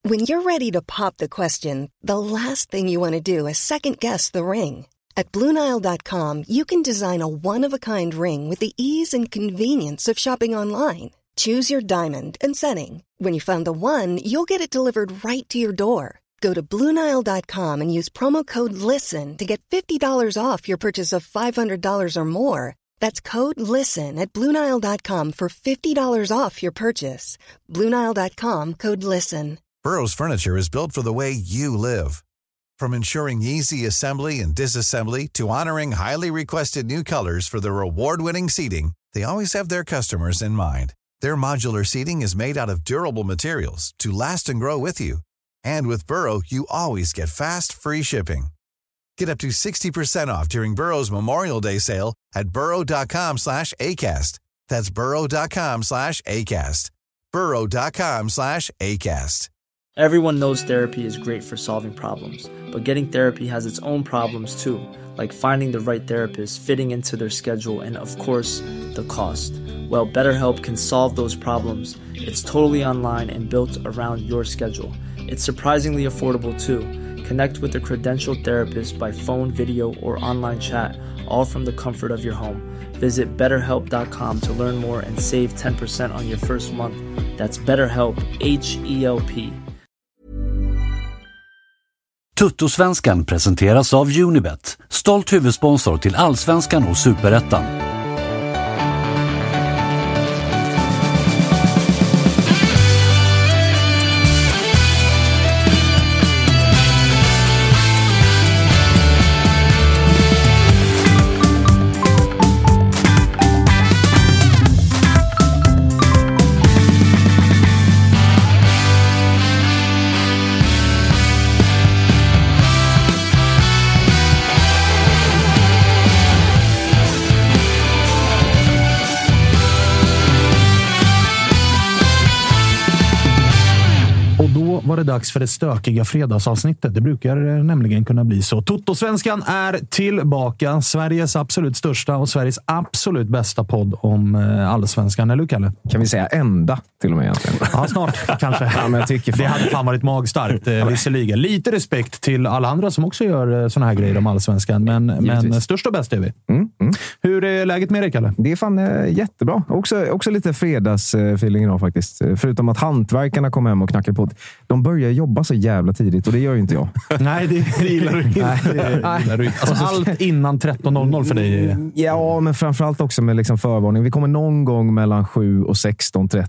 When you're ready to pop the question, the last thing you want to do is second-guess the ring. At BlueNile.com, you can design a one-of-a-kind ring with the ease and convenience of shopping online. Choose your diamond and setting. When you find the one, you'll get it delivered right to your door. Go to BlueNile.com and use promo code LISTEN to get $50 off your purchase of $500 or more. That's code LISTEN at BlueNile.com for $50 off your purchase. BlueNile.com, code LISTEN. Burrow's furniture is built for the way you live. From ensuring easy assembly and disassembly to honoring highly requested new colors for their award-winning seating, they always have their customers in mind. Their modular seating is made out of durable materials to last and grow with you. And with Burrow, you always get fast, free shipping. Get up to 60% off during Burrow's Memorial Day sale at burrow.com/ACAST. That's burrow.com/ACAST. burrow.com/ACAST. Everyone knows therapy is great for solving problems, but getting therapy has its own problems too, like finding the right therapist, fitting into their schedule, and of course, the cost. Well, BetterHelp can solve those problems. It's totally online and built around your schedule. It's surprisingly affordable too. Connect with a credentialed therapist by phone, video, or online chat, all from the comfort of your home. Visit BetterHelp.com to learn more and save 10% on your first month. That's BetterHelp, H-E-L-P. Tuttosvenskan presenteras av Unibet, stolt huvudsponsor till Allsvenskan och Superettan. Var det dags för det stökiga fredagsavsnittet. Det brukar nämligen kunna bli så. Tuttosvenskan är tillbaka. Sveriges absolut största och Sveriges absolut bästa podd om allsvenskan. Eller hur, Kalle? Kan vi säga ända till och med egentligen? Ja, snart kanske. Ja, men jag tycker det hade fan varit magstarkt, visserligen. Lite respekt till alla andra som också gör såna här grejer om allsvenskan. Men störst och bäst är vi. Hur är läget med dig, Kalle? Det är fan jättebra. Också lite fredagsfeeling idag faktiskt. Förutom att hantverkarna kommer hem och knackar på. De börjar jobba så jävla tidigt och det gör ju inte jag. Nej, det gillar du inte. Alltså, allt innan 13.00 för dig? Ja, men framförallt också med liksom förvarning. Vi kommer någon gång mellan 7 och 16.30.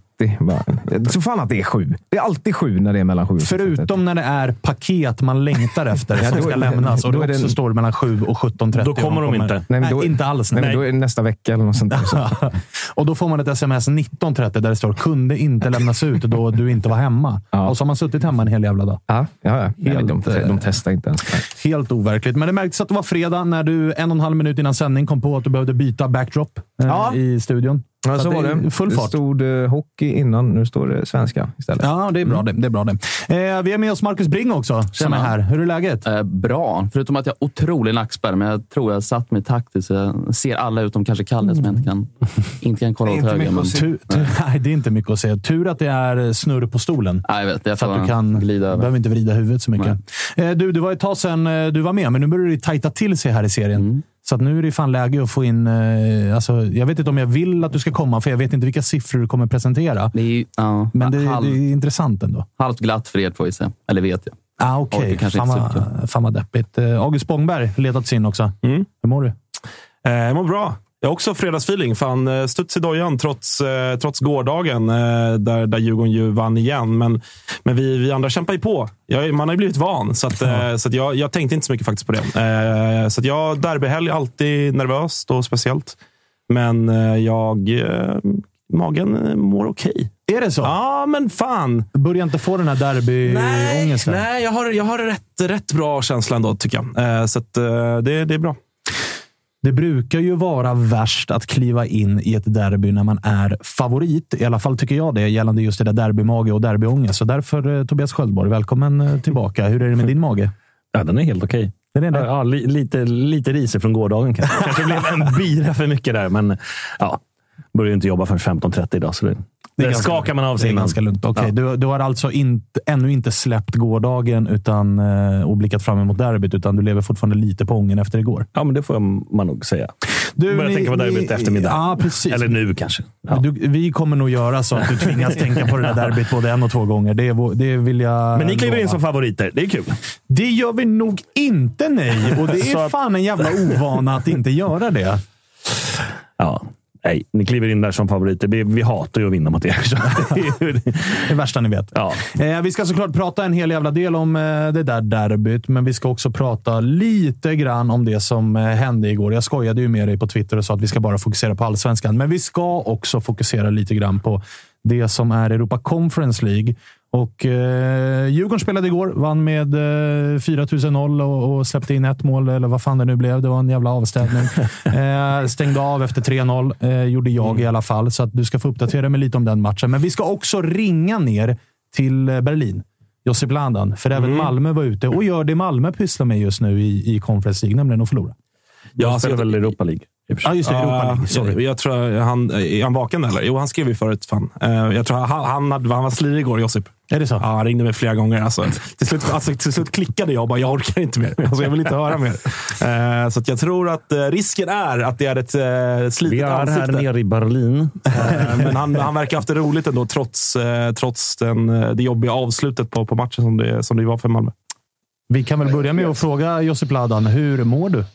Så fan att det är 7. Det är alltid 7 när det är mellan 7 och 16.30. Förutom när det är paket man längtar efter som ska lämnas och då också står det mellan 7 och 17.30. Då kommer de inte. Nej, då, inte alls. Nej, men då är det nästa vecka eller något sånt där. Och då får man ett sms 19.30 där det står kunde inte lämnas ut då du inte var hemma. Ja. Och så har man suttit hemma en hel jävla dag. Ja. Helt, de testar inte ens. Helt overkligt. Men det märktes att det var fredag när du 1,5 minut innan sändning kom på att du behövde byta backdrop i studion. Ja, så var det. Full fart. Det stod hockey innan, nu står det svenska istället. Ja, det är bra det är bra det. Vi är med oss Marcus Bring också, som är här. Hur är läget? Bra, förutom att jag har otrolig nackspärr, men jag tror jag satt mig taktiskt så jag ser alla utom kanske Kalle som inte kan kolla åt höger. Nej, det är inte mycket att säga. Tur att det är snurr på stolen. Nej, jag vet. Jag så att du kan behöver inte vrida huvudet så mycket. Du var ett tag sedan du var med, men nu börjar det tajta till sig här i serien. Så att nu är det fan läge att få in... jag vet inte om jag vill att du ska komma, för jag vet inte vilka siffror du kommer presentera. Men det är intressant ändå. Halvt glatt för er får vi se. Eller vet jag. Okej. Fan vad deppigt. August Spångberg letat sig in också. Hur mår du? Jag mår bra. Jag har också fredagsfeeling. Fan, studs i dojan trots gårdagen där Djurgården ju vann igen. Men vi andra kämpar ju på. Man har ju blivit van. Så att jag tänkte inte så mycket faktiskt på det. Så att jag derbyhelg alltid nervöst och speciellt. Men magen mår okej. Är det så? Ja, men fan. Börjar inte få den här derbyångesten? Nej, jag har rätt bra känsla ändå, tycker jag. Så att det är bra. Det brukar ju vara värst att kliva in i ett derby när man är favorit. I alla fall tycker jag det, gällande just det där derbymage och derbyångest. Så därför, Tobias Sköldborg, välkommen tillbaka. Hur är det med din mage? Ja, den är helt okej. Ja, lite riser från gårdagen kanske blev en bira för mycket där, men ja, börjar inte jobba förrän 15.30 idag, så det Det skakar man av sig innan. Ganska lugnt. Okay. Ja. Du har alltså ännu inte släppt gårdagen och blickat fram emot derbyt, utan du lever fortfarande lite på ången efter igår. Ja, men det får man nog säga. Du börjar tänka på derbyt eftermiddag. Ja, precis. Eller nu kanske. Ja. Vi kommer nog göra så att du tvingas tänka på det där derbyt både 1 och 2 gånger. Det vill jag. Men ni kliver in som favoriter. Det är kul. Det gör vi nog inte, nej. Och det är fan en jävla ovana att inte göra det. Ja. Nej, ni kliver in där som favoriter. Vi hatar ju att vinna mot er. Det är det värsta ni vet. Ja. Vi ska såklart prata en hel jävla del om det där derbyt, men vi ska också prata lite grann om det som hände igår. Jag skojade ju med dig på Twitter och sa att vi ska bara fokusera på Allsvenskan, men vi ska också fokusera lite grann på det som är Europa Conference League. Och Djurgården spelade igår, vann med 4-0 och släppte in 1 mål, eller vad fan det nu blev. Det var en jävla avstädning. Stängde av efter 3-0, gjorde jag i alla fall. Så att du ska få uppdatera mig lite om den matchen. Men vi ska också ringa ner till Berlin. Josip Ladan, för även Malmö var ute och gör det Malmö pysslar med just nu i Conference League, nämligen att förlora. Jag spelar väl Europa League. Ja, just det. Europa League. Sorry. Jag tror är han vaken eller? Jo, han skrev ju förut. Fan. Jag tror han var slirig igår, Josip. Är det så? Ja, han ringde mig flera gånger. Alltså, till slut klickade jag och bara, jag orkar inte mer. Alltså, jag vill inte höra mer. Så att jag tror att risken är att det är ett slitigt ansikte. Vi är här nere i Berlin. Men han verkar ha haft det roligt ändå, trots det jobbiga avslutet på matchen som det var för Malmö. Vi kan väl börja med att fråga Josip Ladan, hur mår du?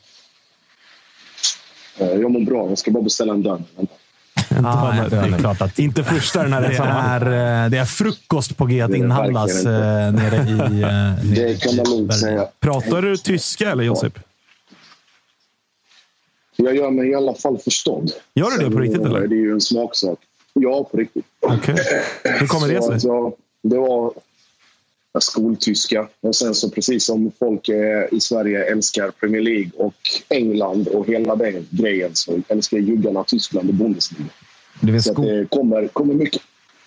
Jag mår bra. Jag ska bara beställa en dörr. Det är klart att inte första den här det är frukost på G att inhandlas nere i det kan man nog säga. Pratar du tyska eller Josip? Jag gör mig i alla fall förstådd. Gör du det på riktigt eller? Det är ju en smaksak. Ja, på riktigt. Okej. Hur kommer det sig? Det var skoltyska. Och sen så precis som folk i Sverige älskar Premier League och England och hela den grejen, så älskar juggarna Tyskland och Bundesliga. Så det kommer mycket.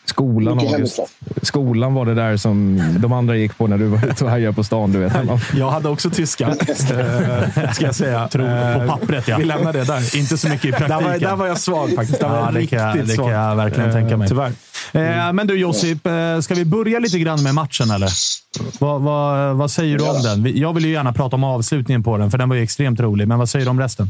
Skolan var det där som de andra gick på när du var ute och härjade på stan, du vet. Jag hade också tyska, ska jag säga. På pappret, ja. Vi lämnar det där. Inte så mycket i praktiken. Där var jag svag faktiskt. Det kan jag verkligen tänka mig. Tyvärr. Men du Josip, ska vi börja lite grann med matchen eller? Vad säger du om den? Jag vill ju gärna prata om avslutningen på den, för den var ju extremt rolig. Men vad säger du om resten?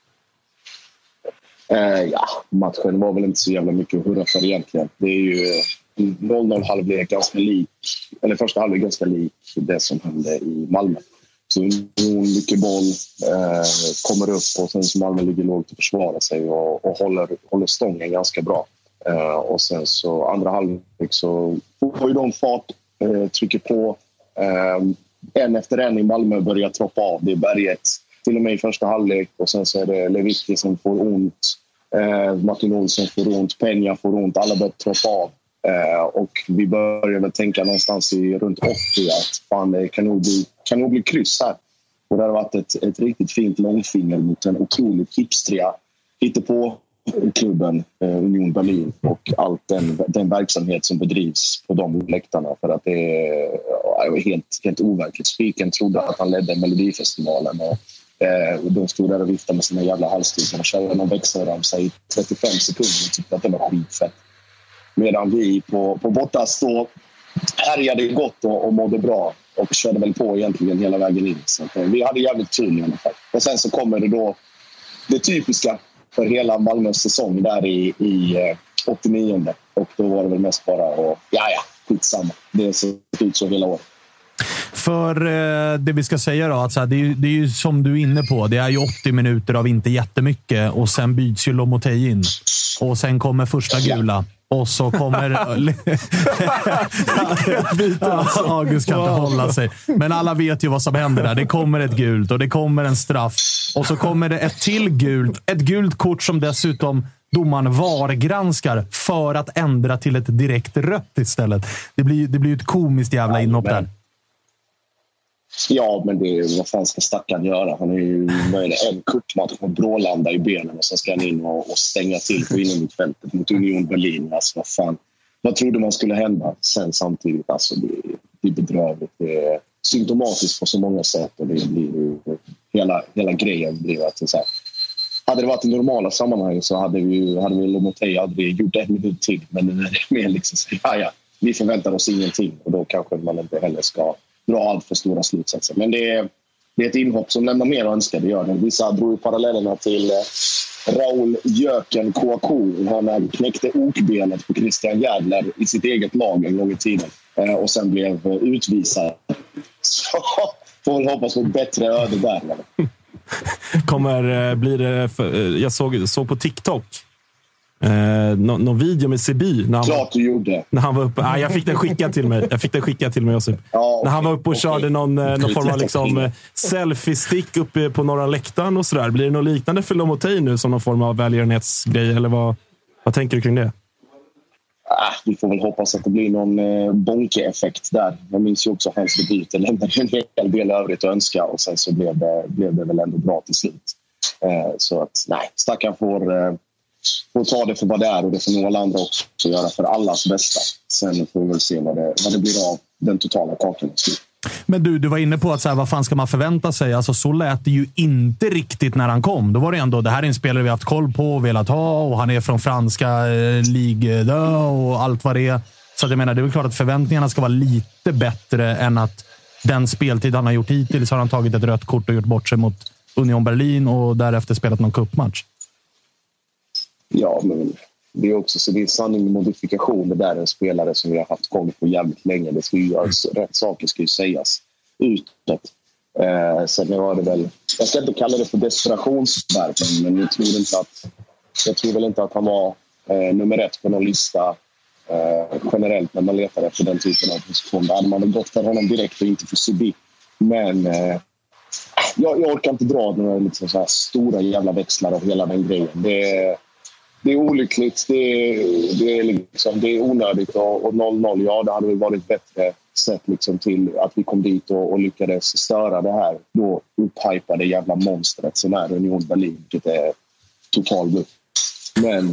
Matchen var väl inte så jävla mycket att hurra för egentligen. Det är ju 0-0 halvlek ganska lik, eller första halvlek ganska lik det som hände i Malmö. Så mycket boll kommer upp och sen så Malmö ligger lågt och försvarar sig och håller stången ganska bra. Och sen så andra halvlek så får ju de fart, trycker på. En efter en i Malmö börjar troppa av. Det är berget till och med i första halvlek och sen så är det Lewicki som får ont. Martin Olsson får ont, Peña får ont, alla börjar troppa av. Och vi börjar väl tänka någonstans runt 80 att fan, det kan nog bli kryss här. Och det har varit ett riktigt fint långfinger mot en otroligt hipstria på klubben Union Berlin och allt den verksamhet som bedrivs på de läktarna, för att det är helt overkligt. Spiken trodde att han ledde Melodifestivalen och de stod där och viftade med sina jävla halsdukar och körde någon växelramsa i 35 sekunder och tyckte att det var skitfett. Medan vi på bortastå härjade gott och mådde bra och körde väl på egentligen hela vägen in. Så vi hade jävligt tur i alla fall. Och sen så kommer det då det typiska för hela Malmös säsong där i 89. Och då var det väl mest bara skitsamma. Det ser ut så hela året. För det vi ska säga då, att så här, det är ju som du är inne på, det är ju 80 minuter av inte jättemycket och sen byts ju Lomotey in. Och sen kommer första gula. Och så kommer... August kan inte hålla sig. Men alla vet ju vad som händer där. Det kommer ett gult och det kommer en straff. Och så kommer det ett till gult. Ett gult kort som dessutom domaren VAR-granskar för att ändra till ett direkt rött istället. Det blir ju ett komiskt jävla inhopp där. Ja, men det är vad fan ska stackaren göra? Han är ju en kuppmatch på Brålanda i benen och sen ska han in och stänga till på inomhusfältet mot Union Berlin. Alltså vad fan, vad trodde man skulle hända sen samtidigt? Alltså det är bedrövligt. Det är symptomatiskt på så många sätt och det blir hela grejen blir att så här, hade det varit i normala sammanhang så hade vi Lomotey aldrig gjort 1 minut till. Men nu är det mer liksom så, vi förväntar oss ingenting. Och då kanske man inte heller ska dra allt för stora slutsatser. Men det är ett inhopp som lämnar mer att önska, det gör det. Vissa drog parallellerna till Raul Jöken Kouakou. Han knäckte okbenet på Christian Järdler i sitt eget lag en gång i tiden. Och sen blev utvisad. Så får vi hoppas på ett bättre öde där. Blir det... Jag såg på TikTok någon video med Sebi klart du gjorde. När han var uppe. Jag fick den skickad till mig Josip. Ja, när han var uppe och körde någon form av liksom selfie-stick uppe på norra läktaren och sådär. Blir det något liknande för Lomotey nu som någon form av välgörenhetsgrej, eller vad tänker du kring det? Vi får väl hoppas att det blir någon bonke-effekt där. Jag minns ju också hans debut. Det lämnade en hel del övrigt att önska och sen så blev det väl ändå bra till slut. Så att stackaren får ta det för vad det är, och det får nog alla andra också göra för allas bästa. Sen får vi väl se vad det blir av den totala kakan. Men du var inne på att så här, vad fan ska man förvänta sig? Alltså, så lät det ju inte riktigt när han kom. Då var det ändå, det här är en spelare vi har haft koll på och velat ha, och han är från franska Ligue och allt vad det är. Så att jag menar, det är väl klart att förväntningarna ska vara lite bättre än att den speltid han har gjort hittills har han tagit ett rött kort och gjort bort sig mot Union Berlin och därefter spelat någon cupmatch. Ja, men det är också så det är sanning med modifikation. Det där är en spelare som vi har haft koll på jävligt länge. Det ska ju göras, rätt saker ska ju sägas utåt. Sen var det väl, jag ska inte kalla det för desperationsvärv, men jag tror väl inte att han var nummer 1 på någon lista generellt när man letar efter den typen av position. Där hade man väl gått för honom direkt och inte för Subi. Men jag orkar inte dra några liksom så här stora jävla växlar av hela den grejen. Det är olyckligt, det är onödigt och 0-0, ja det hade väl varit bättre sett liksom till att vi kom dit och lyckades störa det här då upphypade jävla monstret som är Union Berlin, vilket är total bluff. Men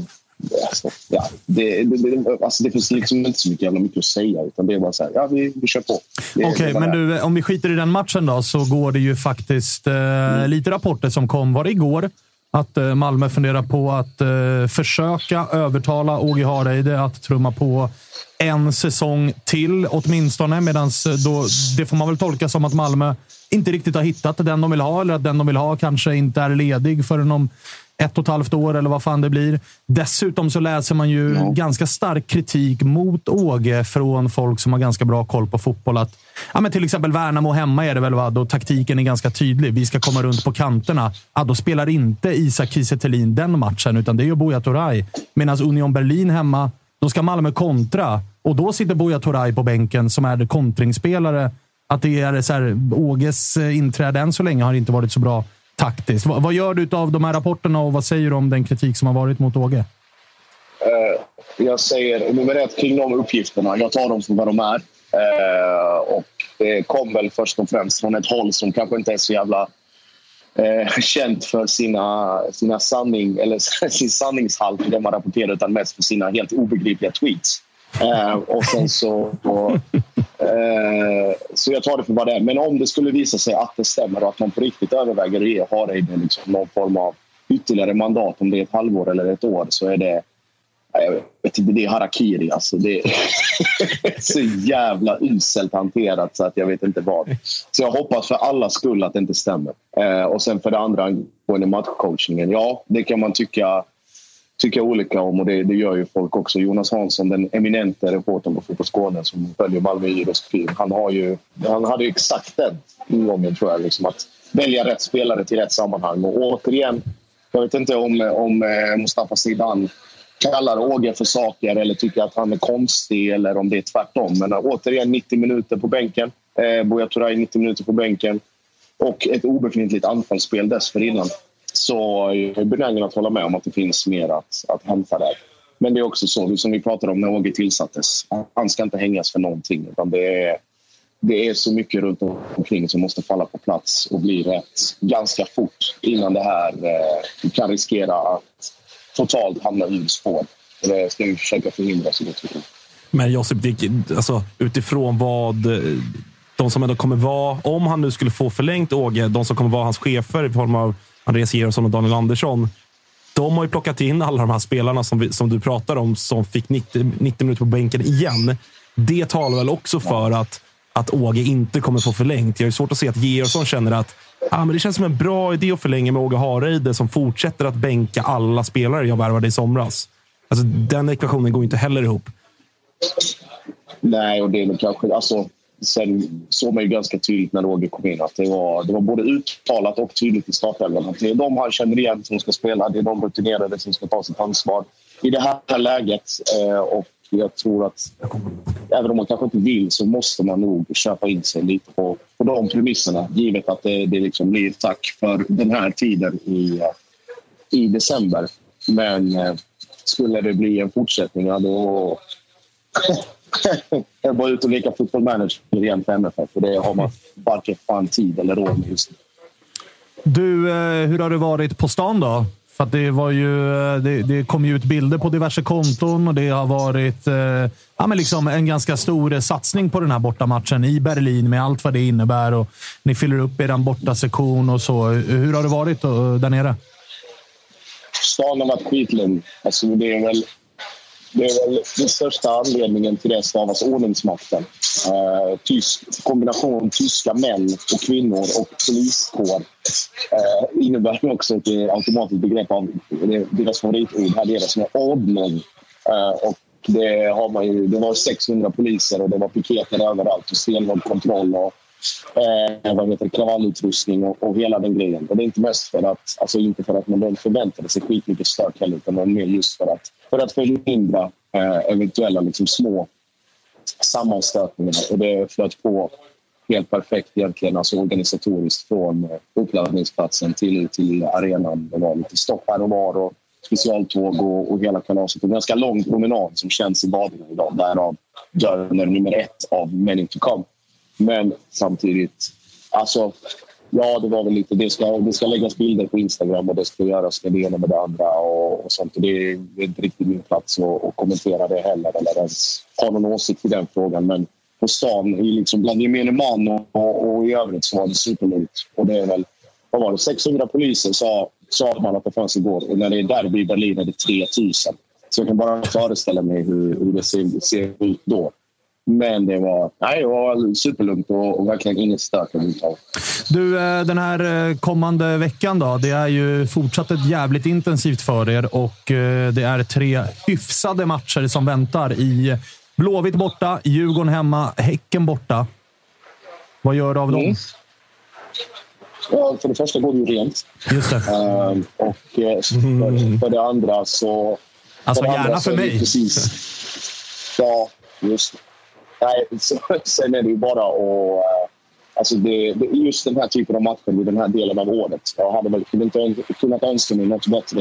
det finns liksom inte så mycket att säga, utan det är bara så här, vi kör på. Okej, men du, om vi skiter i den matchen då, så går det ju faktiskt lite rapporter som kom, var det igår? Att Malmö funderar på att försöka övertala Åge Hareide att trumma på en säsong till åtminstone, medan det får man väl tolka som att Malmö inte riktigt har hittat den de vill ha, eller att den de vill ha kanske inte är ledig förrän om 1,5 år eller vad fan det blir. Dessutom så läser man ju ganska stark kritik mot Åge från folk som har ganska bra koll på fotboll. Att, men till exempel Värnamo hemma är det väl, då taktiken är ganska tydlig. Vi ska komma runt på kanterna. Då spelar inte Isak Kiese Thelin den matchen, utan det är ju Buya Turay. Medan Union Berlin hemma, då ska Malmö kontra. Och då sitter Buya Turay på bänken som är kontringsspelare. Att det är så här, Åges inträde än så länge har inte varit så bra taktiskt. Vad gör du av de här rapporterna och vad säger du om den kritik som har varit mot Åge? Jag säger nummer 1 kring de uppgifterna. Jag tar dem för vad de är. Och det kom väl först och främst från ett håll som kanske inte är så jävla känt för sina sanning eller sin sanningshalt i det man rapporterar, utan mest för sina helt obegripliga tweets. Och sen så jag tar det för vad det är. Men om det skulle visa sig att det stämmer och att man på riktigt överväger att ge Hareide liksom någon form av ytterligare mandat, om det är 1 halvår eller 1 år, så är det, jag vet inte, det är harakiri alltså. Det är så jävla uselt hanterat så att jag vet inte vad. Så jag hoppas för alla skull att det inte stämmer. Och sen för det andra, på den matchcoachningen, ja, det kan man tycka olika om, och det gör ju folk också. Jonas Hansson, den eminente reportern på Fotboll Skåne som följer Malmö i Roskilde, han hade ju exakt den ingången, tror jag, liksom, att välja rätt spelare till rätt sammanhang. Och återigen, jag vet inte om Mustafa Zidane kallar Åge för saker eller tycker att han är konstig, eller om det är tvärtom. Men återigen 90 minuter på bänken, Buya Turay 90 minuter på bänken och ett obefintligt anfallsspel dessförinnan. Så jag är benägen att hålla med om att det finns mer att hämta där. Men det är också så, som vi pratade om när Åge tillsattes. Han ska inte hängas för någonting, utan det är så mycket runt omkring som måste falla på plats och bli rätt ganska fort innan det här kan riskera att totalt hamna ur spår. Och det ska vi försöka förhindra så gott vi kan. Men Josip, alltså, utifrån vad de som ändå kommer vara, om han nu skulle få förlängt Åge, de som kommer vara hans chefer i form av Andreas Georgsson och Daniel Andersson, De har ju plockat in alla de här spelarna som du pratar om, som fick 90 minuter på bänken igen. Det talar väl också för att Åge inte kommer få förlängt. Jag är svårt att se att Georgsson känner att men det känns som en bra idé att förlänga med Åge Hareide som fortsätter att bänka alla spelare jag värvade i somras. Alltså, den ekvationen går inte heller ihop. Nej, och det är väl kanske... Alltså, sen såg man ju ganska tydligt när Åge kom in att det var både uttalat och tydligt i startelvan att det är de han känner igen som ska spela. Det är de rutinerade som ska ta sitt ansvar i det här läget. Och jag tror att även om man kanske inte vill så måste man nog köpa in sig lite på de premisserna. Givet att det liksom blir tack för den här tiden i december. Men skulle det bli en fortsättning då... Jag bara ut och leka Football Manager igen för MFF. För det har man varken fan tid eller råd med just nu. Du, hur har det varit på stan då? För att det var ju, det kom ju ut bilder på diverse konton och det har varit men liksom en ganska stor satsning på den här bortamatchen i Berlin med allt vad det innebär och ni fyller upp er bortasektion och så. Hur har det varit där nere? Stan har varit skitlugn. Alltså det är väl den största anledningen till det stavas ordningsmakten. Kombination tyska män och kvinnor och poliskår innebär också ett automatiskt begrepp av deras favoritord här nere som är ordning. Och det har man ju, det var 600 poliser och det var piketer överallt och stenhård kontroll och kravallutrustning och hela den grejen. Och det är inte mest inte för att man förväntade sig skitmycket stök heller, utan mer just för att förhindra eventuella liksom små sammanstötningar. Och det flöt på helt perfekt egentligen, alltså organisatoriskt från uppladdningsplatsen till arenan. Det var lite stopp här och var och specialtåg och hela kalaset. En ganska lång promenad som känns i baden idag. Därav dörren nummer 1 av Many to Come. Men samtidigt, alltså, ja, det var väl lite, det ska läggas bilder på Instagram och det ska göras med det ena med det andra och sånt. Och det är inte riktigt min plats att kommentera det heller eller ens ha någon åsikt i den frågan. Men på stan, liksom bland gemene man och i övrigt så var det superlugnt. Och det är väl, vad var det, 600 poliser sa man att det fanns igår. Och när det är derby i Berlin är det 3000. Så jag kan bara föreställa mig hur det ser ut då. Men det var superlugnt och verkligen inget stök överhuvudtaget. Du, den här kommande veckan då, det är ju fortsatt ett jävligt intensivt för er och det är 3 hyfsade matcher som väntar i Blåvitt borta, Djurgården hemma, Häcken borta. Vad gör du av dem? Ja, för det första går det ju rent. Just det. Och för det andra så... Alltså gärna för mig. Precis. Ja, just det. Nej, sen är det ju bara att... Alltså det är just den här typen av matcher i den här delen av året. Jag hade väl inte kunnat önska mig något bättre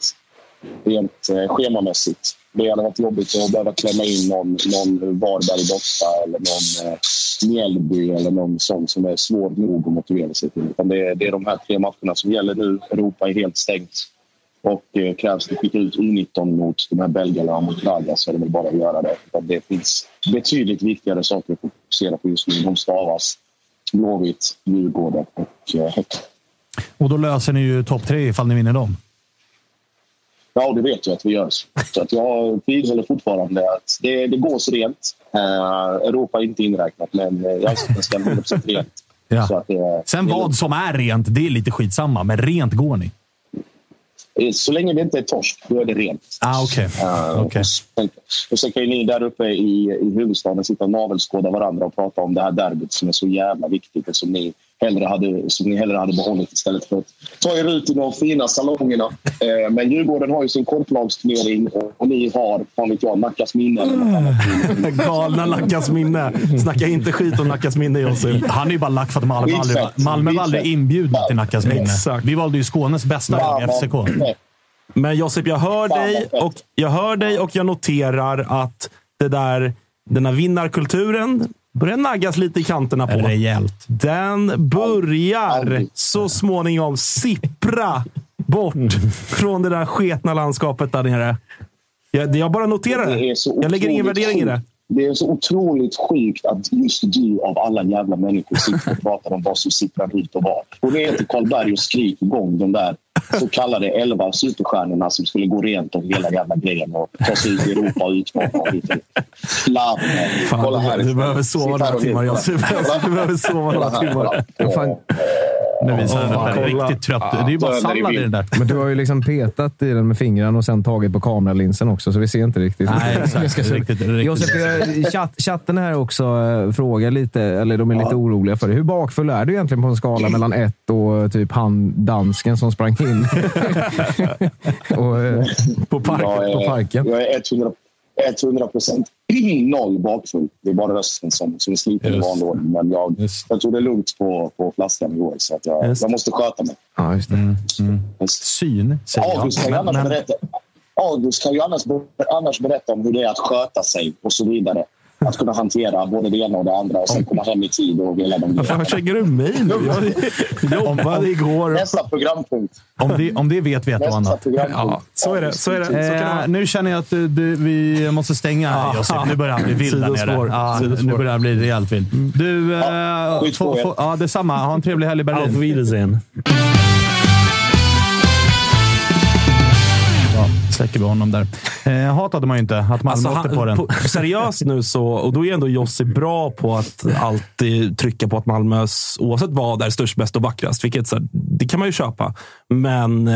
rent schemamässigt. Det hade varit jobbigt att behöva klämma in någon Varberg borta eller någon Mjällby eller någon sån som är svår nog att motivera sig till. Utan det är de här 3 matcherna som gäller nu. Europa är helt stängt. Och krävs det skicka ut U19 mot de här belgarna och mot Raga så är det väl bara att göra det. Det finns betydligt viktigare saker att fokusera på just nu. De stavas Blåvitt, Djurgården och Häcken. Och då löser ni ju topp 3 ifall ni vinner dem. Ja, det vet jag att vi gör. Så att jag vidhåller fortfarande att det går så rent. Europa är inte inräknat, men jag ska 100% rent. Ja. Så att sen vad som är rent, det är lite skitsamma. Men rent går ni. Så länge det inte är torsk, då är det rent. Okej. Och så kan ni där uppe i huvudstaden sitta och navelskåda varandra och prata om det här derbyt som är så jävla viktigt och som ni hellre hade behållit istället för att ta er ut i de fina salongerna. Men Djurgården har ju sin korplagsturnering och ni har, fan vet jag, Nackas minne. Galna Nackas minne. Snacka inte skit om Nackas minne, Josef. Han är ju bara lack för att Malmö var aldrig inbjudna till Nackas minne. Exakt. Vi valde ju Skånes bästa lag, FCK. Men Josef, jag hör dig och jag noterar att den här vinnarkulturen börjar naggas lite i kanterna på. Rejält. Den börjar så småningom sippra bort från det där sketna landskapet där nere. Jag bara noterar det. Jag lägger ingen värdering i det. Det är så otroligt sjukt att just du av alla jävla människor sitter och pratar om vad som sipprar ut och var. Och det är inte Karlberg och skrik igång de där så kallade 11 superstjärnorna som skulle gå rent om hela jävla grejen och ta sig ut i Europa och utmana. Kolla här. Du behöver sova några timmar. Du behöver sova några timmar. När vi är riktigt trött. Det är ju bara sallad i den där. Men du har ju liksom petat i den med fingrarna och sen tagit på kameralinsen också, så vi ser inte riktigt. Nej, exakt. Riktigt. Josef, chatten här också frågar lite, eller de är lite oroliga för det. Hur bakfull är du egentligen på en skala mellan 1 och typ dansken som sprang in och, på parken? Jag är 100% 0 bakfull. Det är bara rösten som är sliten i vanlig ordning. Men jag tog det lugnt på flaskan igår, så att jag måste sköta mig. Ja, just det. Syn, säger August kan ju annars berätta om hur det är att sköta sig och så vidare. Att kunna hantera både det ena och det andra och sen komma hem i tid och hela de grejerna. Vad känner du mig nu? Jag jobbade igår. Nästa programpunkt. Om det vet annat. Ja, så är det. Så kan det nu känner jag att vi måste stänga, Josef. Nu börjar han bli vild där nere. Nu börjar han bli rejält vild. Du, detsamma. Ha en trevlig helg i Berlin. Auf Wiedersehen. Släcker vi honom där. Hatade man ju inte att Malmö åkte på den. Seriöst nu så, och då är ändå Jossi bra på att alltid trycka på att Malmös, oavsett vad, är störst, bäst och vackrast. Vilket så, det kan man ju köpa. Men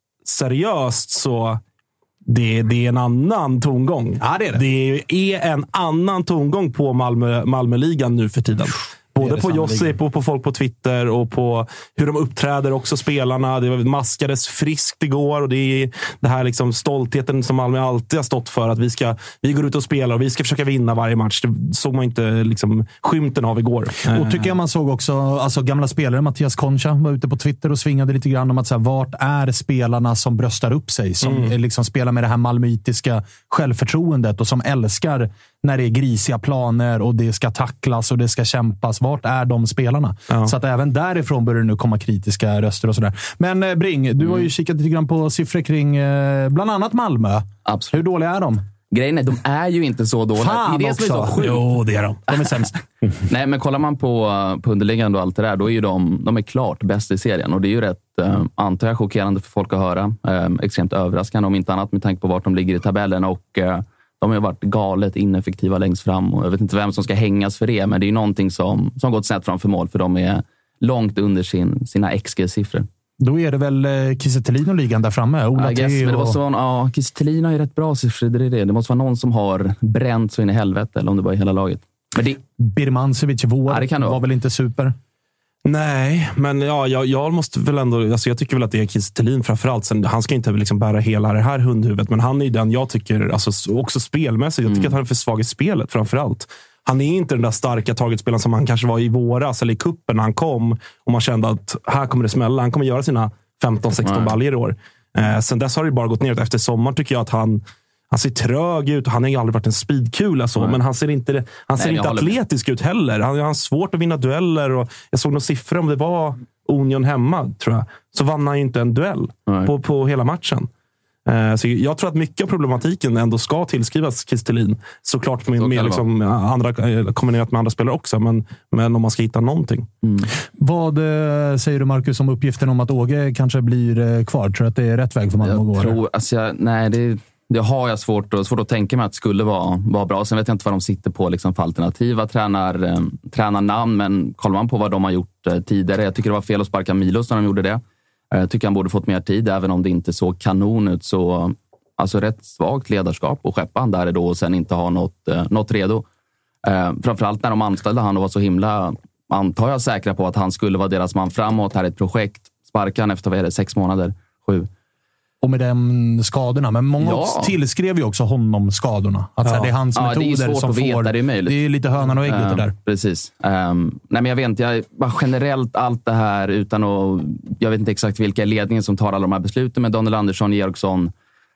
seriöst så det är en annan tongång. Ja, det är en annan tongång på Malmöligan nu för tiden. Både på Josip och på folk på Twitter och på hur de uppträder också, spelarna. Det maskades friskt igår och det är det här liksom stoltheten som Malmö alltid har stått för, att vi går ut och spelar och vi ska försöka vinna varje match. Det såg man inte liksom skymten av igår. Och tycker jag man såg också, alltså gamla spelare, Mattias Concha var ute på Twitter och svingade lite grann om att så här, vart är spelarna som bröstar upp sig, som liksom spelar med det här malmöitiska självförtroendet och som älskar när det är grisiga planer och det ska tacklas och det ska kämpas. Vart är de spelarna? Ja. Så att även därifrån börjar det nu komma kritiska röster och sådär. Men Bring, du har ju kikat lite grann på siffror kring bland annat Malmö. Absolut. Hur dåliga är de? Grejen är, de är ju inte så dåliga. Fan det är det som är så sjukt. Jo, det är de. De är sämst. Nej, men kollar man på underliggande och allt det där, då är ju de är klart bäst i serien. Och det är ju rätt, antar jag, chockerande för folk att höra. Extremt överraskande om inte annat med tanke på vart de ligger i tabellen. Och de har ju varit galet ineffektiva längst fram. Och jag vet inte vem som ska hängas för det, men det är ju någonting som gått snett framför mål. För de är långt under sina XG-siffror. Då är det väl Kiese Thelin och ligan där framme? Kiese Thelin har ju rätt bra siffror. Det måste vara någon som har bränt så in i helvete, eller om det var i hela laget. Men Birmancevic var väl inte super? Nej, men jag måste väl ändå, alltså jag tycker väl att det är Kiese Thelin framförallt. Sen, han ska inte liksom bära hela det här hundhuvudet, men han är ju den jag tycker, alltså också spelmässigt, jag tycker att han är för svag i spelet framförallt. Han är inte den där starka targetspelaren som han kanske var i våras eller i kuppen när han kom och man kände att här kommer det smälla. Han kommer göra sina 15-16 baljer i år. Sen dess har det bara gått ner. Efter sommaren tycker jag att han ser trög ut och han har ju aldrig varit en speedkula så, men han ser inte atletisk ut heller. Han har svårt att vinna dueller och jag såg några siffror om det var Union hemma, tror jag. Så vann han ju inte en duell på hela matchen. Så jag tror att mycket av problematiken ändå ska tillskrivas Kiese Thelin. Såklart med liksom andra, kombinerat med andra spelare också. Men om man ska hitta någonting. Vad säger du, Marcus, om uppgiften om att Åge kanske blir kvar? Tror du att det är rätt väg för man att gå? Det har jag svårt att tänka mig att det skulle vara bra. Sen vet jag inte vad de sitter på liksom för alternativa tränarnamn. Men kollar man på vad de har gjort tidigare. Jag tycker det var fel att sparka Milos när de gjorde det. Jag tycker han borde fått mer tid, även om det inte såg kanon ut. Så alltså rätt svagt ledarskap och skeppa han där då och sen inte ha något redo. Framförallt när de anställde han och var så himla, antar jag, säkra på att han skulle vara deras man framåt. Här är ett projekt. Sparka han efter 6 månader, 7. Och med de skadorna. Men många tillskrev ju också honom skadorna. Att det är hans metoder som får... Det är lite hönan och ägget det där. Precis. Nej, men jag vet inte. Generellt allt det här utan att... Jag vet inte exakt vilka ledningen som tar alla de här besluten. Men Daniel Andersson, Georgsson...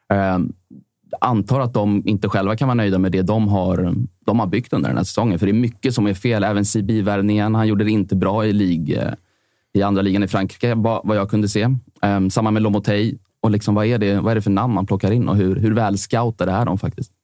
antar att de inte själva kan vara nöjda med det de har byggt under den här säsongen. För det är mycket som är fel. Även CB-värvningen. Han gjorde det inte bra i andra ligan i Frankrike, vad jag kunde se. Samma med Lomotey. Och liksom, vad är det för namn man plockar in och hur väl scoutade är de faktiskt?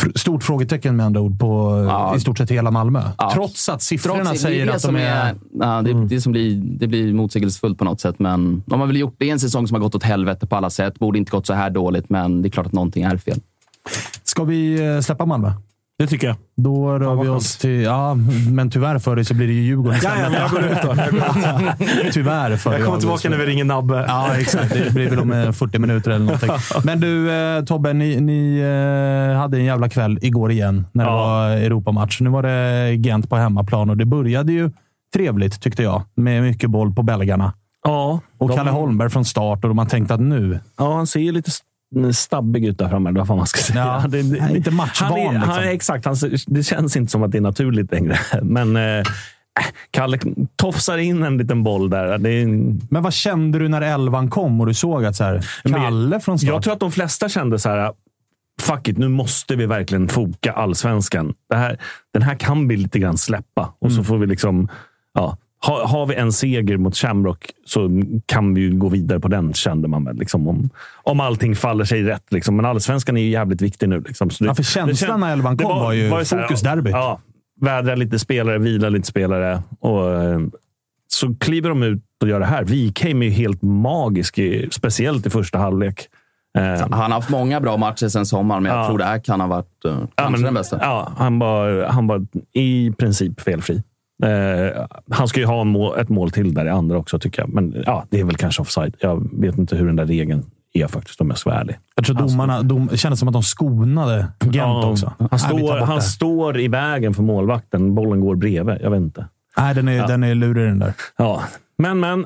Stort frågetecken med andra ord på i stort sett hela Malmö. Ja. Trots att siffrorna säger att de är... Det blir motsägelsefullt på något sätt. Men de har väl gjort det en säsong som har gått åt helvete på alla sätt. Borde inte gått så här dåligt, men det är klart att någonting är fel. Ska vi släppa Malmö? Det tycker jag. Då rör vi oss till... Ja, men tyvärr för dig så blir det ju Djurgården. Ja, men jag går ut då. Tyvärr för jag kommer tillbaka när vi ringer Nabbe. Ja, exakt. Det blir väl om 40 minuter eller någonting. Men du, Tobbe, ni hade en jävla kväll igår igen när det var Europamatch. Nu var det Gent på hemmaplan och det började ju trevligt, tyckte jag. Med mycket boll på belgarna. Ja. Och Kalle Holmberg från start och man tänkte att nu... Ja, han ser ju lite stabbig ut där framme, vad fan man ska säga. Ja, det är inte matchvan. Liksom. Exakt, det känns inte som att det är naturligt längre. Men Kalle tofsar in en liten boll där. Men vad kände du när 11 kom och du såg att så här, Kalle från start? Jag tror att de flesta kände så här: fuck it, nu måste vi verkligen foka allsvenskan. Den här kan vi lite grann släppa. Och så får vi liksom... Ja, har vi en seger mot Shamrock så kan vi ju gå vidare på den, kände man väl. Liksom, om allting faller sig rätt. Liksom. Men allsvenskan är ju jävligt viktig nu. Liksom. Så för känslan när 11 kom var ju fokusderbyt. Ja, vädra lite spelare, vila lite spelare. Och så kliver de ut och gör det här. Wikheim är ju helt magisk, speciellt i första halvlek. Han har haft många bra matcher sen sommaren, men jag tror det här kan ha varit kanske den bästa. Ja, han var i princip felfri. Han ska ju ha ett mål till där i andra också, tycker jag. Men ja, det är väl kanske offside. Jag vet inte hur den där regeln är faktiskt, om jag ska vara ärlig. Jag tror domarna kändes som att de skonade Gent också. Han står i vägen för målvakten. Bollen går bredvid. Jag vet inte. Nej, den är lurig den där. Ja. Men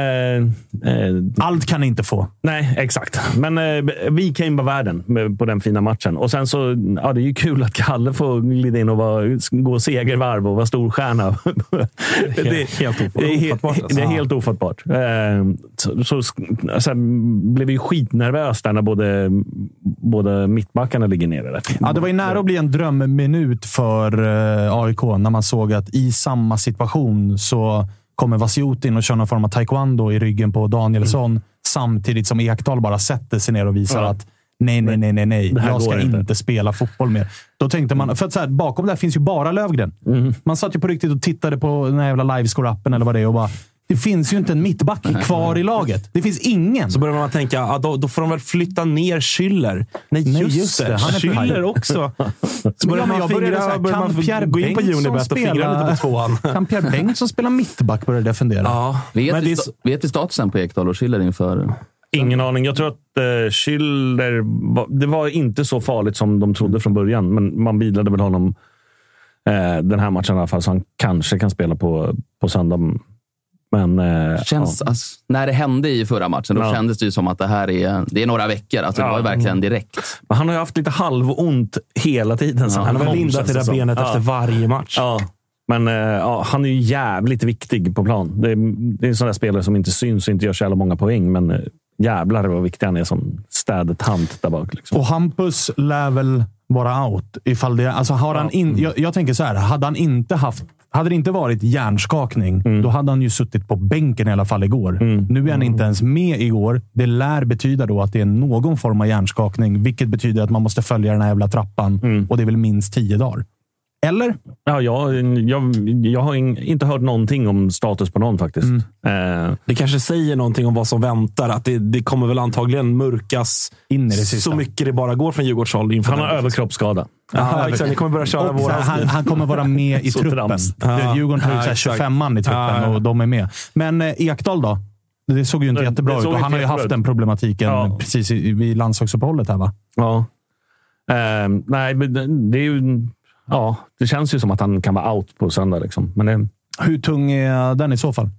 allt kan inte få. Nej, exakt. Men vi came på världen på den fina matchen. Och sen så, det är ju kul att Kalle får glida in och gå segervarv och vara storstjärna. Det är helt ofattbart. Det är helt ofattbart. Så blev vi skitnervös där när både mittbackarna ligger nere. Ja, det var ju nära att bli en drömminut för AIK när man såg att i samma situation så kommer Vasiut in och kör någon form av taekwondo i ryggen på Danielsson samtidigt som Ekdal bara sätter sig ner och visar att nej. Jag ska inte spela fotboll mer. Då tänkte man, för att så här, bakom där finns ju bara Lövgren. Man satt ju på riktigt och tittade på den här jävla livescore-appen eller vad det är och bara, det finns ju inte en mittback kvar i laget. Det finns ingen. Så börjar man tänka, då får de väl flytta ner Schüller. Nej, just det. Han är Schüller också. Så börjar man gå in på Unibet och fingra lite på tvåan. Kan Pierre Bengtsson spela mittback, började jag fundera. Ja. Vet vi statusen på Ekdal och Schüller inför? Ingen aning. Jag tror att Schüller det var inte så farligt som de trodde från början. Men man bilade väl honom den här matchen i alla fall, så han kanske kan spela på söndag. Men, när det hände i förra matchen, då kändes det ju som att det är några veckor. Alltså, det var ju verkligen direkt. Men han har ju haft lite halvont hela tiden. Han har lindat det där benet efter varje match. Ja. Men han är ju jävligt viktig på plan. Det är en sån där spelare som inte syns och inte gör så jävla många poäng. Men jävlar vad viktig han är som städetant där bak. Liksom. Och Hampus lär väl vara out ifall det... Alltså har han jag tänker så här, hade det inte varit hjärnskakning, då hade han ju suttit på bänken i alla fall igår. Nu är han inte ens med igår. Det lär betyda då att det är någon form av hjärnskakning, vilket betyder att man måste följa den här jävla trappan. Och det är väl minst 10 dagar. Eller? Ja, jag har inte hört någonting om status på någon faktiskt. Det kanske säger någonting om vad som väntar. Att det kommer väl antagligen mörkas in i det sista. Så mycket det bara går från Djurgårdshåll. Han har överkroppsskada. Ja, exakt. Ni kommer börja köra våra. Han kommer vara med i truppen. Djurgården tar ut 25 man i truppen och de är med. Men Ekdal då? Det såg ju inte jättebra ut. Och han har ju haft den problematiken precis vid landslagsuppehållet här, va? Ja. Nej, men det är ju... Ja, det känns ju som att han kan vara out på söndag. Liksom. Men hur tung är den i så fall?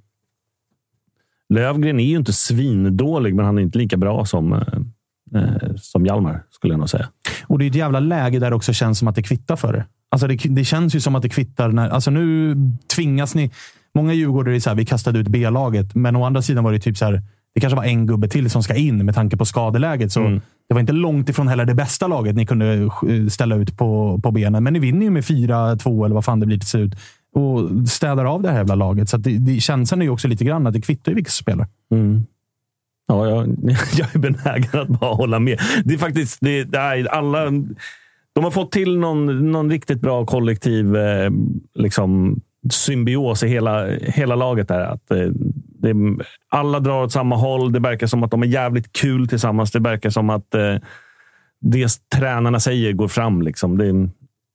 Lövgren är ju inte svindålig, men han är inte lika bra som Hjalmar, skulle jag nog säga. Och det är ett jävla läge där det också känns som att det kvittar för det. Alltså det känns ju som att det kvittar när... Alltså nu tvingas ni... Många Djurgårdare är så här, vi kastade ut B-laget, men å andra sidan var det typ så här... Det kanske var en gubbe till som ska in med tanke på skadeläget. Så det var inte långt ifrån heller det bästa laget ni kunde ställa ut på benen. Men ni vinner ju med 4-2 eller vad fan det blir till slut. Och städar av det här jävla laget. Så att det känslan är ju också lite grann att det kvittar ju vilka som spelar. Ja, jag är benägen att bara hålla med. Det är faktiskt... De har fått till någon riktigt bra kollektiv liksom symbios i hela laget där. Att alla drar åt samma håll. Det verkar som att de är jävligt kul tillsammans. Det verkar som att det tränarna säger går fram. Liksom.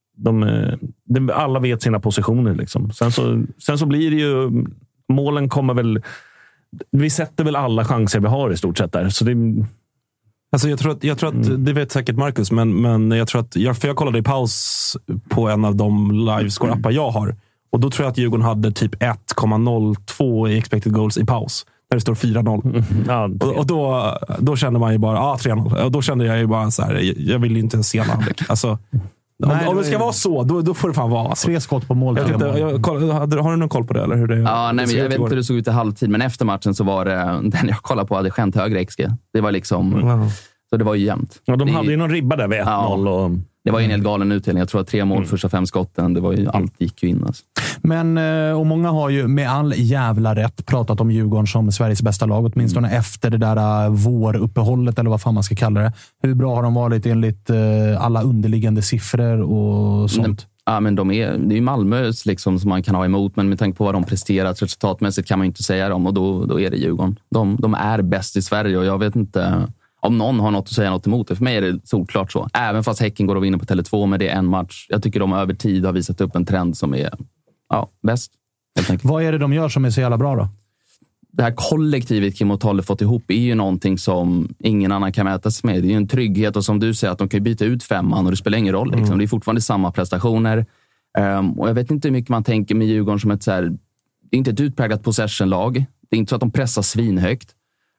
Alla vet sina positioner. Liksom. Sen så blir det ju... Målen kommer väl... Vi sätter väl alla chanser vi har i stort sett där. Så det... Alltså jag tror att det vet säkert Marcus, men jag tror att jag kollade i paus på en av de livescore-appar jag har. Och då tror jag att Djurgården hade typ 1,02 i expected goals i paus. Där det står 4-0. Ja, och då kände man ju bara 3-0. Och då kände jag ju bara så här, jag vill inte se en halvlek. Alltså, om det ska vara så, då får det fan vara. Alltså. 3 skott på mål. Har du någon koll på det? Eller hur det nej, men jag vet inte hur det såg ut i halvtid. Men efter matchen så var det, den jag kollade på hade skämt högre XG. Det var liksom... Så det var ju jämnt. Ja, de hade ju någon ribba där vid 1-0. Och... Det var ju en helt galen utdelning. Jag tror att 3 mål första 5 skotten. Det var ju, allt gick ju in. Alltså. Men, och många har ju med all jävla rätt pratat om Djurgården som Sveriges bästa lag. Åtminstone efter det där våruppehållet, eller vad fan man ska kalla det. Hur bra har de varit enligt alla underliggande siffror och sånt? Ja, men det är ju Malmö liksom, som man kan ha emot. Men med tanke på vad de presterat resultatmässigt kan man inte säga dem. Och då är det Djurgården. De är bäst i Sverige och jag vet inte... Om någon har något att säga något emot det. För mig är det solklart så. Även fast Häcken går och vinner på Tele2 med det en match. Jag tycker de över tid har visat upp en trend som är bäst. Vad är det de gör som är så jävla bra då? Det här kollektivet Kim och Tolle fått ihop är ju någonting som ingen annan kan mätas med. Det är ju en trygghet och som du säger att de kan byta ut 5 man och det spelar ingen roll. Liksom. Det är fortfarande samma prestationer. Och jag vet inte hur mycket man tänker med Djurgården som ett så här... Det är inte ett utpräglat possession-lag. Det är inte så att de pressar svinhögt.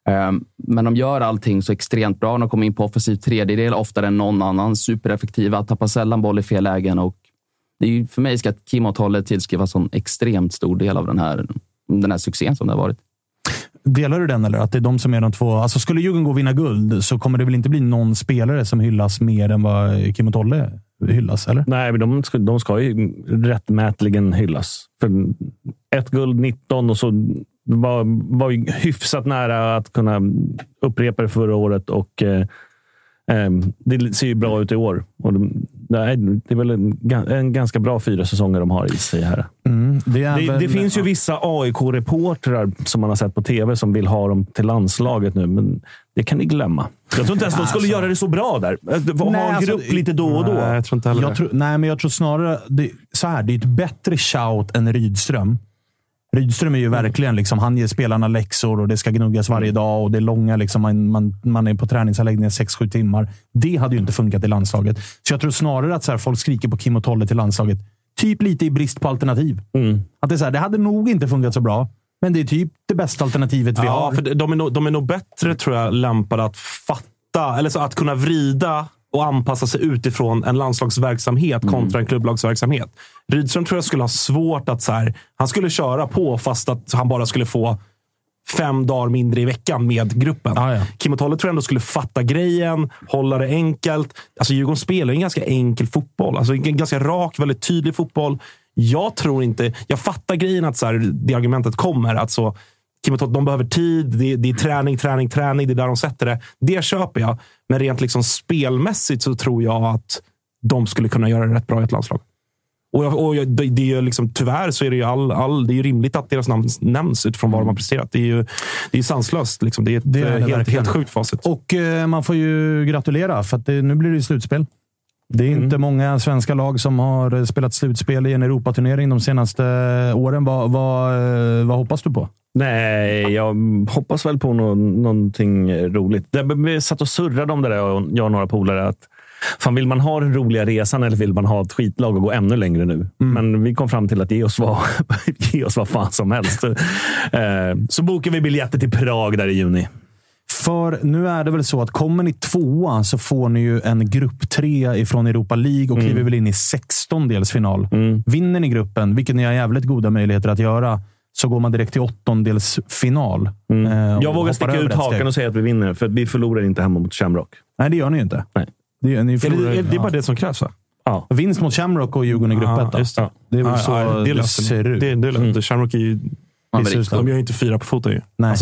Men de gör allting så extremt bra. De kommer in på offensiv tredjedel oftare än någon annan. Supereffektiva, tappar sällan boll i fel lägen. Och det är ju, för mig ska Kim och Tolle tillskrivas en extremt stor del av den här succén som det har varit. Delar du den eller? Att det är de som är de två... Alltså skulle Djurgården gå och vinna guld så kommer det väl inte bli någon spelare som hyllas mer än vad Kim och Tolle hyllas, eller? Nej, men de ska ju rättmätligen hyllas. För 1 guld, 19 och så var ju hyfsat nära att kunna upprepa det förra året och det ser ju bra ut i år. Och det är väl en ganska bra 4 säsonger de har i sig här. Det finns ju vissa AIK-reportrar som man har sett på tv som vill ha dem till landslaget nu, men det kan ni glömma. Jag tror inte ens de skulle göra det så bra där. Ha en grupp lite då och då. Nej, jag tror inte heller men jag tror snarare det är ett bättre shout än Rydström. Rydström är ju verkligen liksom, han ger spelarna läxor och det ska gnuggas varje dag och det är långa liksom, man är på träningsanläggningen 6-7 timmar. Det hade ju inte funkat i landslaget. Så jag tror snarare att så här, folk skriker på Kim och Tolle till landslaget typ lite i brist på alternativ. Att det är så här, det hade nog inte funkat så bra, men det är typ det bästa alternativet vi har. För de är nog bättre, tror jag, lämpade att fatta eller så att kunna vrida och anpassa sig utifrån en landslagsverksamhet kontra en klubblagsverksamhet. Rydström tror jag skulle ha svårt att så här, han skulle köra på fast att han bara skulle få 5 dagar mindre i veckan med gruppen. Kim och Tolle tror jag ändå skulle fatta grejen, hålla det enkelt. Alltså Djurgården spelar en ganska enkel fotboll. Alltså en ganska rak, väldigt tydlig fotboll. Jag tror inte, jag fattar grejen att så här, det argumentet kommer att så Kim och Tolle, de behöver tid, det är träning, det är där de sätter det. Det köper jag. Men rent liksom spelmässigt så tror jag att de skulle kunna göra det rätt bra i ett landslag. Och det är liksom, tyvärr så är det ju det är ju rimligt att deras namn nämns utifrån vad de har presterat. Det är sanslöst. Liksom. Det är helt sjukt facit. Och man får ju gratulera för att nu blir det ju slutspel. Det är inte många svenska lag som har spelat slutspel i en Europaturnering de senaste åren. Vad hoppas du på? Nej, jag hoppas väl på någonting roligt. Vi satt och surrade om det där, och jag och några polare, att fan, vill man ha den roliga resan eller vill man ha ett skitlag och gå ännu längre nu? Men vi kom fram till att ge oss vad fan som helst. Så bokar vi biljetter till Prag där i juni. För nu är det väl så att kommer ni 2 så får ni ju en grupp 3 ifrån Europa League och kliver väl in i 16-delsfinal. Vinner ni gruppen, vilket ni har jävligt goda möjligheter att göra, så går man direkt till 8-delsfinal. Jag vågar sticka ut hakan och säga att vi vinner, för vi förlorar inte hemma mot Shamrock. Nej, det gör ni ju inte. Nej. Det är bara det som krävs, va? Ja. Vinst mot Shamrock och Djurgården i grupp 1. Det är väl så det ser ut. Det är Shamrock är ju... De gör ju inte 4 på foten ju. Nej.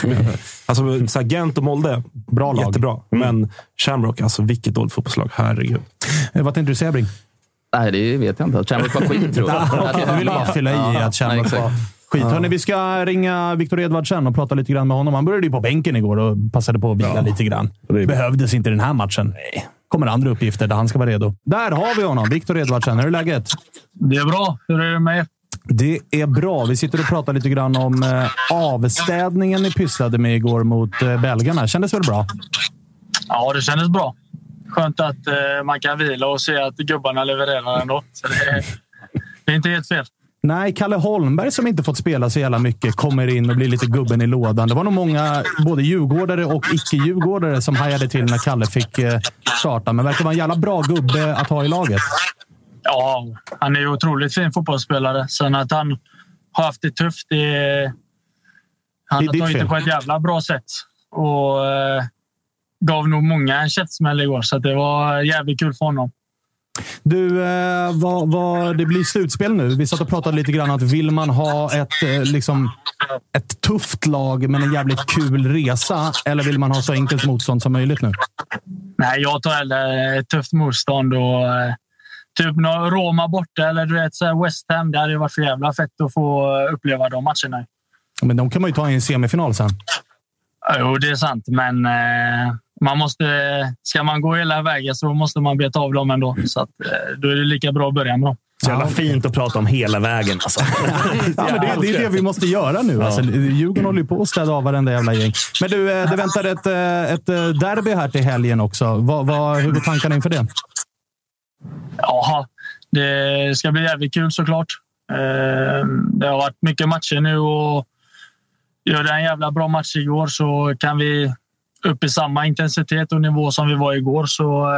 Alltså så här, Gent och Molde, bra lag. Jättebra. Men Shamrock, alltså vilket dåligt fotbollslag. Herregud. Vad tänkte du säga, Bring? Nej, det vet jag inte. Shamrock var skit, tror jag. Okej, du vill bara fylla i att Shamrock var skit. Hörrni, vi ska ringa Victor Edvardsen och prata lite grann med honom. Han började ju på bänken igår och passade på att vila lite grann. Behövdes inte den här matchen. Nej. Kommer andra uppgifter där han ska vara redo. Där har vi honom, Victor Edvardsen. Hur är läget? Det är bra. Hur är det med? Det är bra. Vi sitter och pratar lite grann om avstädningen ni pysslade med igår mot belgarna. Kändes väl bra? Ja, det kändes bra. Skönt att man kan vila och se att gubbarna levererar ändå. Så det är inte helt fel. Nej, Kalle Holmberg som inte fått spela så jävla mycket kommer in och blir lite gubben i lådan. Det var nog många, både djurgårdare och icke-djurgårdare, som hajade till när Kalle fick starta. Men verkar vara en jävla bra gubbe att ha i laget. Ja, han är ju otroligt fin fotbollsspelare. Sen att han har haft det tufft, han har tagit det på ett jävla bra sätt. Och gav nog många en käftsmäll igår, så det var jävligt kul för honom. Du, det blir slutspel nu. Vi satt och pratade lite grann att vill man ha ett tufft lag men en jävligt kul resa, eller vill man ha så enkelt motstånd som möjligt nu? Nej, jag tar hellre ett tufft motstånd och typ Roma borta eller du vet så West Ham. Det hade ju varit så jävla fett att få uppleva de matcherna. Men de kan man ju ta i en semifinal sen. Jo, det är sant, men ska man gå hela vägen så måste man beta av dem ändå. Så att, då är det lika bra att börja med dem. Så jävla fint att prata om hela vägen. Alltså. Ja, men det är det vi måste göra nu. Ja. Alltså, Djurgården håller på att städa av varenda jävla gäng. Men du, det väntar ett derby här till helgen också. Hur går tankarna inför det? Ja, det ska bli jävligt kul såklart. Det har varit mycket matcher nu och gör det en jävla bra match igår så kan vi upp i samma intensitet och nivå som vi var igår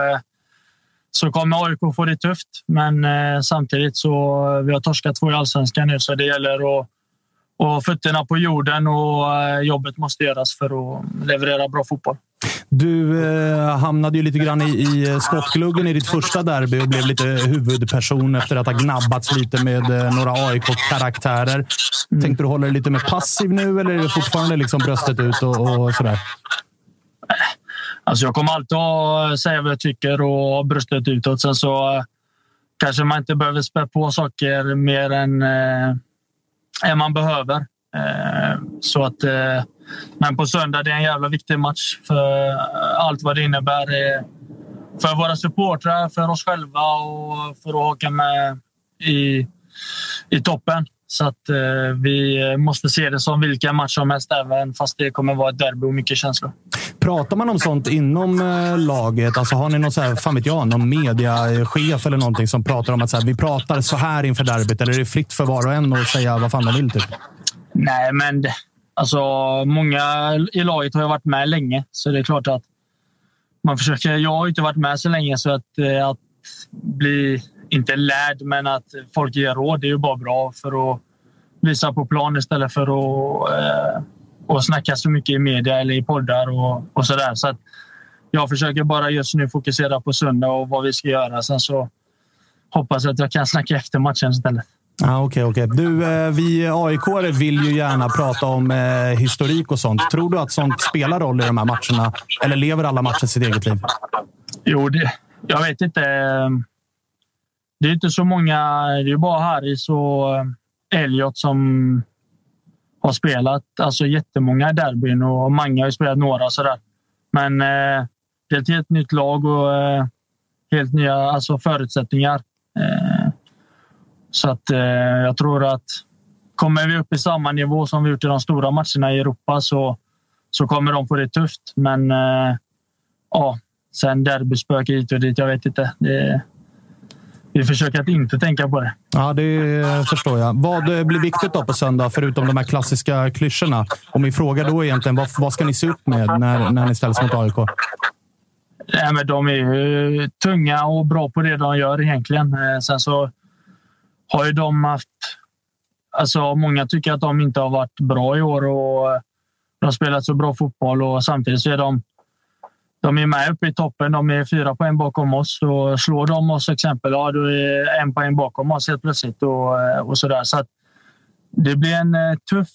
så kommer AIK få det tufft. Men samtidigt så vi har torskat 2 i Allsvenskan nu så det gäller att fötterna på jorden och jobbet måste göras för att leverera bra fotboll. Du hamnade ju lite grann i skottgluggen i ditt första derby och blev lite huvudperson efter att ha gnabbats lite med några AIK-karaktärer. Tänkte du hålla dig lite mer passiv nu eller är det fortfarande liksom bröstet ut och sådär? Alltså jag kommer alltid att säga vad jag tycker och ha bröstet utåt. Sen så kanske man inte behöver spä på saker mer än man behöver. Så att, men på söndag det är en jävla viktig match för allt vad det innebär för våra supportrar, för oss själva och för att åka med i toppen. Så att vi måste se det som vilka matcher som helst även fast det kommer vara ett derby och mycket känslor. Pratar man om sånt inom laget? Alltså har ni någon, så här, fan vet jag, någon mediachef eller någonting som pratar om att så här, vi pratar så här inför derbyt, eller är det fritt för var och en att säga vad fan de vill typ? Nej, men alltså, många i laget har ju varit med länge så det är klart att man försöker, jag har inte varit med så länge så att bli inte lärd men att folk ger råd det är ju bara bra för att visa på plan istället för att snacka så mycket i media eller i poddar och sådär. Så att jag försöker bara just nu fokusera på söndag och vad vi ska göra. Sen så hoppas jag att jag kan snacka efter matchen istället. Okej. Du, vi AIK vill ju gärna prata om historik och sånt. Tror du att sånt spelar roll i de här matcherna? Eller lever alla matcher sitt eget liv? Jo, jag vet inte. Det är inte så många. Det är ju bara Harris och Elliot som har spelat. Alltså jättemånga derbyn och många har spelat några sådär. Men det är ett helt nytt lag och helt nya alltså förutsättningar. Så att jag tror att kommer vi upp i samma nivå som vi gjort i de stora matcherna i Europa så kommer de få det tufft. Men sen derbyspök hit och dit, jag vet inte. Vi försöker att inte tänka på det. Ja, det förstår jag. Vad blir viktigt då på söndag förutom de här klassiska klyschorna? Och min fråga då egentligen, vad ska ni se upp med när ni ställs mot AIK? Ja, men de är ju tunga och bra på det de gör egentligen. Sen så har ju de haft... Alltså många tycker att de inte har varit bra i år och de har spelat så bra fotboll och samtidigt så är de är med uppe i toppen. De är 4 poäng bakom oss och slår de oss exempel, ja då är 1 poäng bakom oss helt plötsligt och sådär. Så att det blir en tuff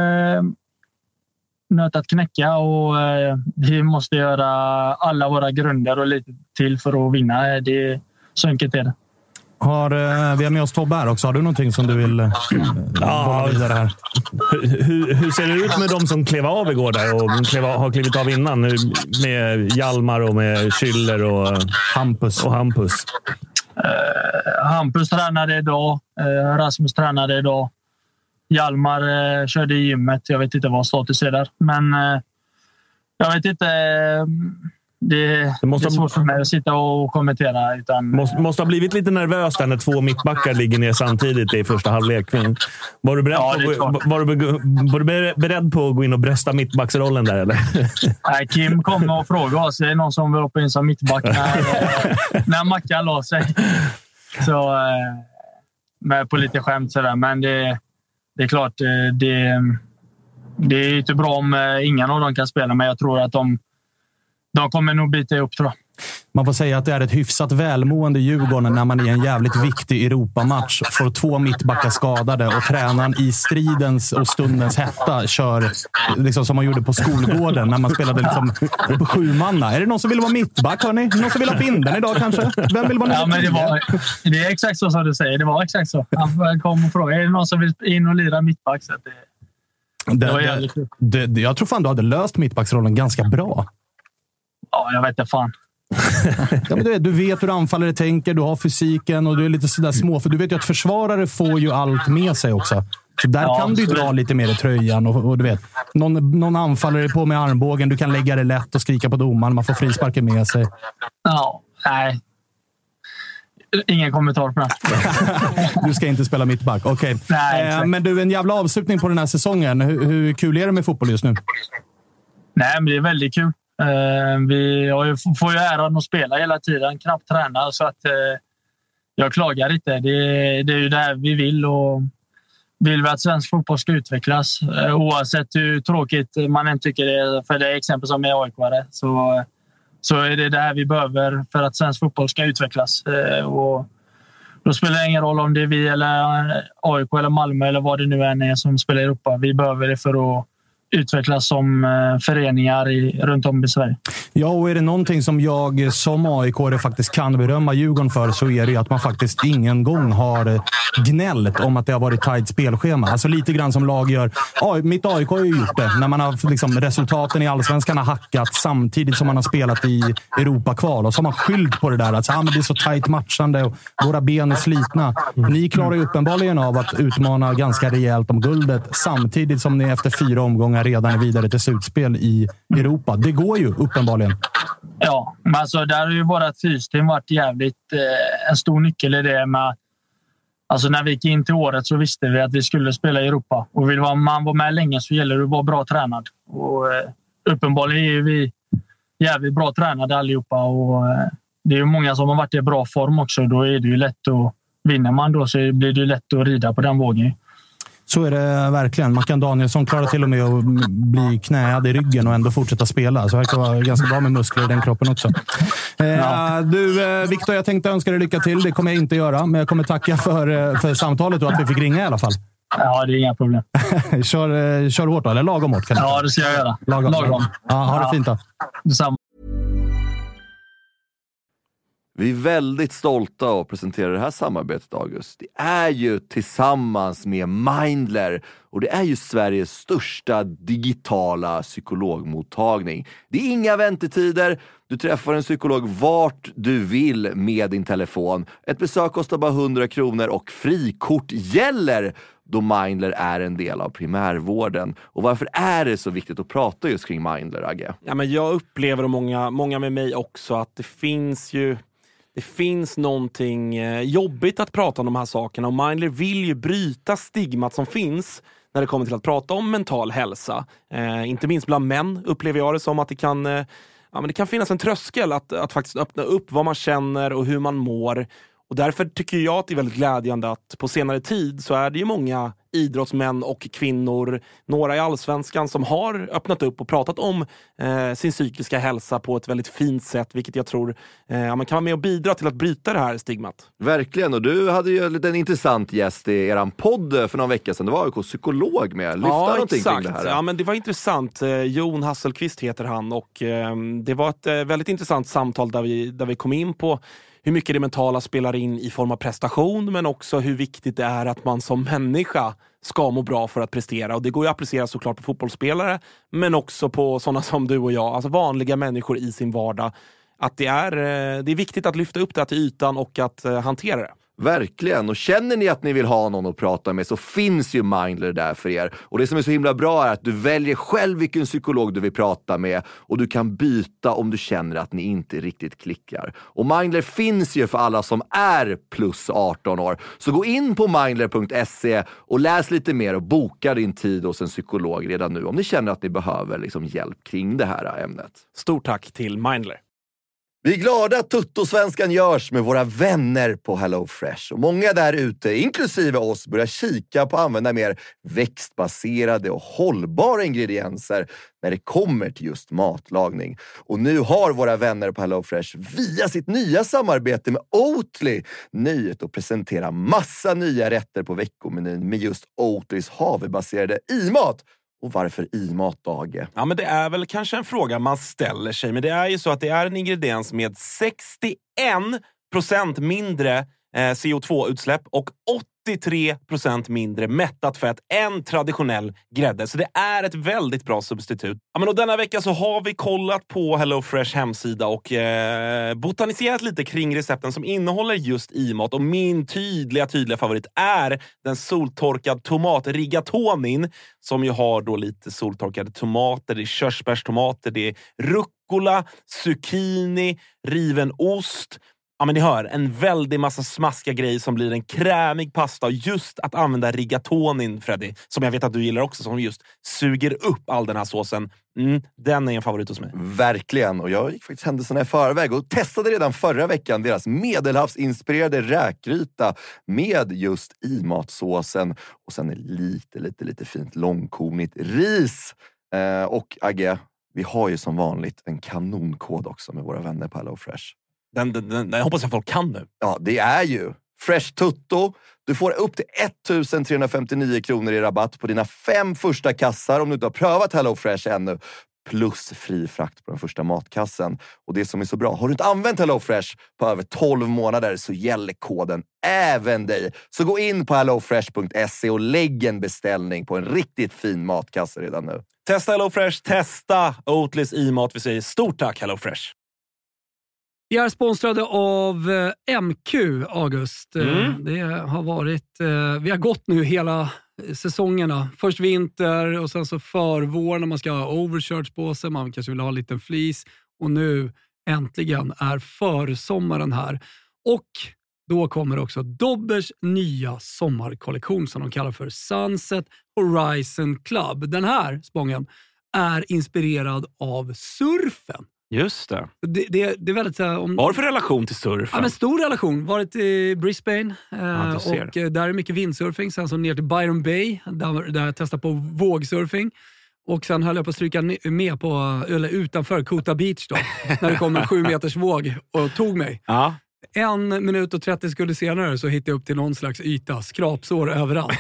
nöt att knäcka och vi måste göra alla våra grunder och lite till för att vinna. Så enkelt är det. Vi har med oss Tobbe här också. Har du någonting som du vill bolla vidare här? Hur ser det ut med de som klev av igår där och har klivit av innan? Nu med Hjalmar och med Schüller och Hampus. Hampus tränade idag. Rasmus tränade idag. Hjalmar körde i gymmet. Jag vet inte vad status är där. Men jag vet inte... Det är svårt för mig att sitta och kommentera. Måste ha blivit lite nervös där när 2 mittbackar ligger ner samtidigt i första halvlek. Var du beredd på att gå in och brösta mittbacksrollen där, eller? Nej, Kim kom och frågade oss. Det är någon som vill hoppa in som mittback när Mackan la sig. Så med på lite skämt sådär. Men det är klart, det är inte bra om ingen av dem kan spela. Men jag tror att de kommer nog bita upp, tror jag. Man får säga att det är ett hyfsat välmående Djurgården när man i en jävligt viktig Europamatch får 2 mittbackar skadade och tränaren i stridens och stundens hetta kör liksom som man gjorde på skolgården när man spelade liksom på 7 manna. Är det någon som vill vara mittback, hörni? Någon som vill ha binden idag kanske? Vem vill vara det är exakt så som du säger. Det var exakt så. Han kom och frågade, är det någon som vill in och lira mittback? Så jag tror fan du hade löst mittbacksrollen ganska bra. Ja, jag vet inte fan. Ja, men du vet hur anfallare tänker, du har fysiken och du är lite sådär små. För du vet ju att försvarare får ju allt med sig också. Så där kan du ju dra lite mer i tröjan och du vet, någon anfallare är på med armbågen, du kan lägga det lätt och skrika på domaren, man får frisparken med sig. Ja, nej. Ingen kommentar på det. Du ska inte spela mittback, okej. Men du, en jävla avslutning på den här säsongen. Hur kul är det med fotboll just nu? Nej, men det är väldigt kul. Vi får ju äran att spela hela tiden, knappt träna, så att jag klagar inte. Det är ju det här vi vill, och vill vi att svensk fotboll ska utvecklas, oavsett hur tråkigt man än tycker det är, för det är exempel som är AIK-are, så är det här vi behöver för att svensk fotboll ska utvecklas. Och då spelar det ingen roll om det är vi eller AIK eller Malmö eller vad det nu än är som spelar i Europa. Vi behöver det för att utvecklas som föreningar runt om i Sverige. Ja, och är det någonting som jag som AIK faktiskt kan berömma Djurgården för, så är det att man faktiskt ingen gång har gnällt om att det har varit tajt spelschema. Alltså lite grann som lag gör. Mitt AIK har ju gjort det. När man har liksom, resultaten i Allsvenskan har hackat samtidigt som man har spelat i Europakval. Och så har man skyllt på det där. Att men det är så tajt matchande och våra ben är slitna. Ni klarar ju uppenbarligen av att utmana ganska rejält om guldet samtidigt som ni efter 4 omgångar redan är vidare till slutspel i Europa. Det går ju uppenbarligen. Ja, men alltså där har ju vårt system varit jävligt en stor nyckel i det med. Alltså när vi gick in till året så visste vi att vi skulle spela i Europa. Och vill man vara med länge så gäller det att vara bra tränad. Och uppenbarligen är ju vi jävligt bra tränade allihopa. Och det är ju många som har varit i bra form också. Då är det ju lätt att vinna man då, så blir det ju lätt att rida på den vågen. Så är det verkligen. Mackan Danielsson klarar till och med att bli knäad i ryggen och ändå fortsätta spela. Så det verkar vara ganska bra med muskler i den kroppen också. Du, Viktor, jag tänkte önska dig lycka till. Det kommer jag inte göra, men jag kommer tacka för samtalet och att vi fick ringa i alla fall. Ja, det är inga problem. kör hårt då, eller lagom hårt? Ja, det ska jag göra. Lagom. Ja, ha det fint då. Detsamma. Vi är väldigt stolta att presentera det här samarbetet, August. Det är ju tillsammans med Mindler, och det är ju Sveriges största digitala psykologmottagning. Det är inga väntetider. Du träffar en psykolog vart du vill med din telefon. Ett besök kostar bara 100 kronor och frikort gäller då Mindler är en del av primärvården. Och varför är det så viktigt att prata just kring Mindler, Agge? Ja, men jag upplever, och många med mig också, att det finns någonting jobbigt att prata om de här sakerna, och Mindler vill ju bryta stigmat som finns när det kommer till att prata om mental hälsa. Inte minst bland män upplever jag det som att det kan finnas en tröskel att faktiskt öppna upp vad man känner och hur man mår. Och därför tycker jag att det är väldigt glädjande att på senare tid så är det ju många idrottsmän och kvinnor, några i Allsvenskan, som har öppnat upp och pratat om sin psykiska hälsa på ett väldigt fint sätt, vilket jag tror man kan vara med och bidra till att bryta det här stigmat. Verkligen, och du hade ju en intressant gäst i eran podd för någon vecka sedan. Det var AIKs psykolog med. Lyfta någonting kring det här. Ja, men det var intressant. Jon Hasselqvist heter han, och det var ett väldigt intressant samtal där vi kom in på hur mycket det mentala spelar in i form av prestation, men också hur viktigt det är att man som människa ska må bra för att prestera. Och det går ju att applicera såklart på fotbollsspelare, men också på sådana som du och jag, alltså vanliga människor i sin vardag. Att det är viktigt att lyfta upp det till ytan och att hantera det. Verkligen, och känner ni att ni vill ha någon att prata med så finns ju Mindler där för er. Och det som är så himla bra är att du väljer själv vilken psykolog du vill prata med och du kan byta om du känner att ni inte riktigt klickar. Och Mindler finns ju för alla som är plus 18 år. Så gå in på mindler.se och läs lite mer och boka din tid hos en psykolog redan nu om ni känner att ni behöver hjälp kring det här ämnet. Stort tack till Mindler. Vi är glada att Tuttosvenskan görs med våra vänner på HelloFresh. Och många där ute, inklusive oss, börjar kika på att använda mer växtbaserade och hållbara ingredienser när det kommer till just matlagning. Och nu har våra vänner på HelloFresh via sitt nya samarbete med Oatly nöjet att presentera massa nya rätter på veckomenyn med just Oatlys havrebaserade i-mat. Och varför i-mat, Dage? Ja, men det är väl kanske en fråga man ställer sig. Men det är ju så att det är en ingrediens med 61% mindre CO2-utsläpp och 83% mindre mättat fett än traditionell grädde. Så det är ett väldigt bra substitut. Ja, men och denna vecka så har vi kollat på HelloFresh hemsida och botaniserat lite kring recepten som innehåller just i-mat. Och min tydliga favorit är den soltorkad tomat rigatonin som ju har då lite soltorkade tomater, det är körsbärstomater, det är rucola, zucchini, riven ost. Ja, men ni hör, en väldig massa smaskiga grejer som blir en krämig pasta. Och just att använda rigatonin, Freddy, som jag vet att du gillar också, som just suger upp all den här såsen. Den är en favorit hos mig. Verkligen, och jag gick faktiskt händelserna i förväg och testade redan förra veckan deras medelhavsinspirerade räkgryta med just i-matsåsen. Och sen lite fint långkornigt ris. Och Agge, vi har ju som vanligt en kanonkod också med våra vänner på HelloFresh. Den jag hoppas att folk kan nu. Ja, det är ju Fresh Tutto. Du får upp till 1359 kronor i rabatt på dina 5 första kassar om du inte har prövat HelloFresh ännu. Plus fri frakt på den första matkassen. Och det som är så bra, har du inte använt HelloFresh på över 12 månader så gäller koden även dig. Så gå in på hellofresh.se och lägg en beställning på en riktigt fin matkasse redan nu. Testa HelloFresh, testa Oatlys i-mat. Vi säger stort tack HelloFresh. Vi är sponsrade av MQ, August. Det har varit... Vi har gått nu hela säsongerna. Först vinter och sen så förvår när man ska ha overshirts på sig. Man kanske vill ha en liten fleece. Och nu äntligen är försommaren här. Och då kommer också Dobbers nya sommarkollektion som de kallar för Sunset Horizon Club. Den här spången är inspirerad av surfen. Just det. Det är väldigt... Vad har du för relation till surfen? Ja, men stor relation. Varit i Brisbane och där är mycket windsurfing. Sen så ner till Byron Bay där jag testade på vågsurfing. Och sen höll jag på att stryka med på, eller utanför Kota Beach då. När det kom en 7 meters våg och tog mig. Ja. 1 minut och 30 sekunder senare så hittade jag upp till någon slags yta. Skrapsår överallt.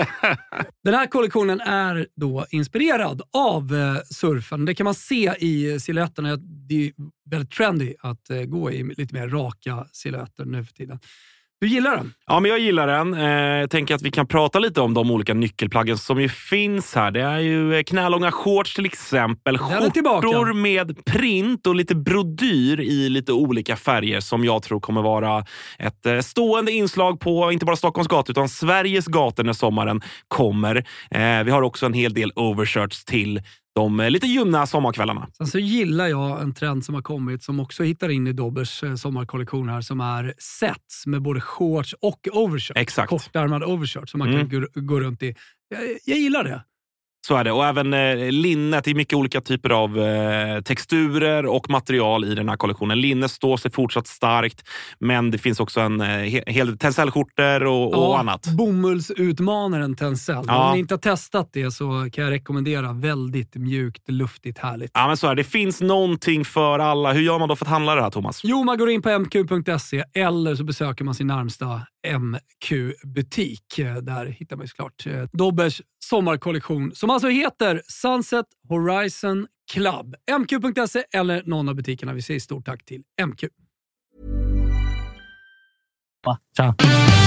Den här kollektionen är då inspirerad av surfen. Det kan man se i silhuetterna. Det är väldigt trendy att gå i lite mer raka silhuetter nu för tiden. Du gillar den? Ja, men jag gillar den. Jag tänker att vi kan prata lite om de olika nyckelplaggen som ju finns här. Det är ju knälånga shorts till exempel. Skjortor med print och lite brodyr i lite olika färger som jag tror kommer vara ett stående inslag på inte bara Stockholms gator utan Sveriges gator när sommaren kommer. Vi har också en hel del overshirts till de lite ljumna sommarkvällarna. Sen så gillar jag en trend som har kommit som också hittar in i Dobbers sommarkollektion här som är sets med både shorts och overshirt. Exakt. Kortärmad overshirt som man kan gå runt i. Jag gillar det. Så är det. Och även linnet i mycket olika typer av texturer och material i den här kollektionen. Linne står sig fortsatt starkt, men det finns också en hel del tencellskjortor och annat. Bomullsutmanaren tencell. Om ni inte har testat det så kan jag rekommendera väldigt mjukt, luftigt, härligt. Ja, men så är det. Det finns någonting för alla. Hur gör man då för att handla det här, Thomas? Jo, man går in på mq.se eller så besöker man sin närmsta MQ-butik. Där hittar man ju såklart Dobbers sommarkollektion som alltså heter Sunset Horizon Club. MQ.se eller någon av butikerna. Vi säger stort tack till MQ. Tja.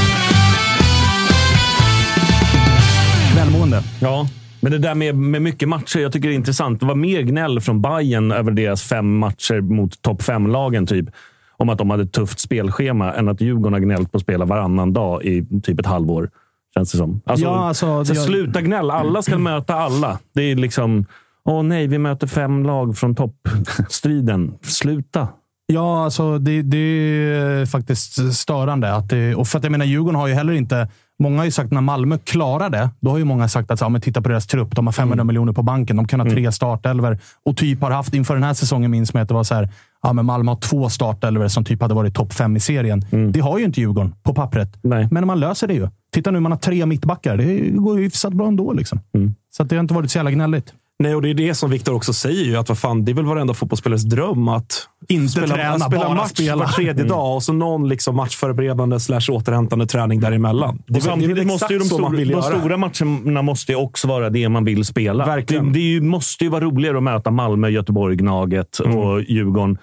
Välmående. Ja, men det där med mycket matcher, jag tycker det är intressant. Det var mer gnäll från Bayern över deras 5 matcher mot topp 5-lagen typ. Om att de hade ett tufft spelschema än att Djurgården har gnällt på att spela varannan dag i typ ett halvår. Känns det som. Sluta gnäll. Alla ska möta alla. Det är liksom, nej, vi möter 5 lag från toppstriden. Sluta. Ja, alltså det är faktiskt störande. Och för att jag menar, Djurgården har ju heller inte... Många har ju sagt när Malmö klarar det, då har ju många sagt att men titta på deras trupp. De har 500 miljoner på banken. De kan ha 3 startelver. Och typ har haft inför den här säsongen, minns mig att det var så här, men Malmö har 2 startelver som typ hade varit topp 5 i serien. Det har ju inte Djurgården på pappret. Nej. Men man löser det ju. Titta nu, man har 3 mittbackar. Det går ju hyfsat bra ändå liksom. Så att det har inte varit så jävla gnälligt. Nej, och det är det som Viktor också säger ju, att det är väl varenda fotbollsspelares dröm att inte spela match var tredje dag och så någon liksom matchförberedande / återhämtande träning däremellan. Och samtidigt måste ju de stora matcherna måste ju också vara det man vill spela. Verkligen. Det måste ju vara roligare att möta Malmö, Göteborg, Gnaget och Djurgården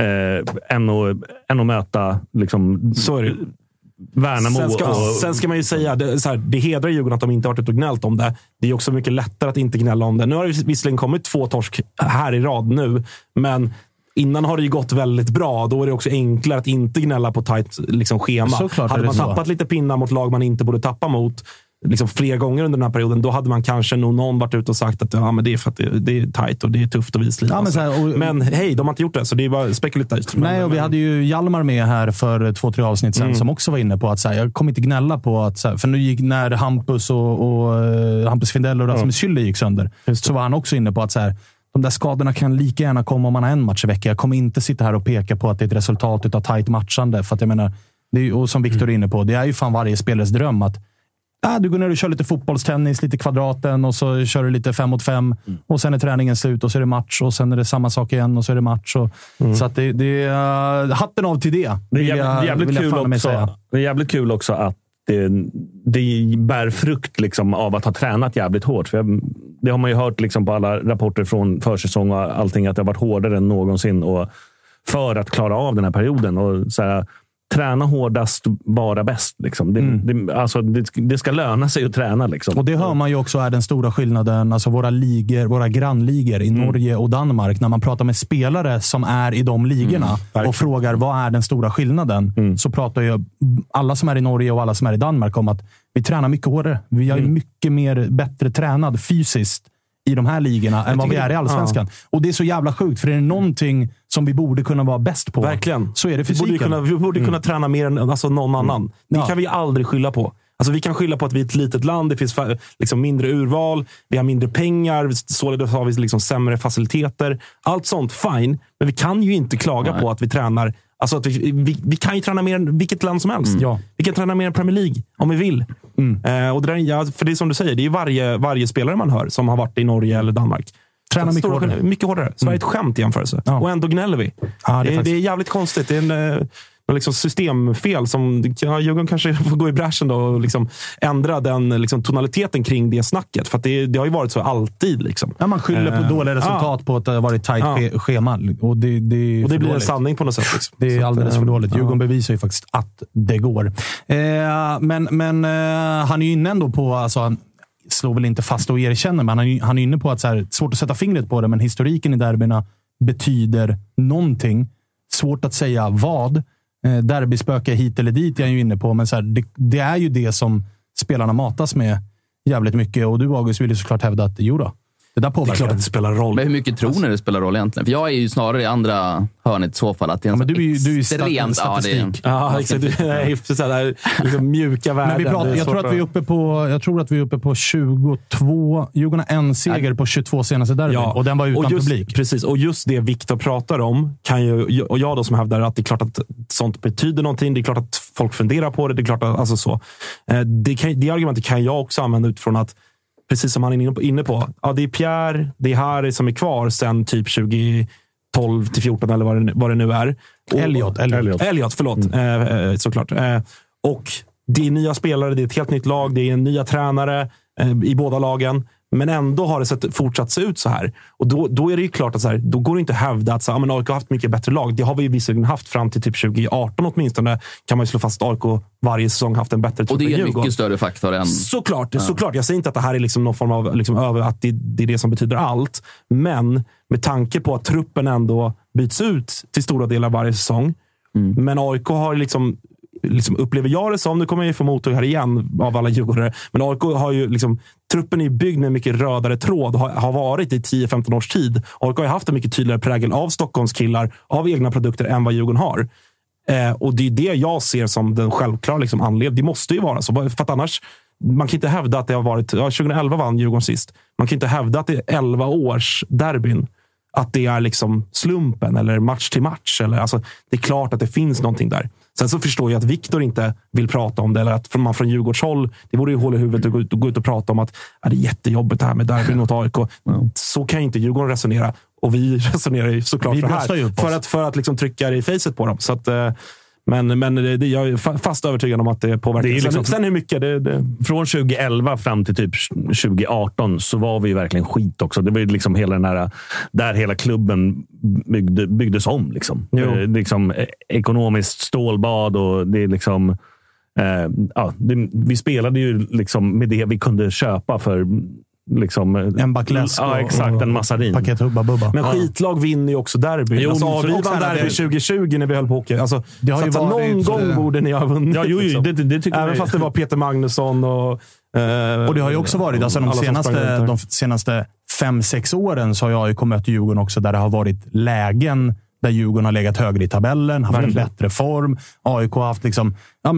än att möta liksom, så är det. Värnamo. Sen ska man ju säga, det hedrar Djurgården att de inte har varit ute och gnällt om det. Det är också mycket lättare att inte gnälla om det. Nu har det visserligen kommit 2 torsk här i rad nu, men innan har det ju gått väldigt bra. Då är det också enklare att inte gnälla på tajt liksom, schema. Hade man tappat lite pinnar mot lag man inte borde tappa mot liksom, fler gånger under den här perioden, då hade man kanske någon varit ute och sagt att men det är för att det är tajt och det är tufft och vi sliter. Men hej, de har inte gjort det, så det är bara spekulativt. Nej, och vi hade ju Hjalmar med här för 2-3 avsnitt sedan som också var inne på att jag kommer inte gnälla på att för nu gick när Hampus och Hampus Findell och Rasmus Schüller gick sönder, så var han också inne på att de där skadorna kan lika gärna komma om man har en match i veckan. Jag kommer inte sitta här och peka på att det är ett resultat av tajt matchande, för att jag menar, det är, och som Viktor är inne på, det är ju fan varje spelares dröm att du går ner och kör lite fotbollstennis, lite kvadraten och så kör du lite 5 mot 5 och sen är träningen slut och så är det match och sen är det samma sak igen och så är det match. Så att det är hatten av till det. Det är jävligt kul också att det bär frukt liksom av att ha tränat jävligt hårt. För det har man ju hört liksom på alla rapporter från försäsong och allting, att det har varit hårdare än någonsin och för att klara av den här perioden. Och så här, träna hårdast, vara bäst. Liksom. Det ska löna sig att träna. Liksom. Och det hör man ju också är den stora skillnaden. Alltså våra grannligor i Norge och Danmark. När man pratar med spelare som är i de ligorna och frågar vad är den stora skillnaden, så pratar ju alla som är i Norge och alla som är i Danmark om att vi tränar mycket hårdare. Vi är mycket mer bättre tränad fysiskt i de här ligorna än vad vi är i Allsvenskan. Och det är så jävla sjukt, för det är någonting som vi borde kunna vara bäst på. Verkligen. Så är det fysiken. Vi borde kunna träna mer än någon annan. Det kan vi aldrig skylla på. Alltså, vi kan skylla på att vi är ett litet land, det finns liksom mindre urval, vi har mindre pengar, således har vi liksom sämre faciliteter. Allt sånt, fine. Men vi kan ju inte klaga på att vi tränar. Alltså att vi kan ju träna mer än vilket land som helst. Vi kan träna mer än Premier League om vi vill. Och det där, för det är som du säger, det är ju varje spelare man hör som har varit i Norge eller Danmark. Träna mycket hårdare. Sverige är ett skämt i jämförelse. Och ändå gnäller vi. Det är jävligt konstigt. Det är en liksom systemfel som Djurgården kanske får gå i bräschen då och liksom ändra den liksom tonaliteten kring det snacket. För att det har ju varit så alltid. Liksom. Man skyller på dåliga resultat på att det har varit tajt schema. Och det blir en sanning på något sätt. Liksom. Det är alldeles för dåligt. Djurgården bevisar ju faktiskt att det går. Men han är ju inne ändå på... Alltså, han slår väl inte fast och erkänner, men han är inne på att så här, svårt att sätta fingret på det, men historiken i derbyna betyder någonting. Svårt att säga vad. Derbyspöke hit eller dit är jag ju inne på, men så här, det är ju det som spelarna matas med jävligt mycket, och du, August, vill ju såklart hävda att det där påverkar. Det är klart att det spelar roll. Men hur mycket tror ni det spelar roll egentligen? För jag är ju snarare i andra hörnet i så fall. Att det är men du är statistik. Exakt. Du är sådär, liksom mjuka värden. Jag tror att vi är uppe på 22. Djurgården har en seger på 22 senaste derby. Och den var utan publik. Precis, och just det Viktor pratar om kan ju, och jag då som hävdar att det är klart att sånt betyder någonting. Det är klart att folk funderar på det. Det är klart att, alltså så. Det argumentet kan jag också använda utifrån att precis som han är inne på. Ja, det är Pierre, det är Harry som är kvar sen typ 2012 till 14 eller vad det nu är. Elliot, förlåt. Såklart. Och det är nya spelare, det är ett helt nytt lag, det är en nya tränare i båda lagen. Men ändå har det fortsatt se ut så här. Och då är det ju klart att så här, då går det inte att hävda att så här, men AIK har haft mycket bättre lag. Det har vi ju visserligen haft fram till typ 2018 åtminstone. Kan man ju slå fast att AIK varje säsong haft en bättre trupp. Och det är en Djurgården. mycket större faktor än... Såklart. Jag säger inte att det här är liksom någon form av liksom över, att det är det som betyder allt. Men med tanke på att truppen ändå byts ut till stora delar varje säsong. Men AIK har liksom upplever jag det som, nu kommer jag ju få motor här igen av alla djurgårdare, men AIK har ju liksom, truppen är byggd med mycket rödare tråd, har varit i 10-15 års tid. AIK har haft en mycket tydligare prägel av Stockholms killar, av egna produkter än vad Djurgården har. Och det är det jag ser som den självklara liksom anledningen. Det måste ju vara så, för att annars, man kan inte hävda att det har varit, 2011 vann Djurgården sist. Man kan inte hävda att det är 11 års derbyn, att det är liksom slumpen eller match till match. Eller, alltså, det är klart att det finns någonting där. Sen så förstår jag att Viktor inte vill prata om det, eller att man från Djurgårdshåll, det vore ju hål i huvudet att gå ut och prata om att det är jättejobbigt det här med derbyn mot AIK. Så kan inte Djurgården resonera. Och vi resonerar ju såklart så här. För att liksom trycka det i facet på dem. Så att, men jag är fast övertygad om att det påverkar. Det är liksom, sen hur mycket Från 2011 fram till typ 2018 så var vi verkligen skit också. Det var ju liksom hela den här, där hela klubben byggdes om. Liksom ekonomiskt stålbad, och det är liksom vi spelade ju liksom med det vi kunde köpa för liksom en backläsk exakt, en massarin. Paket Hubba Bubba. Men skitlag vinner ju också derby. Vi vann derby 2020 när vi höll på hockey. Alltså, det har ju varit, någon gång borde ni ha vunnit. Ja, liksom. det tycker även fast det var Peter Magnusson och det har ju också varit, alltså de senaste 5-6 åren så har jag ju kommit till Djurgården också, där det har varit lägen där Djurgården har legat högre i tabellen, haft en bättre form. AIK har haft liksom,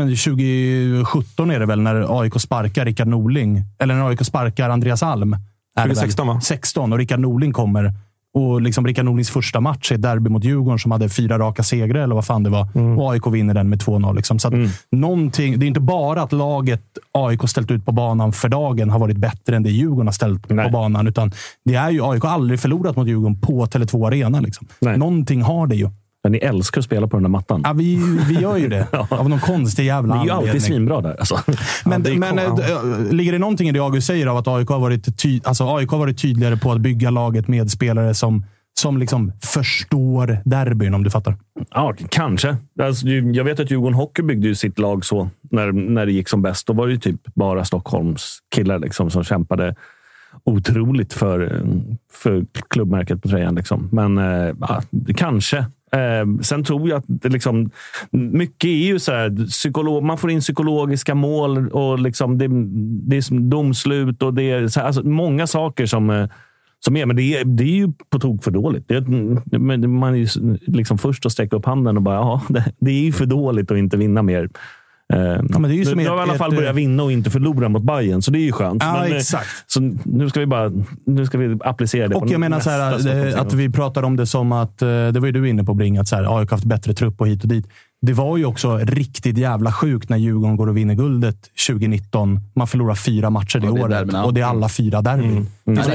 2017 är det väl när AIK sparkar Rickard Norling, eller när AIK sparkar Andreas Alm. 2016 va? 16, och Rickard Norling kommer. Och liksom Rickard Norlings första match är derby mot Djurgården som hade 4 raka segrar eller vad fan det var. Och AIK vinner den med 2-0. Liksom. Så att någonting, det är inte bara att laget AIK ställt ut på banan för dagen har varit bättre än det Djurgården har ställt på banan. Utan det är ju, AIK har aldrig förlorat mot Djurgården på Tele2 Arena. Liksom. Någonting har det ju. Men ni älskar att spela på den där mattan. Ja, vi gör ju det. Av någon konstig jävla anledning. Det är ju alltid svinbra där. Alltså. Men ligger det någonting i det August säger av att AIK har varit tydligare på att bygga laget med spelare som liksom förstår derbyn, om du fattar? Ja, kanske. Alltså, jag vet att Djurgården Hockey byggde ju sitt lag så när det gick som bäst. Då var det ju typ bara Stockholms killar liksom, som kämpade otroligt för klubbmärket på tröjan. Liksom. Men kanske. Sen tror jag att det liksom, mycket är ju så här, man får in psykologiska mål och liksom det är domslut och det är så här, alltså många saker som är, men det är ju på tok för dåligt. Man är ju liksom först att sträcka upp handen och bara, det är ju för dåligt att inte vinna mer. Men det är ju nu har vi i alla fall börjat vinna och inte förlora mot Bayern, så det är ju skönt. Ja, exakt. Så nu ska vi applicera det. Och jag menar så här, att vi pratar om det som att, det var ju du inne på, Bring, att så här, AIK har haft bättre trupp och hit och dit. Det var ju också riktigt jävla sjukt när Djurgården går och vinner guldet 2019. Man förlorar 4 matcher det året. Och det är alla 4 derbyn.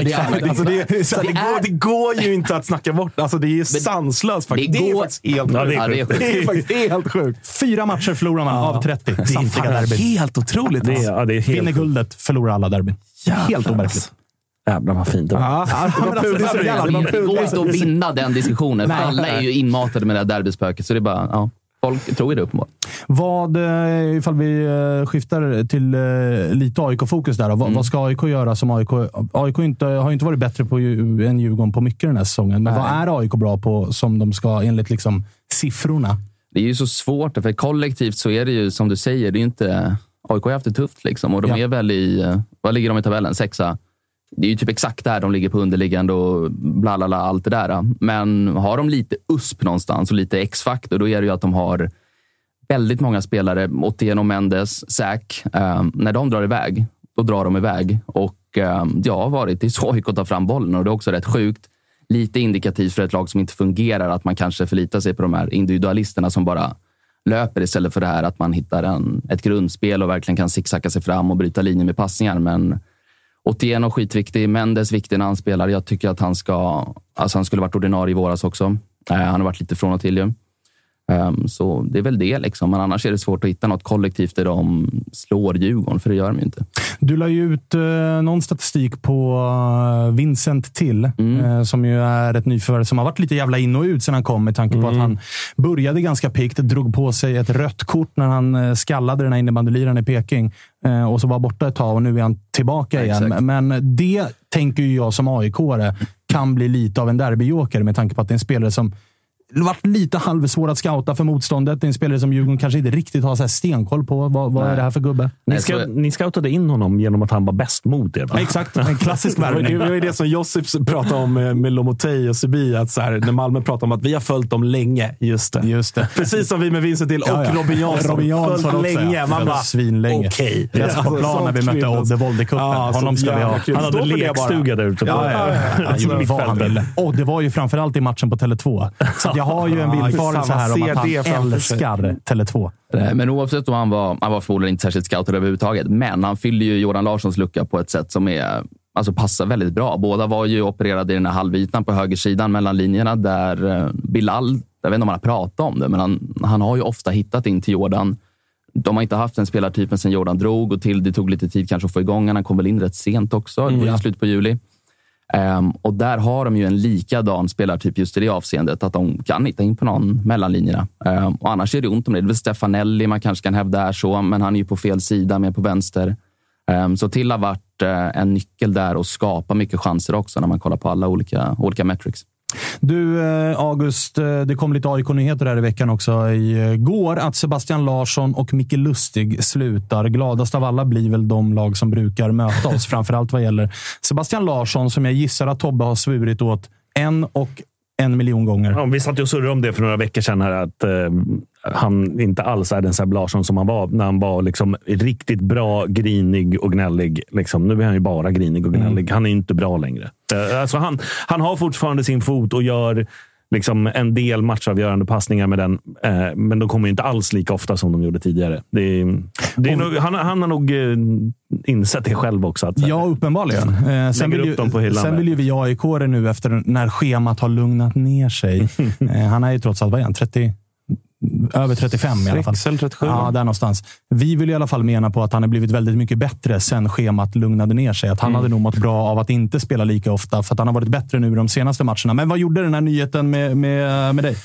Det går ju inte att snacka bort. Alltså, det är sanslöst faktiskt. Det är faktiskt helt sjukt. 4 matcher förlorar man av 30. Samtliga derbyn. Helt otroligt. Vinner guldet, förlorar alla derbyn. Helt overkligt. Jävlar vad fint. Det går inte att vinna den diskussionen. För alla är ju inmatade med det här derbyspöket. Så det är bara, folk tror det uppenbart. Vad, ifall vi skiftar till lite AIK-fokus där. Vad ska AIK göra som AIK? AIK har inte varit bättre än Djurgården på mycket den här säsongen. Men vad är AIK bra på som de ska enligt liksom siffrorna? Det är ju så svårt. För kollektivt så är det ju som du säger. Det är ju inte, AIK har haft det tufft liksom. Och de är väl i, vad ligger de i tabellen? 6:a. Det är ju typ exakt där de ligger på underliggande och blalala, allt det där. Men har de lite USP någonstans och lite X-faktor, då är det ju att de har väldigt många spelare, Otieno, Mendes, Zach. När de drar iväg, då drar de iväg. Och det har varit i så att ta fram bollen, och det är också rätt sjukt. Lite indikativt för ett lag som inte fungerar, att man kanske förlitar sig på de här individualisterna som bara löper istället för det här att man hittar ett grundspel och verkligen kan zigzacka sig fram och bryta linjer med passningar. Men Otieno skitviktig, Mendes viktig när han spelar. Jag tycker att han skulle varit ordinarie i våras också. Han har varit lite från och till ju. Så det är väl det liksom. Men annars är det svårt att hitta något kollektivt där de slår Djurgården, för det gör de ju inte. Du la ju ut någon statistik på Vincent Till, som ju är ett nyförvärv som har varit lite jävla in och ut sedan han kom, med tanke på att han började ganska pikt, drog på sig ett rött kort när han skallade den här innebandyliraren i Peking och så var borta ett tag och nu är han tillbaka igen. Exakt. Men det tänker ju jag som AIK-are kan bli lite av en derbyjoker, med tanke på att det är en spelare som varit lite halvsvår att scouta för motståndet. Det är en spelare som Djurgården kanske inte riktigt har så här stenkoll på. Vad är det här för gubbe? Ni scoutade in honom genom att han var bäst mot er, va? Ja, exakt, en klassisk värvning. Det var ju det som Josip pratade om med Lomotey och Sibi, att så här, när Malmö pratar om att vi har följt dem länge. Just det. Precis som vi med Vincent Till och Robin Jansson. Följt länge. Man bara, svinlänge. Okej. Resten på plan när vi mötte Oddevold i cupen. Honom ska vi ha. Han hade lekstuga där ute. Han gjorde vad han ville. Och det var ju framförallt i matchen på Tele2. Så jag har ju en villfarelse här om att han älskar Tele2. Men oavsett om han var förmodligen inte särskilt scoutad överhuvudtaget. Men han fyllde ju Jordan Larssons lucka på ett sätt som passar väldigt bra. Båda var ju opererade i den här halvytan på högersidan mellan linjerna, där Bilal, jag vet inte om han har pratat om det, men han har ju ofta hittat in till Jordan. De har inte haft den spelartypen sedan Jordan drog, och till det tog lite tid kanske att få igång. Han kom väl in rätt sent också, i slutet på juli. Och där har de ju en likadan spelartyp just i det avseendet, att de kan hitta in på någon mellanlinjerna. Och annars är det ont om det. Det är väl Stefanelli man kanske kan hävda är så, men han är ju på fel sida, med på vänster. Så till har varit en nyckel där och skapa mycket chanser också när man kollar på alla olika metrics. Du, August, det kom lite AIK-nyheter här i veckan också. Igår att Sebastian Larsson och Micke Lustig slutar. Gladast av alla blir väl de lag som brukar möta oss. Framförallt vad gäller Sebastian Larsson, som jag gissar att Tobbe har svurit åt 1 miljon gånger. Ja, vi satt ju och surrade om det för några veckor sedan här, att han inte alls är den Seb Larsson som han var när han var liksom riktigt bra, grinig och gnällig. Liksom. Nu är han ju bara grinig och gnällig. Han är inte bra längre. Alltså han har fortfarande sin fot och gör liksom en del matchavgörande passningar med den. Men de kommer ju inte alls lika ofta som de gjorde tidigare. Han har nog insett det själv också. Att, ja, uppenbarligen. Sen vill ju vi AIK nu, efter när schemat har lugnat ner sig. Han är ju trots allt, vad är han? Över 35 i alla fall. 37. Ja, där någonstans. Vi vill i alla fall mena på att han har blivit väldigt mycket bättre sen schemat lugnade ner sig. Att han hade nog mått bra av att inte spela lika ofta, för att han har varit bättre nu de senaste matcherna. Men vad gjorde den här nyheten med dig?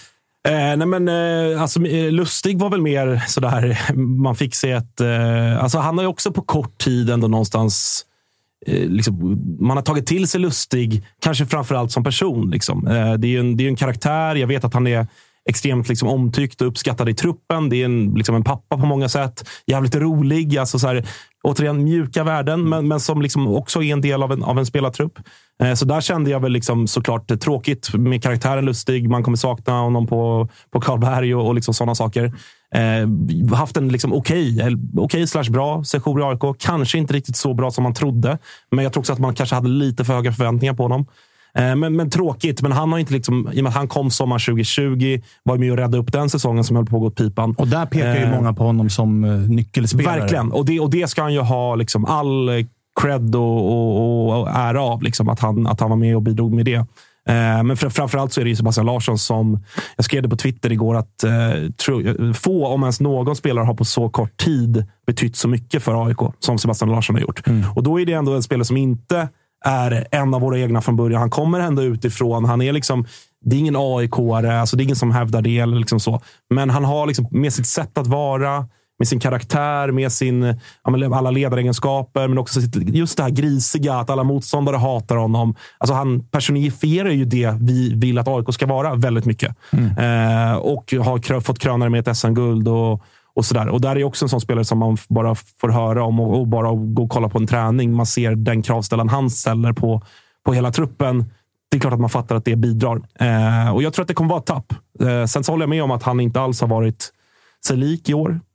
Lustig var väl mer sådär, man fick se att han har ju också på kort tid ändå någonstans man har tagit till sig Lustig, kanske framförallt som person liksom. Det är ju en karaktär. Jag vet att han är extremt liksom omtyckt och uppskattad i truppen. Det är en pappa på många sätt. Jävligt rolig. Alltså så här, återigen mjuka värden, men som liksom också är en del av en spelartrupp. Så där kände jag väl liksom såklart tråkigt med karaktären Lustig. Man kommer sakna honom på Karlberg och liksom sådana saker. Haft en liksom okej slash bra session i AIK. Kanske inte riktigt så bra som man trodde. Men jag tror också att man kanske hade lite för höga förväntningar på honom. Men tråkigt, men han har inte liksom, i och med att han kom sommar 2020, var med och rädda upp den säsongen som höll på att gå åt pipan. Och där pekar ju många på honom som nyckelspelare. Verkligen, och det ska han ju ha liksom all cred och ära av, liksom, att han var med och bidrog med det. Men framförallt så är det ju Sebastian Larsson som, jag skrev det på Twitter igår, att få, om ens någon spelare har på så kort tid betytt så mycket för AIK som Sebastian Larsson har gjort. Och då är det ändå en spelare som inte är en av våra egna från början. Han kommer ändå utifrån. Han är liksom, det är ingen AIK-are, alltså det är ingen som hävdar det eller liksom så. Men han har liksom, med sitt sätt att vara, med sin karaktär, med sin alla ledaregenskaper, men också just det här grisiga, att alla motståndare hatar honom. Alltså han personifierar ju det vi vill att AIK ska vara väldigt mycket. Och har fått krönare med ett SM-guld och sådär. Och där är också en sån spelare som man bara får höra om och bara gå och kolla på en träning. Man ser den kravställan han ställer på hela truppen. Det är klart att man fattar att det bidrar. Och jag tror att det kommer vara ett tapp. Sen så håller jag med om att han inte alls har varit sig lik i år.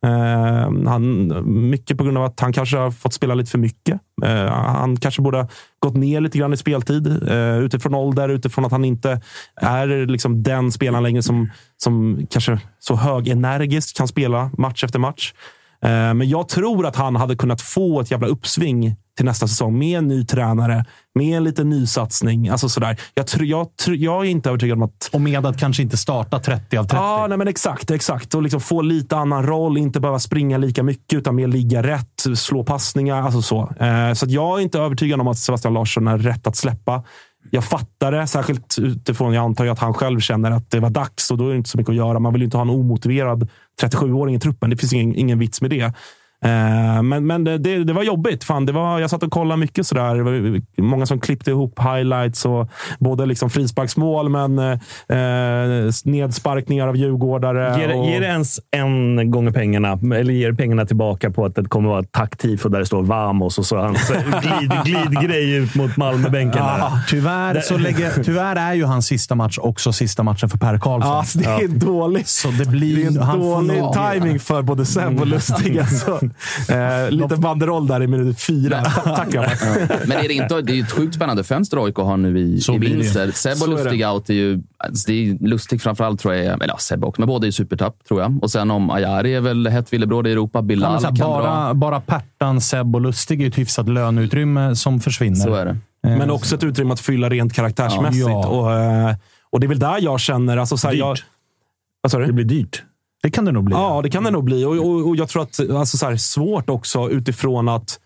Mycket på grund av att han kanske har fått spela lite för mycket. Han kanske borde ha gått ner lite grann i speltid. Utifrån ålder, utifrån att han inte är liksom den spelaren längre som kanske så högenergiskt kan spela match efter match. Men jag tror att han hade kunnat få ett jävla uppsving till nästa säsong med en ny tränare, med en liten nysatsning. Alltså sådär. Jag är inte övertygad om att... Och med att kanske inte starta 30 av 30. Ja, nej, men exakt. Och liksom få lite annan roll, inte behöva springa lika mycket utan mer ligga rätt, slå passningar, alltså så. Så att jag är inte övertygad om att Sebastian Larsson är rätt att släppa. Jag fattar det, särskilt utifrån, jag antar ju att han själv känner att det var dags och då är det inte så mycket att göra. Man vill ju inte ha en omotiverad 37-åring i truppen. Det finns ingen vits med det. Men det var jobbigt. Fan, jag satt och kollade mycket sådär. Det var många som klippte ihop highlights och både liksom frisparksmål men nedsparkningar av djurgårdare. Ger det ens en gång pengarna eller ger pengarna tillbaka på att det kommer vara taktifo där det står Vamos och så hans glidgrej ut mot Malmöbänken. Tyvärr är ju hans sista match också sista matchen för Per Karlsson. Alltså, det är dåligt. Så det blir en dålig timing för både Seb och Lustig. Alltså. Lite banderoll där i minut 4. Tack. Men är det är ju ett sjukt spännande fönster AIK har nu i vinster. Seb och Lustig out är ju... Alltså det är Lustig framförallt tror jag. Eller Seb också, men båda är supertapp tror jag. Och sen om Ajari är väl hett villebråd i Europa. Bilal kan bara Pertan, Seb och Lustig är ett hyfsat löneutrymme som försvinner. Så är det. Men också ett utrymme att fylla rent karaktärsmässigt. Ja. Och det är väl där jag känner... Alltså, så här, det blir dyrt. Det kan det nog bli. Ja, det kan det nog bli. Och jag tror att alltså så här, svårt också utifrån att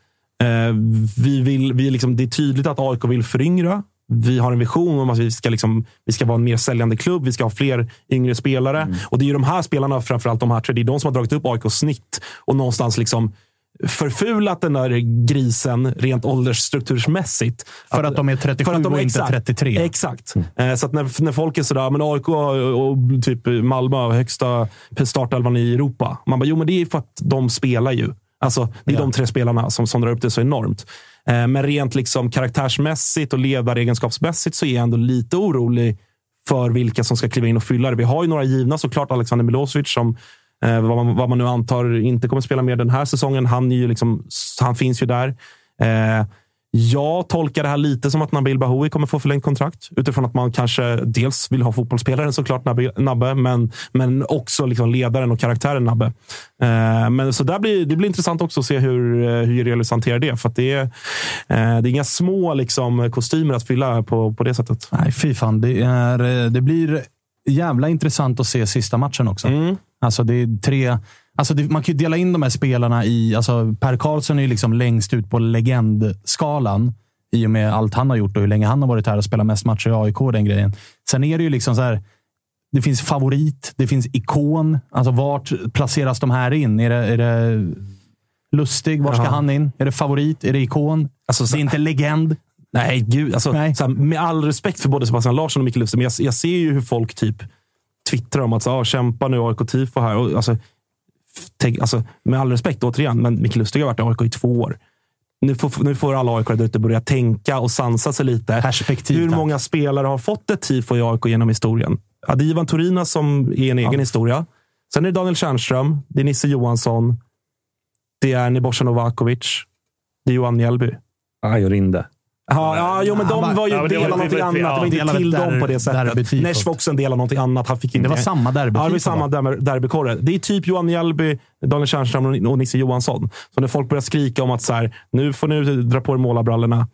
vi liksom, det är tydligt att AIK vill föryngra. Vi har en vision om att vi ska vara en mer säljande klubb. Vi ska ha fler yngre spelare. Och det är ju de här spelarna, framförallt de här tre, det är de som har dragit upp AIKs snitt och någonstans liksom förfulat den där grisen rent åldersstruktursmässigt. För att de är 37 och inte 33. Exakt. Så att när folk är sådär, men AIK och typ Malmö har högsta startelvan i Europa. Man bara, jo men det är för att de spelar ju. Alltså, det är de tre spelarna som drar upp det så enormt. Men rent liksom karaktärsmässigt och ledaregenskapsmässigt så är jag ändå lite orolig för vilka som ska kliva in och fylla det. Vi har ju några givna, såklart Alexander Milosevic som vad man nu antar inte kommer spela mer den här säsongen. Han finns ju där. Jag tolkar det här lite som att Nabil Bahoui kommer få förlängt kontrakt. Utifrån att man kanske dels vill ha fotbollsspelaren såklart Nabbe, men också liksom ledaren och karaktären Nabbe. Men så det blir intressant också att se hur Jurelius hanterar det. För att det är inga små liksom, kostymer att fylla på det sättet. Nej, fy fan. Det blir jävla intressant att se sista matchen också. Alltså det är 3... Alltså man kan ju dela in de här spelarna i... Alltså Per Karlsson är ju liksom längst ut på legendskalan i och med allt han har gjort och hur länge han har varit här och spelat mest matcher i AIK och den grejen. Sen är det ju liksom så här... Det finns favorit, det finns ikon. Alltså vart placeras de här in? Är det Lustig? Vart ska han in? Är det favorit? Är det ikon? Alltså, det är inte legend. Nej, gud. Alltså, nej. Så här, med all respekt för både Sebastian Larsson och Micke Lustig, men jag ser ju hur folk typ twittrar om att kämpa nu AIK-tifo här. Och, alltså, med all respekt återigen, men Micke Lustig har varit i AIK i 2 år. Nu får alla AIK där ute börja tänka och sansa sig lite. Perspektiv. Hur många spelare har fått ett tifo i AIK genom historien? Ja, det är Ivan Torina som är en egen historia. Sen är det Daniel Tjärnström, det är Nisse Johansson, det är Nebojsa Novakovic, det är Johan Mjällby. Och Rinde. Jo, men de var ju del av någonting annat. Det var inte till dem på det sättet. Nesh var också en del av någonting annat. Han fick inte. Det var samma derby. Ja, det var samma derbykorre. Det är typ Johan Mjällby, Daniel Tjärnström och Nisse Johansson. Så när folk börjar skrika om att så här, nu får ni dra på er målarbrallorna.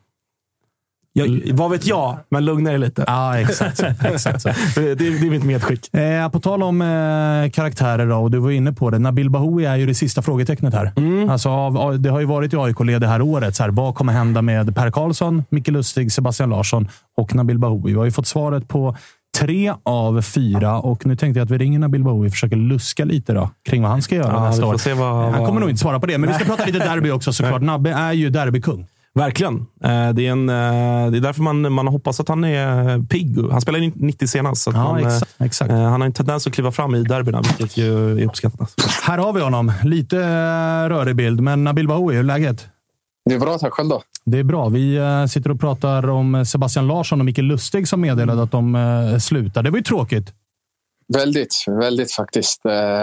Vad vet jag, men lugna er lite. Ja, exakt så. Det är mitt medskick. På tal om karaktärer då, och du var inne på det. Nabil Bahoui är ju det sista frågetecknet här. Alltså, det har ju varit i AIK-led det här året. Så här, vad kommer hända med Per Karlsson, Micke Lustig, Sebastian Larsson och Nabil Bahoui? Vi har ju fått svaret på 3 av 4 och nu tänkte jag att vi ringer Nabil Bahoui och försöker luska lite då kring vad han ska göra nästa år. Han kommer nog inte svara på det, men vi ska prata lite derby också såklart. Nabbe är ju derbykung. Verkligen. Det är därför man hoppas att han är pigg. Han spelar 90 senast. Så exakt. Han har en tendens att kliva fram i derbyna, vilket ju är uppskattat. Här har vi honom. Lite rörig bild, men Nabil Bahoui, hur är läget? Det är bra, tack själv då. Det är bra. Vi sitter och pratar om Sebastian Larsson och Micke Lustig som meddelade att de slutar. Det var ju tråkigt. Väldigt faktiskt.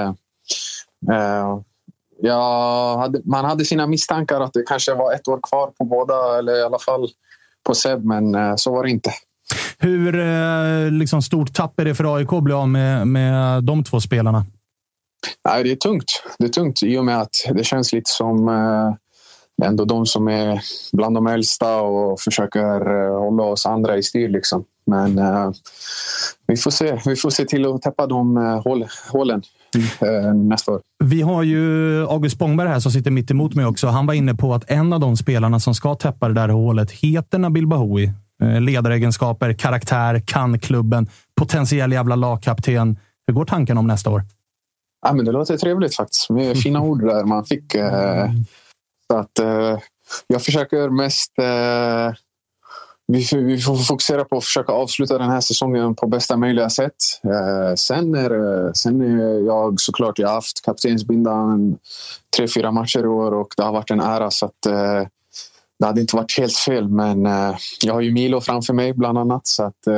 Man hade sina misstankar att det kanske var 1 år kvar på båda, eller i alla fall på Seb, men så var det inte. Hur liksom stort tapp är det för AIK att bli av med de 2 spelarna? Nej, det är tungt. Det är tungt i och med att det känns lite som ändå de som är bland de äldsta och försöker hålla oss andra i styr liksom. Men vi får se till att täppa de hålen nästa år. Vi har ju August Spångberg här som sitter mitt emot mig också. Han var inne på att en av de spelarna som ska täppa det där hålet heter Nabil Bahoui. Ledaregenskaper, karaktär, kan klubben, potentiell jävla lagkapten. Hur går tanken om nästa år? Ja, men det låter trevligt faktiskt. Med fina ord där man fick. Så att jag försöker mest... Vi får fokusera på att försöka avsluta den här säsongen på bästa möjliga sätt. Sen är jag såklart, jag har haft kaptensbindan 3-4 matcher i år och det har varit en ära, så att det hade inte varit helt fel. Men jag har ju Milo framför mig bland annat, så att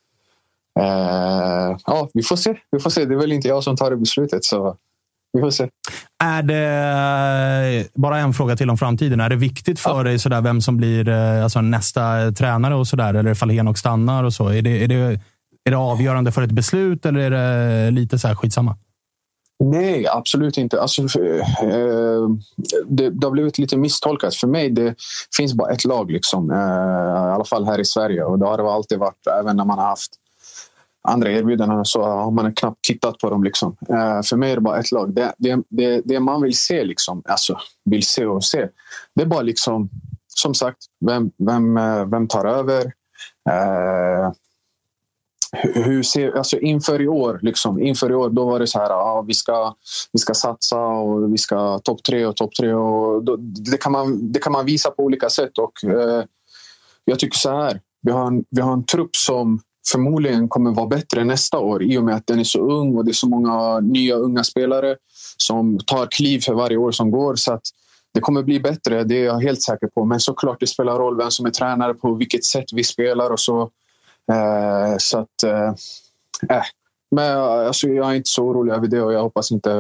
ja, vi får se. Det är väl inte jag som tar det beslutet, så vi får se. Är det bara en fråga till om framtiden? Är det viktigt för dig sådär, vem som blir alltså, nästa tränare och sådär? Eller ifall Henok stannar och så? Är det avgörande för ett beslut eller är det lite så här skitsamma? Nej, absolut inte. Alltså, det har blivit lite misstolkat. För mig det finns bara ett lag liksom, i alla fall här i Sverige. Och det har det alltid varit, även när man har haft andra erbjudanden så har man knappt tittat på dem liksom. För mig är det bara ett lag. Det man vill se liksom, alltså vill se och se. Det är bara liksom, som sagt, vem tar över? Hur ser, alltså inför i år då var det så här, vi ska satsa och vi ska topp 3 och då, det kan man visa på olika sätt, och jag tycker så här, vi har en trupp som förmodligen kommer vara bättre nästa år i och med att den är så ung och det är så många nya unga spelare som tar kliv för varje år som går, så att det kommer bli bättre, det är jag helt säker på. Men såklart det spelar roll vem som är tränare, på vilket sätt vi spelar och så. Så att men alltså, jag är inte så orolig över det, och jag hoppas inte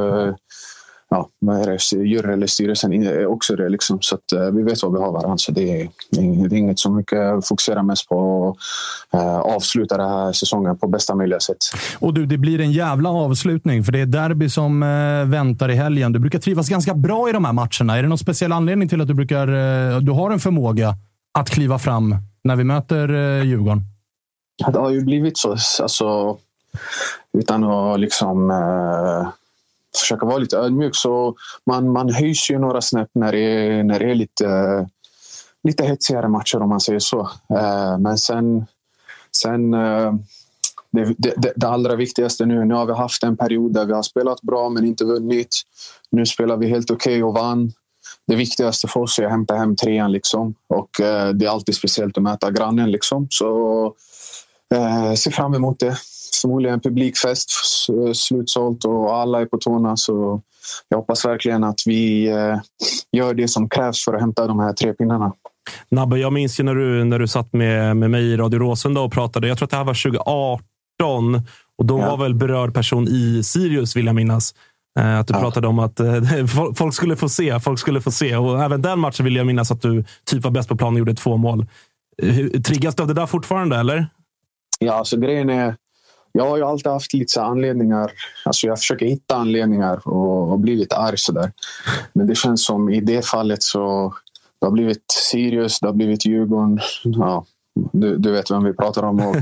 jury eller styrelsen är också det liksom, så att vi vet vad vi har varandra, så det är inget som mycket fokuserar mest på att avsluta den här säsongen på bästa möjliga sätt. Och det blir en jävla avslutning, för det är derby som väntar i helgen. Du brukar trivas ganska bra i de här matcherna. Är det någon speciell anledning till att du har en förmåga att kliva fram när vi möter Djurgården? Det har ju blivit så, alltså, utan att liksom försöka vara lite ödmjuk, så man höjs ju några snäpp när det är lite hetsigare matcher, om man säger så. Men sen det allra viktigaste nu har vi haft en period där vi har spelat bra men inte vunnit. Nu spelar vi helt okej och vann. Det viktigaste för oss är att hämta hem 3:an liksom, och det är alltid speciellt att möta grannen liksom, så se fram emot det. Förmodligen en publikfest, slutsålt och alla är på tårna, så jag hoppas verkligen att vi gör det som krävs för att hämta de här 3 pinnarna. Nabbe, jag minns ju när du satt med mig i Radio Råsunda och pratade, jag tror att det här var 2018, och då var väl berörd person i Sirius, vill jag minnas, att du pratade om att folk skulle få se, och även den matchen vill jag minnas att du typ var bäst på plan och gjorde 2 mål. Triggas du av det där fortfarande, eller? Ja, alltså grejen är, jag har ju alltid haft lite så anledningar. Alltså jag försöker hitta anledningar och bli lite arg sådär. Men det känns som i det fallet så det har blivit Sirius, det har blivit Djurgården. Ja, du vet vem vi pratar om, och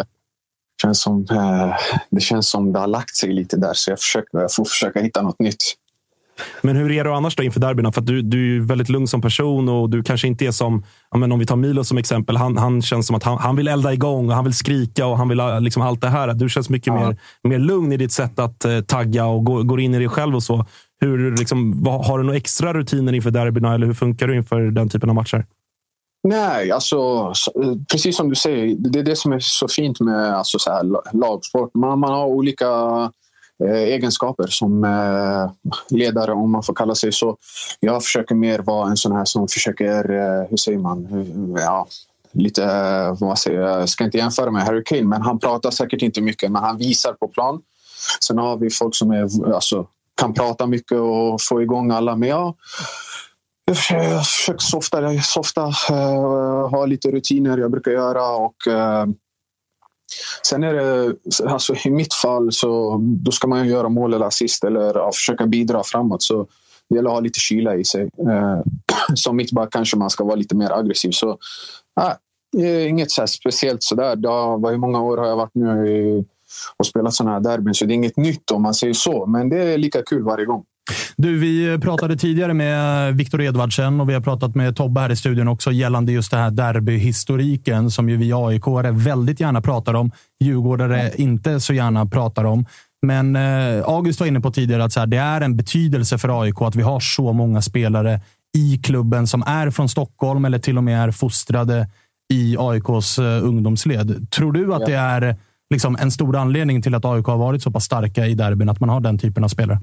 det känns som det har lagt sig lite där, så jag får försöka hitta något nytt. Men hur är du annars då inför derbyna? För att du är väldigt lugn som person, och du kanske inte är som, om vi tar Milo som exempel, han känns som att han vill elda igång och han vill skrika och han vill liksom allt det här. Du känns mycket mer lugn i ditt sätt att tagga och går in i dig själv och så. Hur, liksom, har du några extra rutiner inför derbyna, eller hur funkar du inför den typen av matcher? Nej, alltså precis som du säger, det är det som är så fint med alltså, så här, lagsport. Man har olika egenskaper som ledare, om man får kalla sig så. Jag försöker mer vara en sån här som försöker, hur säger man, lite, vad säger jag ska inte jämföra med Harry Kane, men han pratar säkert inte mycket, men han visar på plan. Sen har vi folk som kan prata mycket och få igång alla, men jag försöker softa ha lite rutiner jag brukar göra, och sen är det, alltså i mitt fall så då ska man göra mål eller assist eller försöka bidra framåt, så det gäller att ha lite kyla i sig. Som mittback kanske man ska vara lite mer aggressiv. Så inget så här speciellt sådär. Hur många år har jag varit nu och spelat sådana här derbyn, så det är inget nytt om man säger så. Men det är lika kul varje gång. Du, vi pratade tidigare med Viktor Edvardsen och vi har pratat med Tobbe här i studion också gällande just det här derbyhistoriken som ju vi AIK-are väldigt gärna pratar om. Djurgårdare inte så gärna pratar om. Men August var inne på tidigare att så här, det är en betydelse för AIK att vi har så många spelare i klubben som är från Stockholm eller till och med är fostrade i AIKs ungdomsled. Tror du att det är liksom en stor anledning till att AIK har varit så pass starka i derbyn, att man har den typen av spelare?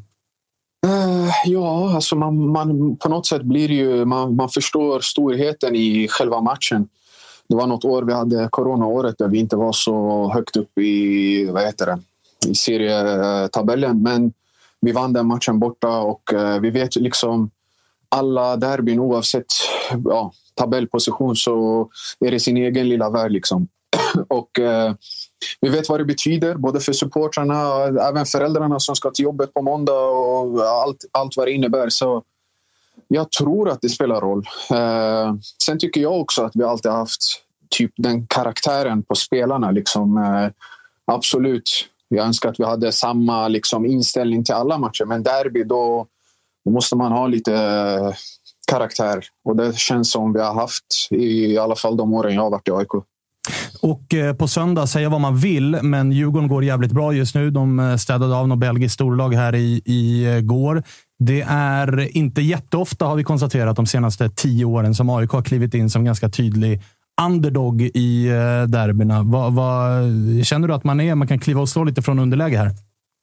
Ja, alltså man på något sätt blir ju man förstår storheten i själva matchen. Det var något år vi hade coronaåret där vi inte var så högt upp i i serietabellen, men vi vann den matchen borta och vi vet liksom alla derbyn oavsett tabellposition så är det sin egen lilla värld liksom. Och vi vet vad det betyder både för supportrarna och även föräldrarna som ska till jobbet på måndag och allt vad det innebär. Så jag tror att det spelar roll. Sen tycker jag också att vi alltid har haft typ den karaktären på spelarna liksom. Absolut, jag önskar att vi hade samma liksom inställning till alla matcher, men derby då måste man ha lite karaktär, och det känns som vi har haft i alla fall de åren jag har varit i AIK. Och på söndag, säga vad man vill, men Djurgården går jävligt bra just nu. De städade av något belgiskt storlag här i går. Det är inte jätteofta, har vi konstaterat, de senaste 10 åren som AIK har klivit in som ganska tydlig underdog i derbyna. Vad känner du att man kan kliva och slå lite från underläge här?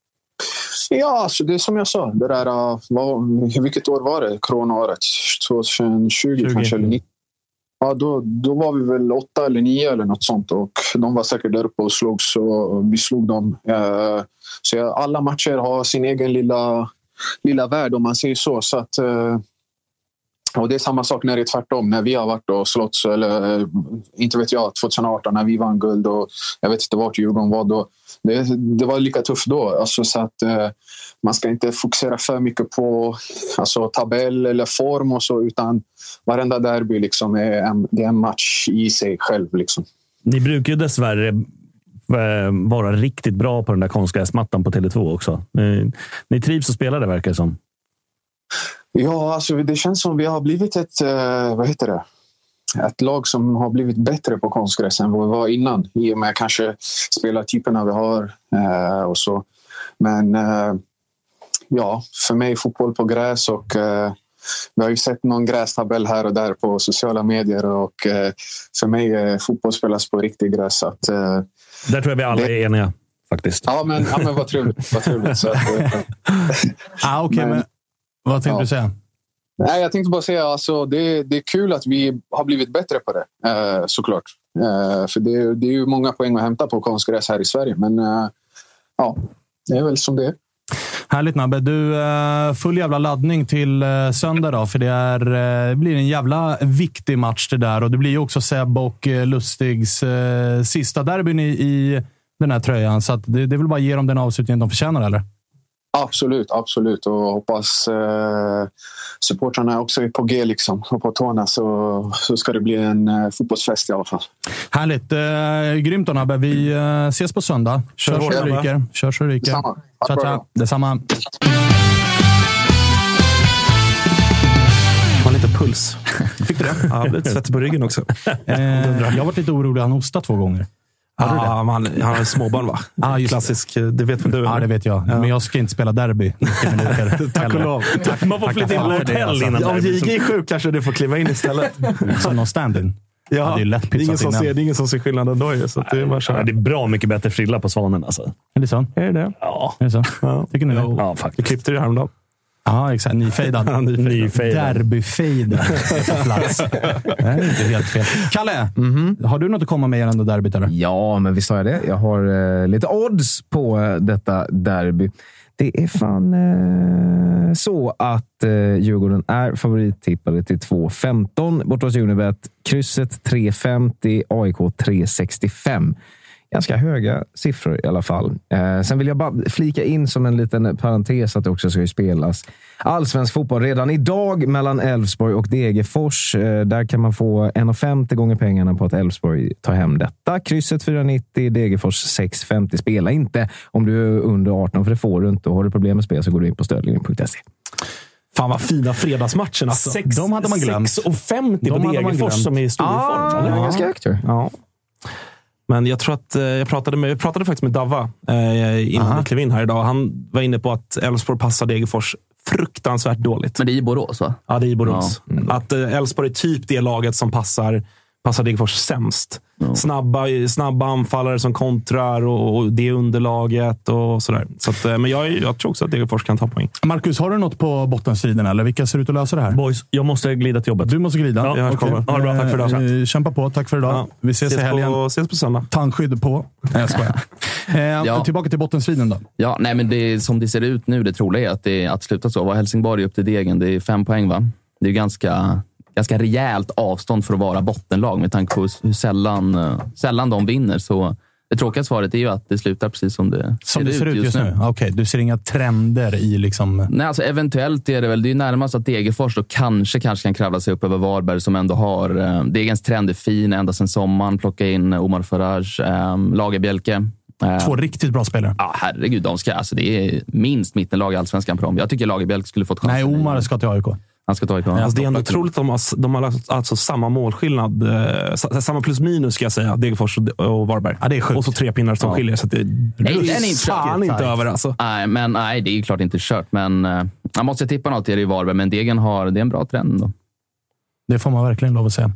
Ja, alltså det är som jag sa. Det där, vilket år var det? Coronaåret? 2020 kanske, eller 90. Ja, då var vi väl 8 eller 9 eller något sånt, och de var säkert där uppe och slogs och vi slog dem. Så alla matcher har sin egen lilla värld om man säger så. Så att, och det är samma sak när det är tvärtom. När vi har varit och slått, eller inte vet jag, 2018 när vi vann guld och jag vet inte vart Djurgården var då. Det var lika tufft då. Alltså, så att man ska inte fokusera för mycket på tabell eller form och så, utan varenda derby liksom det är en match i sig själv. Liksom. Ni brukar ju dessvärre vara riktigt bra på den där konstgräsmattan på Tele2 också. Ni trivs att spela det, verkar det som. Ja, alltså det känns som vi har blivit ett lag som har blivit bättre på konstgräs än vad vi var innan, i och med kanske spelartyperna vi har och så. Men för mig fotboll på gräs, och vi har ju sett någon grästabell här och där på sociala medier, och för mig fotboll spelas på riktig gräs. Så att, där tror jag vi alla är eniga faktiskt. Ja, men vad trevligt. Så att, okej, men vad tänkte du säga? Nej, jag tänkte bara säga alltså, det är kul att vi har blivit bättre på det, såklart. För det är ju många poäng att hämta på konstgräs här i Sverige. Men det är väl som det är. Härligt, Nabbe. Du, full jävla laddning till söndag då, för det blir en jävla viktig match det där. Och det blir ju också Seb och Lustigs sista derbyn i den här tröjan. Så att det är väl bara att ge dem den avslutningen de förtjänar, eller? Absolut. Och hoppas supportrarna också är på G liksom, och på tårna, så ska det bli en fotbollsfest i alla fall. Härligt. Grymt då, Nabbe. Vi ses på söndag. Kör så ryker. Detsamma. Man har lite puls. Fick du det? Ja, lite svett på ryggen också. Jag har varit lite orolig. Han hostat 2 gånger. Han har småbarn, va? Klassisk, det vet väl du? Ja, det vet jag. Ja. Men jag ska inte spela derby. Tack och lov. Man får flytta in på hotell innan. Om JG är sjuk kanske du får kliva in istället. Som någon stand-in. Ja, det är ingen som ser skillnaden då. Så det är bra mycket bättre frilla på Svanen. Alltså. Är det så? Är det? Ja. Är det så? Ja. Tycker ni det? Ja, faktiskt. Vi klippte det häromdagen. Ja, exakt. Nyfejdad. Derbyfejdad på plats. Det är inte helt fel. Kalle, har du något att komma med gällande derbyt, eller? Ja, men visst har jag det. Jag har lite odds på detta derby. Det är fan så att Djurgården är favorittippade till 2,15 borta hos Unibet. Krysset 3,50, AIK 3,65. ganska höga siffror i alla fall. Sen vill jag bara flika in som en liten parentes att det också ska spelas allsvensk fotboll redan idag mellan Elfsborg och Degerfors. Där kan man få 1,50 gånger pengarna på att Elfsborg tar hem detta. Krysset 4,90, Degerfors 6,50. Spela inte om du är under 18, för det får du inte. Och har du problem med spel så går du in på stödlinjen.se. Fan vad fina fredagsmatchen alltså. De hade man glömt. 6,50 på Degerfors som är i stor form. Det var ganska högt. Ja. Men jag tror att jag pratade faktiskt med Davva innan vi klev in här idag. Han var inne på att Elfsborg passar Degerfors fruktansvärt dåligt. Men det är i Borås, va? Ja, det är i Borås. Ja. Att Elfsborg är typ det laget som passar Degerfors sämst. Ja. Snabba anfallare som kontrar och det underlaget och sådär. Så att, men jag tror också att Degerfors kan ta poäng. Marcus, har du något på bottenstriden eller vilka ser ut att lösa det här? Boys, jag måste glida till jobbet. Du måste glida? Ja, jag kommer. Ja, bra. Tack för idag. Kämpa på. Tack för idag. Ja. Vi ses i helgen. Ses på söndag. Tandskydd på. Nej, jag skojar. Tillbaka till bottenstriden då. Ja, nej, men det, som det ser ut nu, det troliga är att sluta så. Var Helsingborg upp till Degen, det är 5 poäng, va? Det är ganska rejält avstånd för att vara bottenlag med tanke på hur sällan de vinner. Så det tråkiga svaret är ju att det slutar precis som det ser ut just nu. Okej, du ser inga trender i liksom... Nej, alltså eventuellt är det väl. Det är närmast att Degerfors då kanske kan kravla sig upp över Varberg som ändå har... Degens trend är fin ända sedan sommaren. Plocka in Omar Farage, Lagerbielke. 2 riktigt bra spelare. Ja, herregud. Det är minst mittenlag i Allsvenskan på dem. Jag tycker Lagerbielke skulle fått chansen. Nej, Omar ska till AIK. Han ska ta AIK. Alltså, det är ändå otroligt att de har alltså samma målskillnad. Samma plus minus ska jag säga. Degerfors och Varberg. Ja, det är sjukt. Och så 3 pinnar som skiljer. Så det är fan inte över alltså. Nej, det är ju klart inte kört. Men man måste tippa något i Varberg. Men Degen det är en bra trend då. Det får man verkligen lov att säga.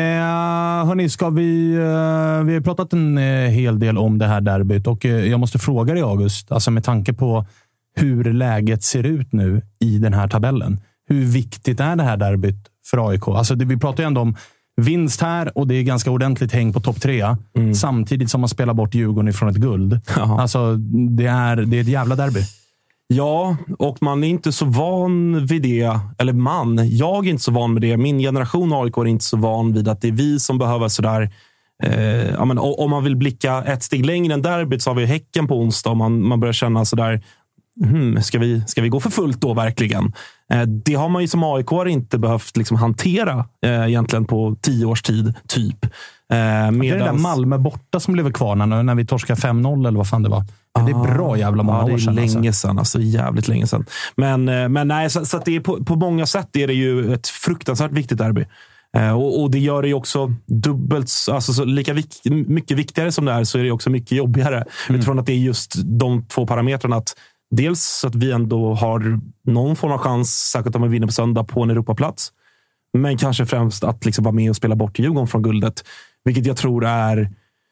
Hörni, vi har pratat en hel del om det här derbyt. Och jag måste fråga dig, August. Alltså med tanke på hur läget ser ut nu i den här tabellen. Hur viktigt är det här derbyt för AIK? Alltså vi pratar ju ändå om vinst här och det är ganska ordentligt häng på topp 3. Samtidigt som man spelar bort Djurgården ifrån ett guld. Aha. Alltså det är ett jävla derby. Ja, och man är inte så van vid det. Eller jag är inte så van med det. Min generation AIK är inte så van vid att det är vi som behöver sådär... om man vill blicka ett steg längre än derbyt så har vi Häcken på onsdag. Och man börjar känna sådär... Ska vi gå för fullt då verkligen? Det har man ju som AIK inte behövt liksom hantera egentligen på 10 års tid typ. Det är det där Malmö borta som blev kvar när vi torskade 5-0 eller vad fan det var. Men det är bra jävla många år sedan. Det är länge sedan, alltså jävligt länge sedan. Men nej, så att det är på många sätt är det ju ett fruktansvärt viktigt derby. Och det gör det ju också dubbelt, alltså så lika mycket viktigare som det är, så är det också mycket jobbigare. Utifrån att det är just de 2 parametrarna, att dels att vi ändå har någon form av chans, särskilt om vi vinner på söndag, på en Europaplats. Men kanske främst att liksom vara med och spela bort Djurgården från guldet. Vilket jag tror är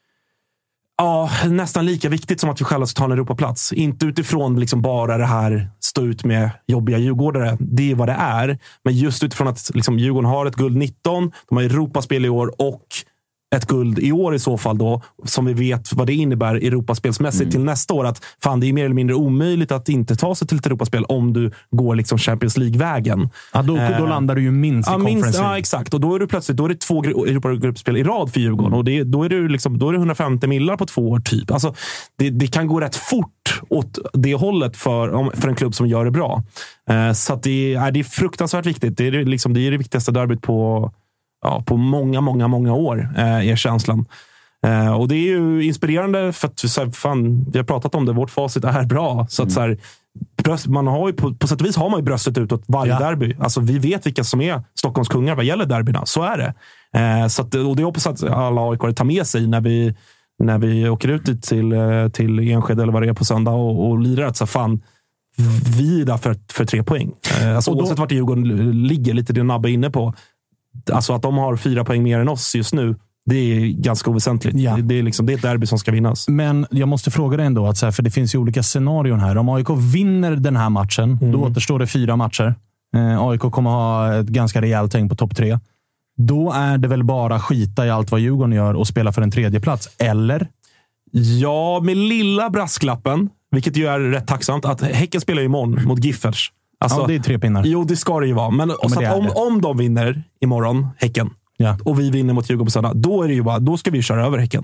nästan lika viktigt som att vi själva ska ta en Europaplats. Inte utifrån liksom bara det här stå ut med jobbiga djurgårdare. Det är vad det är. Men just utifrån att liksom Djurgården har ett guld 19. De har Europaspel i år och ett guld i år i så fall då, som vi vet vad det innebär Europaspelsmässigt till nästa år, att fan, det är mer eller mindre omöjligt att inte ta sig till ett Europaspel om du går liksom Champions League-vägen. Ja, då landar du ju minst i Conference. Ja, exakt. Och då är det plötsligt 2 Europagruppspel i rad för Djurgården. Och då är det 150 millar på 2 år typ. Alltså, det kan gå rätt fort åt det hållet för en klubb som gör det bra. Så att det är fruktansvärt viktigt. Det är det viktigaste derbyt på många, många, många år är känslan. Och det är ju inspirerande för att vi har pratat om det. Vårt facit är bra. Så att man har ju på sätt och vis har man ju bröstet utåt varje derby. Alltså vi vet vilka som är Stockholms kungar vad gäller derbyna. Så är det. Så att, och det hoppas att alla AIK tar med sig när vi åker ut till Enskede eller vad det är på söndag och lirar att vi är där för 3 poäng. Alltså oavsett vart Djurgården ligger, lite det Nabbe inne på. Alltså att de har 4 poäng mer än oss just nu, det är ganska oväsentligt. Ja. Det är ett derby som ska vinnas. Men jag måste fråga dig ändå, för det finns ju olika scenarion här. Om AIK vinner den här matchen, då återstår det 4 matcher. AIK kommer ha ett ganska rejält häng på topp 3. Då är det väl bara skita i allt vad Djurgården gör och spela för en 3:e plats, eller? Ja, med lilla brasklappen, vilket ju är rätt tacksamt, att Häcken spelar imorgon mot Giffers. Alltså, det är 3 pinnar. Jo, det ska det ju vara. Men om de vinner imorgon, Häcken, och vi vinner mot Djurgården på söndag, då är det ju då ska vi köra över Häcken.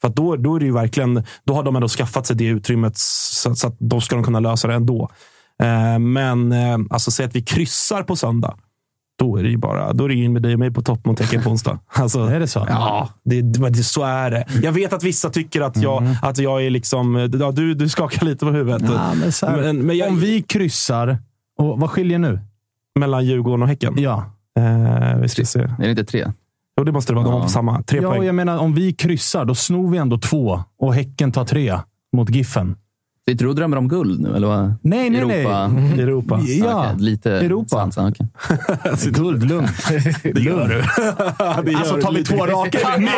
För att då är det ju verkligen, då har de ändå skaffat sig det utrymmet så att då ska de kunna lösa det ändå. Men alltså säg att vi kryssar på söndag. Då är det ju bara, då är det in med dig och mig på topp mot Häcken på onsdag. Alltså, är det så? Ja, så är det. Jag vet att vissa tycker att jag är liksom, ja, du skakar lite på huvudet. Ja, men om vi kryssar, och vad skiljer nu? Mellan Djurgården och Häcken? Ja. Vi ska se. Är det inte 3? Jo, det måste det vara. De har på samma 3 poäng. Ja, jag menar, om vi kryssar, då snor vi ändå 2 och Häcken tar 3 mot Giffen. Vi tror drömmer om guld nu, eller vad? Nej. Europa. Ja, okay, lite Europa. Okay. Guld, lugnt. Det gör du. Alltså, tar vi 2 raka är vi med.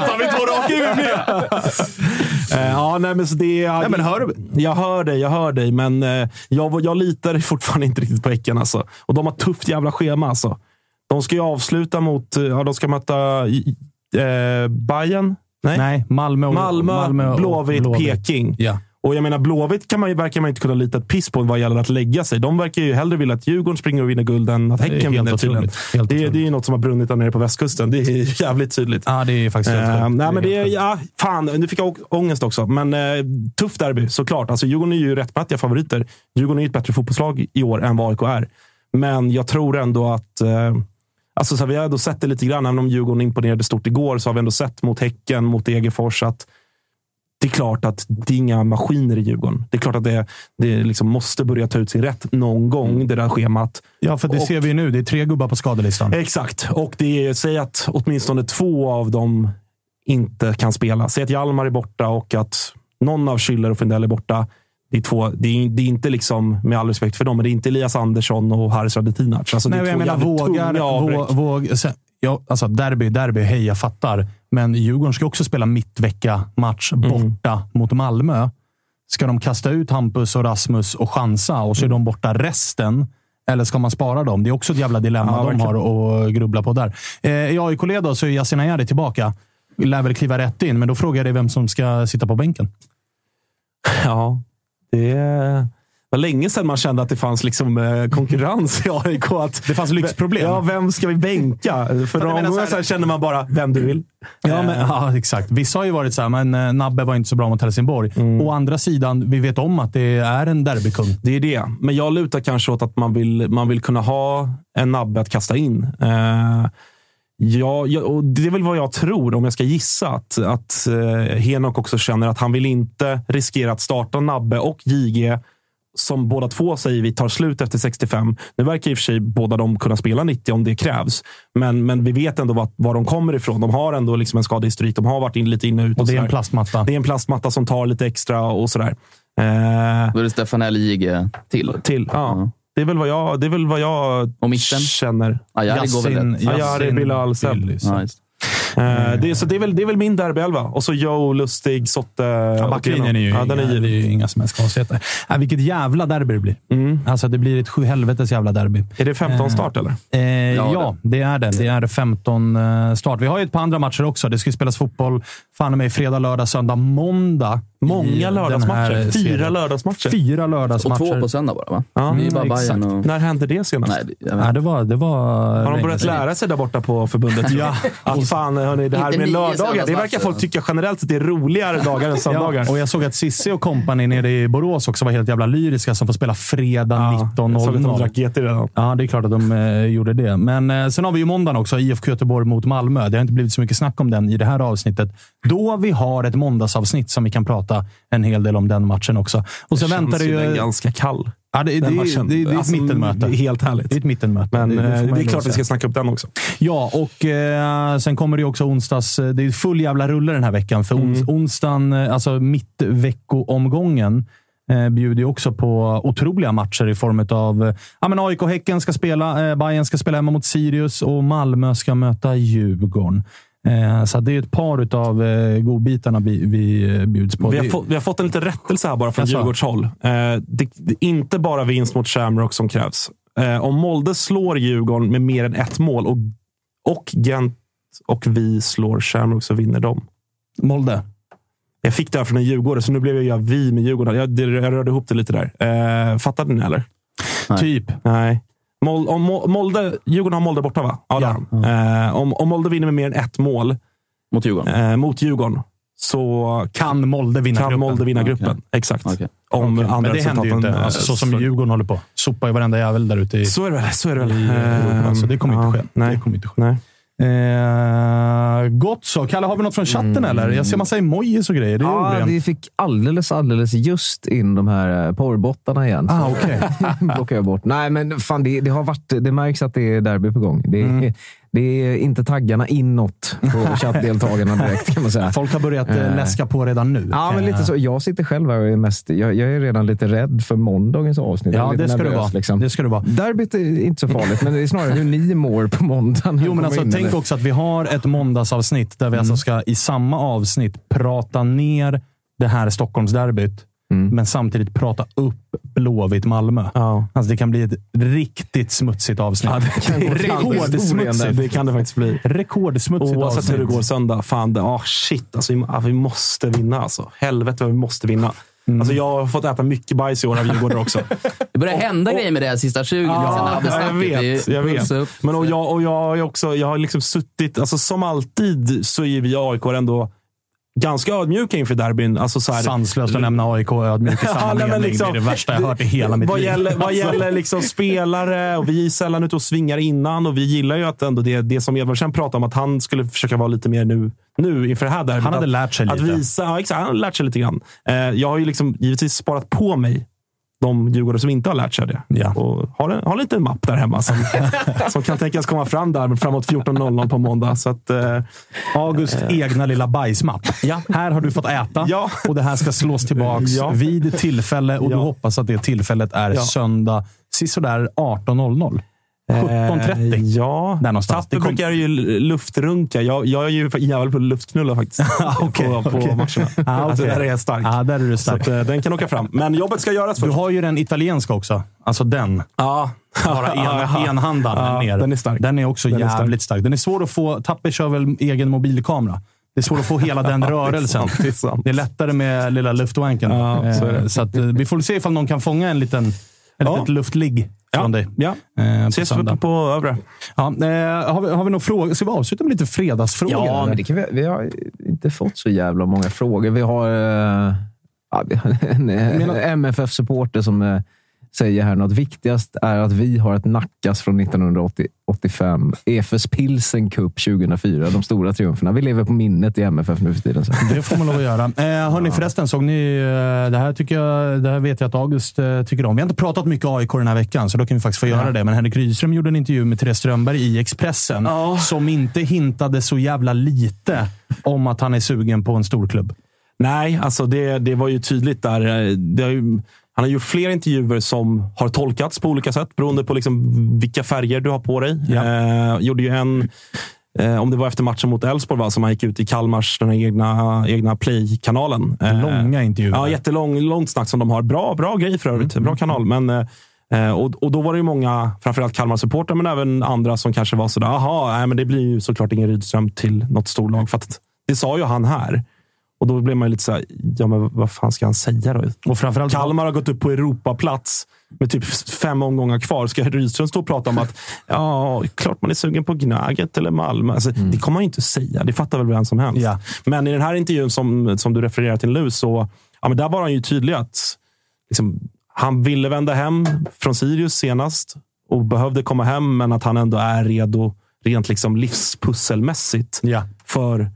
Ja, nej, men så det... Nej, men hör du? Jag hör dig. Men jag litar fortfarande inte riktigt på Häcken, alltså. Och de har tufft jävla schema, alltså. De ska ju avsluta mot... Ja, de ska möta Bayern. Nej, Malmö Blåvitt, Peking. Ja. Och jag menar, Blåvitt verkar man inte kunna lita ett piss på vad gäller att lägga sig. De verkar ju hellre vilja att Djurgården springer och vinner guld än att Häcken vinner tydligen. Det är ju något som har brunnit där nere på västkusten. Det är jävligt tydligt. Ja, det är faktiskt nej, men det är, fan, nu fick jag ångest också. Men tuff derby, såklart. Alltså, Djurgården är ju rättmätiga favoriter. Djurgården är ju ett bättre fotbollslag i år än vad AIK är. Men jag tror ändå att... Alltså, så vi har ändå sett det lite grann. Även om Djurgården imponerade stort igår så har vi ändå sett mot Häcken, mot Degerfors att det är klart att det är inga maskiner i Djurgården. Det är klart att det liksom måste börja ta ut sin rätt någon gång, det där schemat. Ja, för det ser vi nu. Det är 3 gubbar på skadelistan. Exakt. Och det är, säg att åtminstone 2 av dem inte kan spela. Säg att Hjalmar är borta och att någon av Schüller och Findell är borta. Det är 2. Det är inte liksom, med all respekt för dem, men det är inte Elias Andersson och Haris Radetinac. Alltså, nej, jag menar alltså derby, hej, jag fattar. Men Djurgården ska också spela mittvecka-match borta mot Malmö. Ska de kasta ut Hampus och Rasmus och chansa och så är de borta resten? Eller ska man spara dem? Det är också ett jävla dilemma de har att grubbla på där. I AIK-led då så är Yasin Ayari tillbaka. Lär väl kliva rätt in, men då frågar jag dig vem som ska sitta på bänken. Ja, det var länge sedan man kände att det fanns liksom konkurrens i AIK. Att det fanns lyxproblem. Ja, vem ska vi bänka? För några gånger så känner man bara vem du vill. Ja, exakt. Vissa har ju varit så här, men Nabbe var inte så bra mot Helsingborg. Å andra sidan, vi vet om att det är en derbykung. Det är det. Men jag lutar kanske åt att man vill kunna ha en Nabbe att kasta in. Och det är väl vad jag tror, om jag ska gissa, att Henok också känner att han vill inte riskera att starta Nabbe och JG, som båda två säger vi tar slut efter 65. Nu verkar i och för sig båda de kunna spela 90 om det krävs. Men vi vet ändå var de kommer ifrån. De har ändå liksom en skadehistorik. De har varit lite in och ut. Och det är en plastmatta. Det är en plastmatta som tar lite extra och sådär. Då är det Stefanelli JG till. Ja. Det är väl vad jag och mitten känner. Ayari går väl rätt. Ayari, Bilal, Seb. Det är väl min derbyelva. Och så Joe, Lustig, Sotte. Backlinjen är ju inga som helst konstigheter. Vilket jävla derby det blir. Alltså det blir ett 7-helvetes jävla derby. Är det 15 start eller? Ja, det är det. Det är 15 start. Vi har ju ett par andra matcher också. Det ska spelas fotboll fan med fredag, lördag, söndag, måndag. Många lördagsmatcher. 4 lördagsmatcher. 4 lördagsmatcher. Och 2 på söndag bara, va? Ja, det är bara Bayern och... När hände det senast? Nej, det var har de börjat lära sig där borta på förbundet? Ja. Att fan, hörni, det här med lördagar. Det verkar folk tycka generellt att det är roligare dagar än söndagar. Ja, och jag såg att Sissi och kompani nere i Borås också var helt jävla lyriska som får spela fredag 19.00. Jag såg att de drack GT redan. Ja, det är klart att de gjorde det. Men sen har vi ju måndagen också. IFK Göteborg mot Malmö. Det har inte blivit så mycket snack om den i det här avsnittet. Då vi har ett måndagsavsnitt som vi kan prata en hel del om den matchen också. Och så väntar det ju ganska kall. Ja, det är ett mittenmöte. Det är helt härligt. Det är ett mittenmöte. Men det är klart att vi ska snacka upp den också. Ja, och sen kommer det också onsdags. Det är full jävla rulle den här veckan. För onsdagen, alltså mittveckoomgången, bjuder ju också på otroliga matcher i form av AIK och Häcken ska spela, Bayern ska spela hemma mot Sirius och Malmö ska möta Djurgården. Så det är ett par av godbitarna vi bjuds på. Vi har fått en liten rättelse här bara från Djurgårdshåll. Det är inte bara vinst mot Shamrock som krävs. Om Molde slår Djurgården med mer än 1 mål och Gent och vi slår Shamrock så vinner de. Molde? Jag fick det här från en Djurgårdare så nu blev jag vi med Djurgården. Jag rörde ihop det lite där. Fattade ni eller? Nej. Typ. Nej. Djurgården har Molde borta, va? Ja. Om Molde vinner med mer än 1 mål mot Djurgården, så kan Molde vinna gruppen. Okay. Exakt. Okay. Om andra men det händer ju inte. Alltså, så som Djurgården håller på. Sopa i varenda jävel där ute. Så är det väl. Så det kommer inte ske. Nej. Det kommer inte ske. Gott så. Kalle, har vi något från chatten eller? Jag ser massa emojis och grejer. Det är vi fick alldeles just in de här porrbottarna igen. Okej. Blockar jag bort. Nej, men fan, det har varit... Det märks att det är derby på gång. Det är inte taggarna inåt på chattdeltagarna direkt, kan man säga. Folk har börjat läska på redan nu. Ja, men lite så. Jag sitter själv här och är mest... Jag är redan lite rädd för måndagens avsnitt. Ja, det ska nervös, liksom. Det ska det vara. Derbyt är inte så farligt, men det är snarare hur ni mår på måndagen. Jo, men alltså, tänk också att vi har ett måndagsavsnitt där vi alltså ska i samma avsnitt prata ner det här Stockholmsderbyt. Men samtidigt prata upp Blåvitt Malmö. Ja. Alltså det kan bli ett riktigt smutsigt avsnitt. Ja, rekordsmutsigt. Det kan det faktiskt bli. Rekordsmutsigt avsnitt. Oavsett hur det går söndag. Fan, shit. Alltså, vi måste vinna. Alltså. Helvete vad vi måste vinna. Alltså, jag har fått äta mycket bajs i år av Djurgården också. Det börjar hända grejer med det sista 20. Jag vet. Men jag har liksom suttit... Alltså, som alltid så är vi AIK ändå ganska ödmjuka inför derbyn. Alltså så här, sanslöst att nämna AIK ödmjuk i samma mening. Liksom, det är det värsta jag hört i hela mitt liv. Vad gäller liksom spelare, och vi är sällan ute och svingar innan, och vi gillar ju att ändå det som Edvardsen pratade om, att han skulle försöka vara lite mer nu inför det här derbyt. Han hade lärt sig lite. Att visa, ja, exakt, han hade lärt sig lite grann. Jag har ju liksom givetvis sparat på mig de Djurgårdare som inte har lärt sig det. Ja. Och har lite en mapp där hemma som kan tänkas komma fram där framåt 14.00 på måndag. Så att, August egna lilla bajsmapp. Ja. Här har du fått äta och det här ska slås tillbaks vid tillfälle, och du hoppas att det tillfället är söndag sisådär 18.00. 17.30. Ja, där någonstans. Tapper brukar ju luftrunka. Jag är ju jävla på luftknulla faktiskt. på matcherna. Alltså, där är jag stark. Där är du stark. Så att, den kan åka fram. Men jobbet ska göras först. Du har ju den italienska också. Alltså den. Bara enhandan ner. Den är stark. Den är också jävligt stark. Den är svår att få. Tapper kör väl egen mobilkamera. Det är svårt att få hela den rörelsen. Det är lättare med lilla luftwanken. Så att, vi får se ifall någon kan fånga en litet luftligg från dig. Ses på övre. Har vi någon fråga? Ska vi avsluta med lite fredagsfrågor? Ja, men det kan vi har inte fått så jävla många frågor. Vi har en MFF-supporter som säger här något. Viktigast är att vi har ett Nackas från 1985. EFS Pilsen Cup 2004. De stora triumferna. Vi lever på minnet i MFF nu för tiden. Så. Det får man lov att göra. Hörni, förresten, såg ni... Det här vet jag att August tycker om. Vi har inte pratat mycket AIK den här veckan, så då kan vi faktiskt få göra det. Men Henrik Rydström gjorde en intervju med Therese Strömberg i Expressen som inte hintade så jävla lite om att han är sugen på en stor klubb. Nej, alltså det var ju tydligt där. Han har gjort fler intervjuer som har tolkats på olika sätt beroende på liksom vilka färger du har på dig. Gjorde ju en, om det var efter matchen mot Elfsborg, som han gick ut i Kalmars, den egna Play-kanalen. Långa intervjuer. Ja, jättelångt snack som de har. Bra grej för övrigt. Bra kanal. Men, och då var det ju många, framförallt Kalmar-supportrar, men även andra som kanske var sådär, men det blir ju såklart ingen Rydström till något storlag. För att det sa ju han här. Och då blev man ju lite såhär, men vad fan ska han säga då? Och framförallt Kalmar har gått upp på Europaplats med typ 5 omgångar kvar. Ska Rydström stå och prata om att klart man är sugen på Gnaget eller Malmö. Alltså, det kommer man ju inte säga. Det fattar väl vem som helst. Ja. Men i den här intervjun som du refererar till nu, så men där var han ju tydlig att liksom, han ville vända hem från Sirius senast och behövde komma hem, men att han ändå är redo rent liksom livspusselmässigt för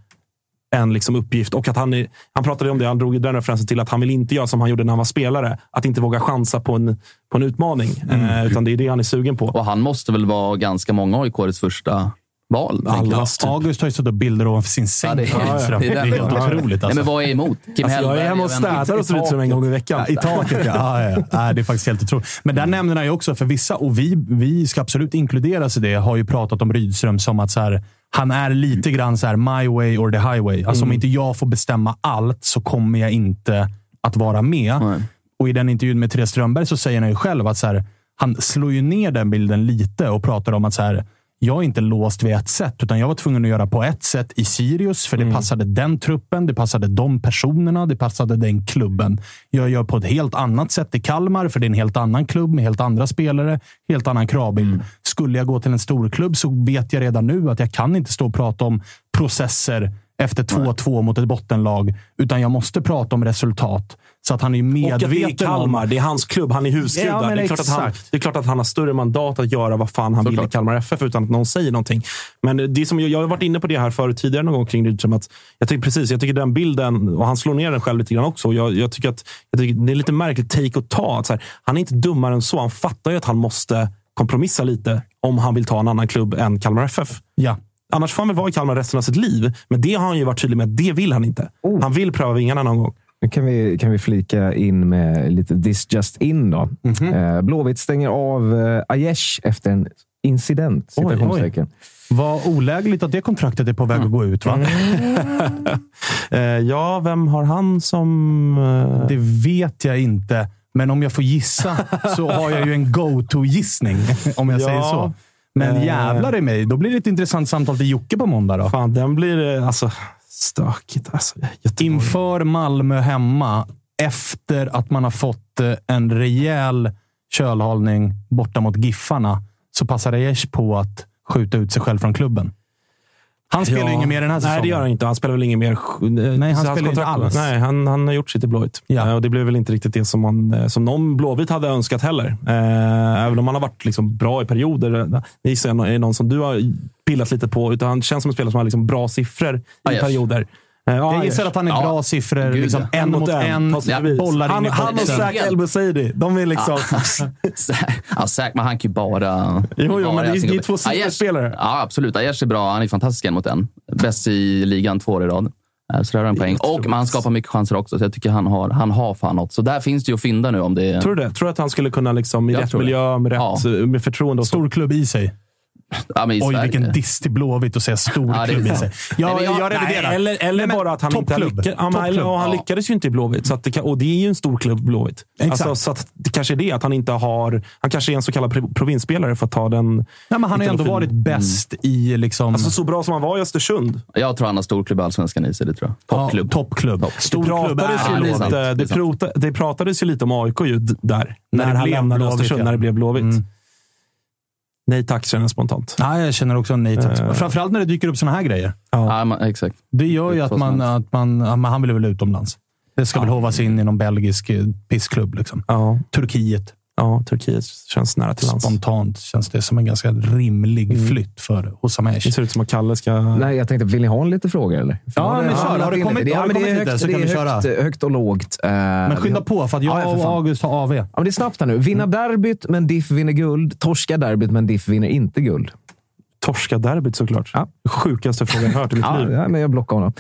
en liksom uppgift, och att han pratade om det, han drog den referensen till att han vill inte göra som han gjorde när han var spelare, att inte våga chansa på en utmaning, utan det är det han är sugen på. Och han måste väl vara ganska många AIK:s första val. August har ju stått bilder ovanför sin säng. Det är helt otroligt. Nej, men vad är emot? Kim Hellberg, jag är hemma och städar och ser ut som en gång i veckan. I taket, det är faktiskt helt otroligt. Men där nämner han ju också för vissa, och vi ska absolut inkluderas i det, har ju pratat om Rydström som att så här, han är lite grann så här my way or the highway. Alltså om inte jag får bestämma allt så kommer jag inte att vara med. Och i den intervjun med Therese Strömberg så säger han ju själv att så här, han slår ju ner den bilden lite och pratar om att så här, jag är inte låst vid ett sätt, utan jag var tvungen att göra på ett sätt i Sirius, för det passade den truppen, det passade de personerna, det passade den klubben. Jag gör på ett helt annat sätt i Kalmar, för det är en helt annan klubb med helt andra spelare, helt annan kravbild. Skulle jag gå till en stor klubb så vet jag redan nu att jag kan inte stå och prata om processer efter 2-2 mot ett bottenlag. Utan jag måste prata om resultat. Så att han är medveten och att det är Kalmar, det är hans klubb, han är husgud där. Det är klart att han har större mandat att göra vad fan han vill i Kalmar FF utan att någon säger någonting. Men det som jag har varit inne på det här förut tidigare någon gång kring Rydström, att jag tycker den bilden, och han slår ner den själv lite grann också. Jag tycker det är lite märkligt take att ta. Så här, han är inte dummare än så. Han fattar ju att han måste kompromissa lite om han vill ta en annan klubb än Kalmar FF. Ja. Annars får han väl vara i Kalmar resten av sitt liv. Men det har han ju varit tydlig med att det vill han inte. Han vill pröva vingarna någon gång. Nu kan vi flika in med lite this just in då. Blåvitt stänger av Aiesh efter en incident. Oj. Vad olägligt att det kontraktet är på väg att gå ut, va? Ja, vem har han som... Det vet jag inte. Men om jag får gissa så har jag ju en go-to-gissning, om jag säger så. Men jävlar i mig, då blir det ett intressant samtal till Jocke på måndag då. Fan, den blir alltså stökigt. Alltså, inför Malmö hemma, efter att man har fått en rejäl kölhållning borta mot Giffarna, så passar Aiesh på att skjuta ut sig själv från klubben. Han spelar ju inget mer den här säsongen. Nej, det gör han inte. Han spelar väl inget mer. Nej, han spelar inte alls. Nej, han har gjort sitt i Blåvitt. Ja. Och det blev väl inte riktigt det som någon Blåvitt hade önskat heller. Även om han har varit liksom bra i perioder. Det är någon som du har pillat lite på. Utan han känns som en spelare som har liksom bra siffror i perioder. Jag gissar att han är bra siffror. Liksom, en mot en. Bollar in i han och Zach El-Busaidi. De är liksom... Zach, men han kan ju bara... Jo, men det är två sifferspelare. Ja, absolut. Aiesh är bra. Han är fantastisk en mot en. Bäst i ligan 2 år i rad. Så där har han poäng. Och han skapar mycket chanser också. Så jag tycker han har fan något. Så där finns det ju att fynda nu om det... Tror du det? Tror du att han skulle kunna liksom, i rätt miljö, med förtroende och stor klubb i sig? Ja, oj, vilken diss till Blåvitt att säga stor klubb i sig. Jag reviderar. Eller bara att han inte lyckades. Han lyckades ju inte i Blåvitt. Så att och det är ju en stor klubb, Blåvitt. Alltså, så att det kanske är det att han inte har... Han kanske är en så kallad provinsspelare för att ta den... Nej, men han har ändå varit bäst i liksom... Alltså så bra som han var i Östersund. Jag tror han har stor klubb i Allsvenskan i sig, det tror jag. Toppklubb. Stor klubb. Det pratades ju lite om AIK ju där. När han lämnade Östersund, när det blev Blåvitt. Nej tack, känner jag spontant. Ja, jag känner också nej tack. Framförallt när det dyker upp såna här grejer. Ja, exakt. Det gör ju att han vill väl utomlands. Det ska väl hovas in i någon belgisk pissklubb liksom. Ja. Turkiet. Ja, Turkiet känns nära till lands. Spontant känns det som en ganska rimlig flytt för Hossam Aiesh. Det ser ut som att Kalle ska... Nej, jag tänkte, vill ni ha lite frågor eller? Ja, men kör. Har det kommit lite så kan vi köra. Högt och lågt. Men skynda på, för att jag och August har AV. Ja, men det är snabbt här nu. Vinna derbyt, men Diff vinner guld. Torska derbyt, men Diff vinner inte guld. Torska derbyt såklart. Ja. Sjukaste frågan jag hört i mitt liv. Ja, men jag blockar honom.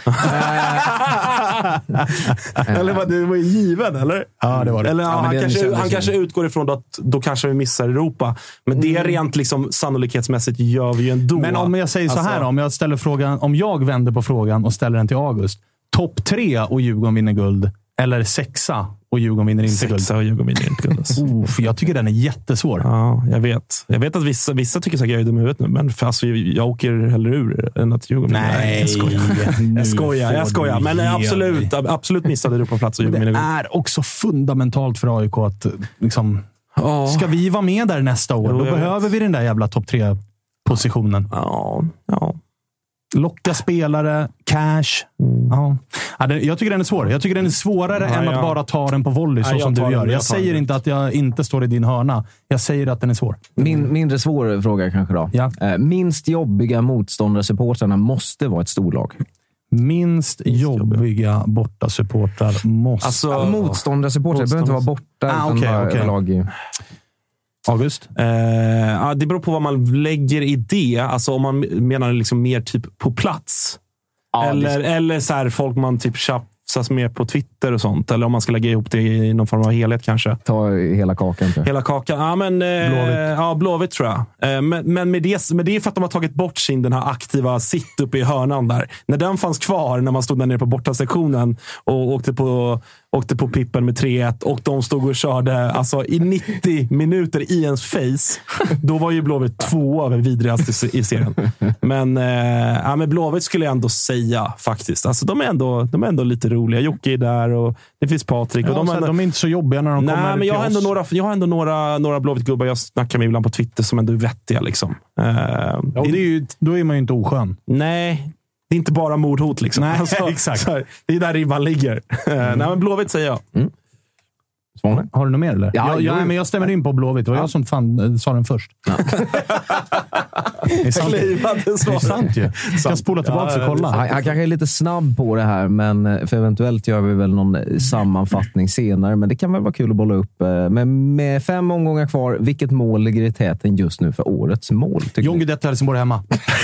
Eller det var given, eller? Ja, det var det. Eller han kanske utgår ifrån att då kanske vi missar Europa. Men det är rent liksom sannolikhetsmässigt gör vi ju ändå. Men om jag säger så här, om jag ställer frågan, om jag vänder på frågan och ställer den till August. Topp 3 och Djurgården vinner guld. Eller 6 och Djurgården vinner inte guld. 6 och Djurgården vinner inte guld. För jag tycker den är jättesvår. Ja, jag vet. Jag vet att vissa tycker att jag är dum i huvudet nu. Men för alltså, jag åker hellre ur än att Djurgården vinner. Nej, jag skojar. Men absolut missade du på plats och Djurgården vinner guld. Det är också fundamentalt för AIK att liksom, ska vi vara med där nästa år? Då behöver vi den där jävla topp 3-positionen. Ja. Locka spelare, cash. Jag tycker den är svår. Jag tycker den är svårare än att bara ta den på volley så som du gör. Jag säger inte att jag inte står i din hörna. Jag säger att den är svår. Mindre svår fråga kanske då. Ja. Minst jobbiga motståndarsupportrarna måste vara ett storlag. Minst jobbiga bortasupportrar måste... Alltså, motståndarsupportrar behöver inte vara borta. Okej. Lag. August? Det beror på vad man lägger i det. Alltså om man menar liksom mer typ på plats. Eller så här, folk man typ tjafsas med på Twitter och sånt. Eller om man ska lägga ihop det i någon form av helhet kanske. Ta hela kakan. Hela kakan. Ja, men Blåvitt tror jag. Men med det är för att de har tagit bort den här aktiva sitt uppe i hörnan där. När den fanns kvar, när man stod där nere på bortasektionen och åkte på pippen med 3-1 och de stod och körde alltså i 90 minuter i ens face. Då var ju Blåvitt 2 över vidrigast i serien. Men Blåvitt skulle jag ändå säga faktiskt. Alltså de är ändå lite roliga. Jocke är där och det finns Patrik. Ja, och de är inte så jobbiga när de kommer men jag har ändå några Blåvitt-gubbar jag snackar med ibland på Twitter som ändå är vettiga liksom. Då är man ju inte oskön. Nej. Det är inte bara mordhot liksom. Nej, exakt. Det är där ribban ligger. Nej, men Blåvitt säger jag. Har du något mer eller? Ja, men jag stämmer in på Blåvitt. Det var jag som sa den först. Ja. Det är sant ju. Jag ska spola tillbaka och kolla. Han kanske är lite snabb på det här, men för eventuellt gör vi väl någon sammanfattning senare. Men det kan väl vara kul att bolla upp. Men med 5 omgångar kvar, vilket mål ligger i täten just nu för årets mål? John Guidetti, Helsingborg hemma.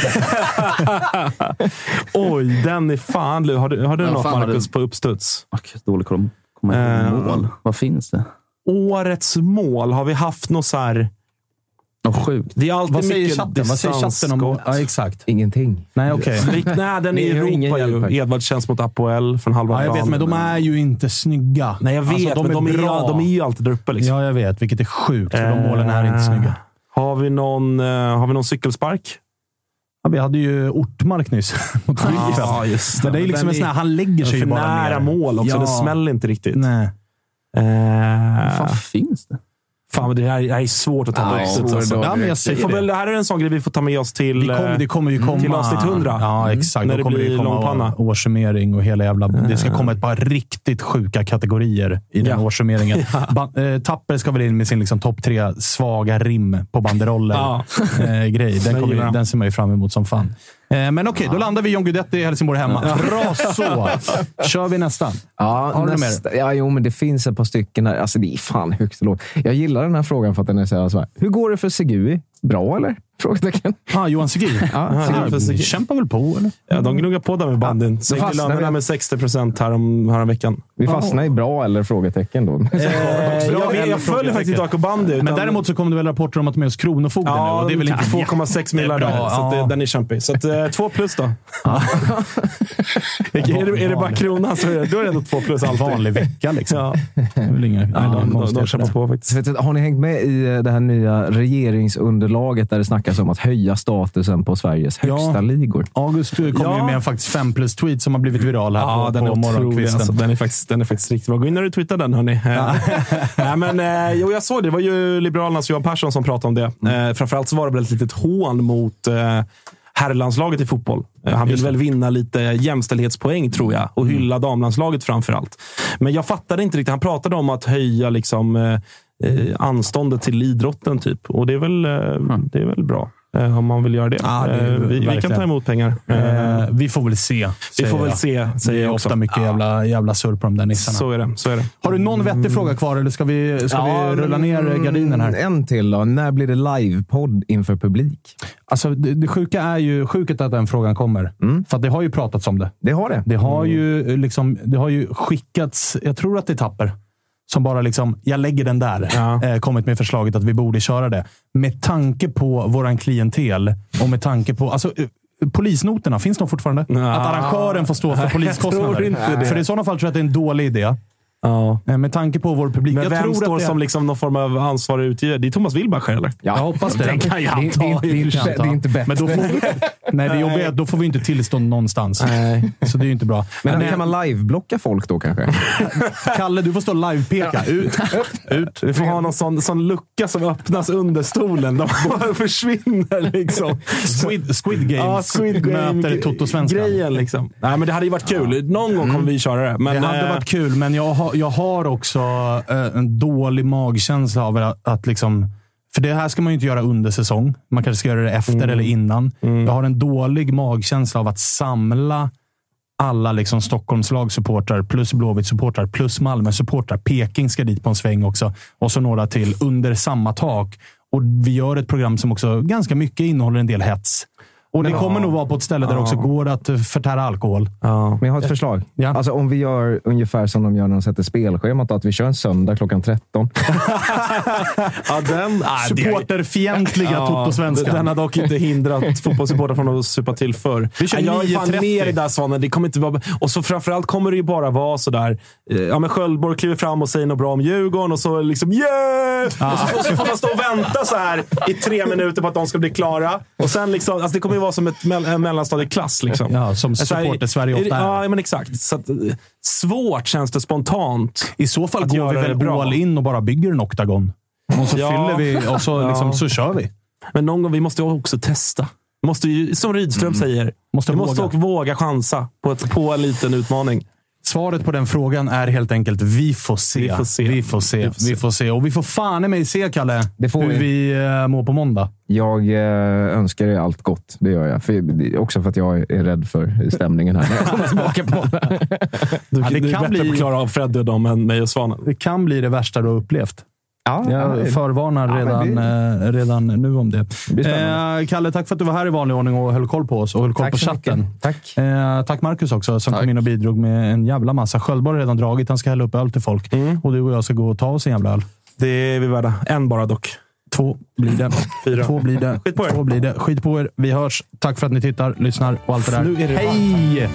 Oj, den är fan. Har du något, Marcus, på uppstuds? Dålig koll. Mål. Vad finns det? Årets mål. Har vi haft något så här... Sjukt. Det är alltid Vad säger mycket chatten? Vad säger chatten om... Ja, exakt. Ingenting. Nej, okej. Nej, den är i Europa ju. Edvard känns mot Apoel från halva jag vet, men de är ju inte snygga. Nej, jag vet. Alltså, de är ju alltid där uppe. Liksom. Ja, jag vet. Vilket är sjukt, för de målen är inte snygga. Har vi någon cykelspark? Ja, vi hade ju Ortmark nyss. Ja, just det. Det är liksom en sån här, han lägger sig ju bara ner. För nära mål också. Det smäller inte riktigt. Nej. Vad finns det? Fan, det här är svårt att ta med oss. Det här är en sån grej vi får ta med oss till det kommer ju komma till avsnitt 100. Ja, exakt. När det kommer blir långpanna. Årssummering och hela jävla... Det ska komma ett par riktigt sjuka kategorier i den årssummeringen. Tapper ska väl in med sin liksom, topp 3 svaga rim på banderoller grej. Den ser man ju fram emot som fan. Men okej, då landar vi John Guidetti i Helsingborg hemma. Bra så! Kör vi nästan. Jo, men det finns ett par stycken här. Alltså, det är fan högt och lågt. Jag gillar den här frågan för att den är så här. Hur går det för Segui? Bra, eller? Frågetecken. Johan Segui. Segui kämpar väl på, eller? Ja, de gnuggar på där med banden. Sänker lönerna med 60% här om veckan. Vi fastnar i bra eller frågetecken då? Jag följer faktiskt inte AK Bandy. Men däremot så kom det väl rapporter om att med oss Kronofogden nu. Och det är väl inte 2,6 miljarder. Så den är kämpig. Så 2+ då. Är det bara kronan så då är det ändå 2+ alltid. Vanlig vecka liksom. Det är väl inga de kämpar på faktiskt. Har ni hängt med i det här nya regeringsunderlaget där det snackas om att höja statusen på Sveriges högsta ligor? August kom ju med en faktiskt 5+ tweet som har blivit viral här på morgonkvisten. Alltså, den är faktiskt riktigt bra. Gå in när du twittrar den, hörni. Nej, men jag såg det. Det var ju Liberalernas Johan Persson som pratade om det. Framförallt så var det väl ett litet hån mot herrlandslaget i fotboll. Han vill väl vinna lite jämställdhetspoäng, tror jag. Och hylla damlandslaget framförallt. Men jag fattade inte riktigt. Han pratade om att höja liksom... anståndet till idrotten typ. Och det är väl bra om man vill göra det. Vi kan ta emot pengar. Vi får väl se. Säger jag ofta mycket jävla surr på de där nissarna. Så är det. Har du någon vettig fråga kvar eller ska vi rulla ner gardinen här? En till då. När blir det livepodd inför publik? Alltså det sjuka är ju sjukt att den frågan kommer. För att det har ju pratats om det. Det har det. Det har ju skickats, jag tror att det är Tapper som bara liksom, jag lägger den där. Kommit med förslaget att vi borde köra det. Med tanke på våran klientel och med tanke på... Alltså, polisnoterna, finns de fortfarande? Att arrangören får stå för poliskostnader. För i sådana fall tror jag att det är en dålig idé. Med tanke på vår publik. Men vem står som liksom någon form av ansvarig utgivare? Det är Thomas Wilbacher, eller? Jag hoppas det. Den kan jag anta. Det är inte bättre. Men då får vi, nej, det jobbiga är att då får vi inte tillstånd någonstans. Så det är ju inte bra. Men kan man liveblocka folk då kanske? Kalle, du får stå live-peka. Ut. Vi får ha någon sån lucka som öppnas under stolen. De bara försvinner liksom. Squid Games möter Toto-svenskan. Grejen liksom. Nej, men det hade ju varit kul. Någon gång kommer vi köra det. Men, det hade varit kul, men jag har också en dålig magkänsla av att liksom... För det här ska man ju inte göra under säsong. Man kanske ska göra det efter eller innan. Jag har en dålig magkänsla av att samla alla liksom Stockholmslag-supportrar plus Blåvitt-supportrar plus Malmö-supportrar. Peking ska dit på en sväng också. Och så några till under samma tak. Och vi gör ett program som också ganska mycket innehåller en del hets. Och det kommer nog vara på ett ställe där det också går att förtära alkohol. Men jag har ett förslag. Alltså om vi gör ungefär som de gör när de sätter spelschemat, att vi kör en söndag klockan 13. Supporterfientliga Toto-svenska. Den har dock inte hindrat fotbollssupportrar från att supa till för. Jag är fan med i där Svanen. Det kommer inte vara... Och så framförallt kommer det ju bara vara sådär. Ja, men Sköldborg kliver fram och säger något bra om Djurgården och så liksom och så får man stå och vänta så här i 3 minuter på att de ska bli klara. Och sen liksom, alltså det kommer ju vara som en mellanstadieklass liksom. Ja, som supporter Sverige ofta är. Ja, men exakt. Så att, svårt känns det spontant. I så fall går vi väl all in och bara bygger en oktagon. Och så fyller vi och så, liksom, så kör vi. Men någon gång vi måste också testa. Måste ju, som Rydström säger, måste våga chansa på en liten utmaning. Svaret på den frågan är helt enkelt vi får se. Vi får se. Och vi får fan i mig se, Kalle, hur vi mår på måndag. Jag önskar dig allt gott. Det gör jag. Också för att jag är rädd för stämningen här. Jag kommer smaka på det kan bli bättre att klara av Fred och dem än mig och Svanen. Det kan bli det värsta du har upplevt. Jag förvarnar redan nu om det. Kalle, tack för att du var här i vanlig ordning och höll koll på oss och höll koll på chatten. Tack Marcus också som kom in och bidrog med en jävla massa. Sköldborg har redan dragit, han ska hälla upp öl till folk. Och du och jag ska gå och ta oss en jävla öl. Det är vi värda. En bara dock. 2 blir det. 4. 2 blir det. Skit på er. 2 blir det. Skit på er. Vi hörs. Tack för att ni tittar, lyssnar och allt det där. Nu är det hej!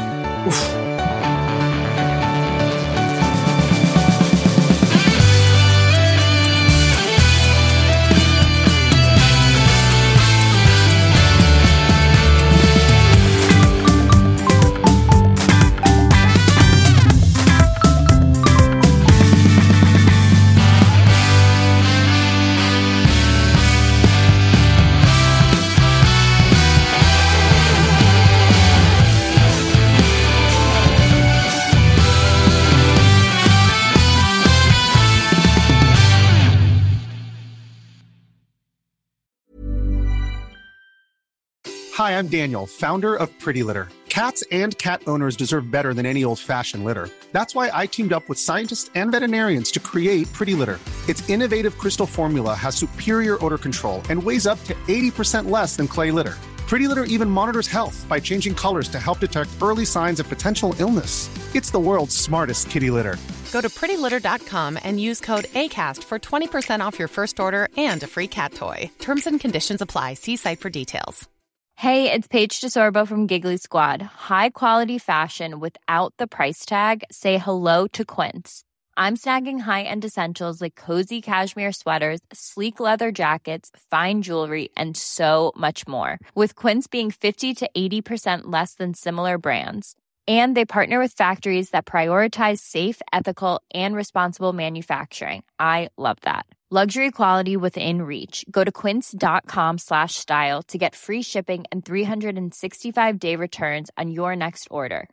Hi, I'm Daniel, founder of Pretty Litter. Cats and cat owners deserve better than any old-fashioned litter. That's why I teamed up with scientists and veterinarians to create Pretty Litter. Its innovative crystal formula has superior odor control and weighs up to 80% less than clay litter. Pretty Litter even monitors health by changing colors to help detect early signs of potential illness. It's the world's smartest kitty litter. Go to prettylitter.com and use code ACAST for 20% off your first order and a free cat toy. Terms and conditions apply. See site for details. Hey, it's Paige DeSorbo from Giggly Squad. High quality fashion without the price tag. Say hello to Quince. I'm snagging high-end essentials like cozy cashmere sweaters, sleek leather jackets, fine jewelry, and so much more. With Quince being 50 to 80% less than similar brands. And they partner with factories that prioritize safe, ethical, and responsible manufacturing. I love that. Luxury quality within reach. Go to quince.com/style to get free shipping and 365-day returns on your next order.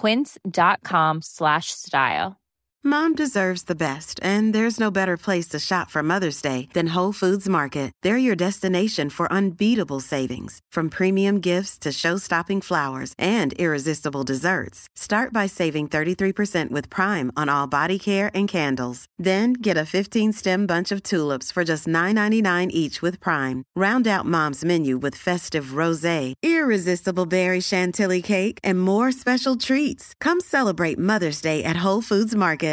Quince.com/style. Mom deserves the best, and there's no better place to shop for Mother's Day than Whole Foods Market. They're your destination for unbeatable savings, from premium gifts to show-stopping flowers and irresistible desserts. Start by saving 33% with Prime on all body care and candles. Then get a 15-stem bunch of tulips for just $9.99 each with Prime. Round out Mom's menu with festive rosé, irresistible berry chantilly cake, and more special treats. Come celebrate Mother's Day at Whole Foods Market.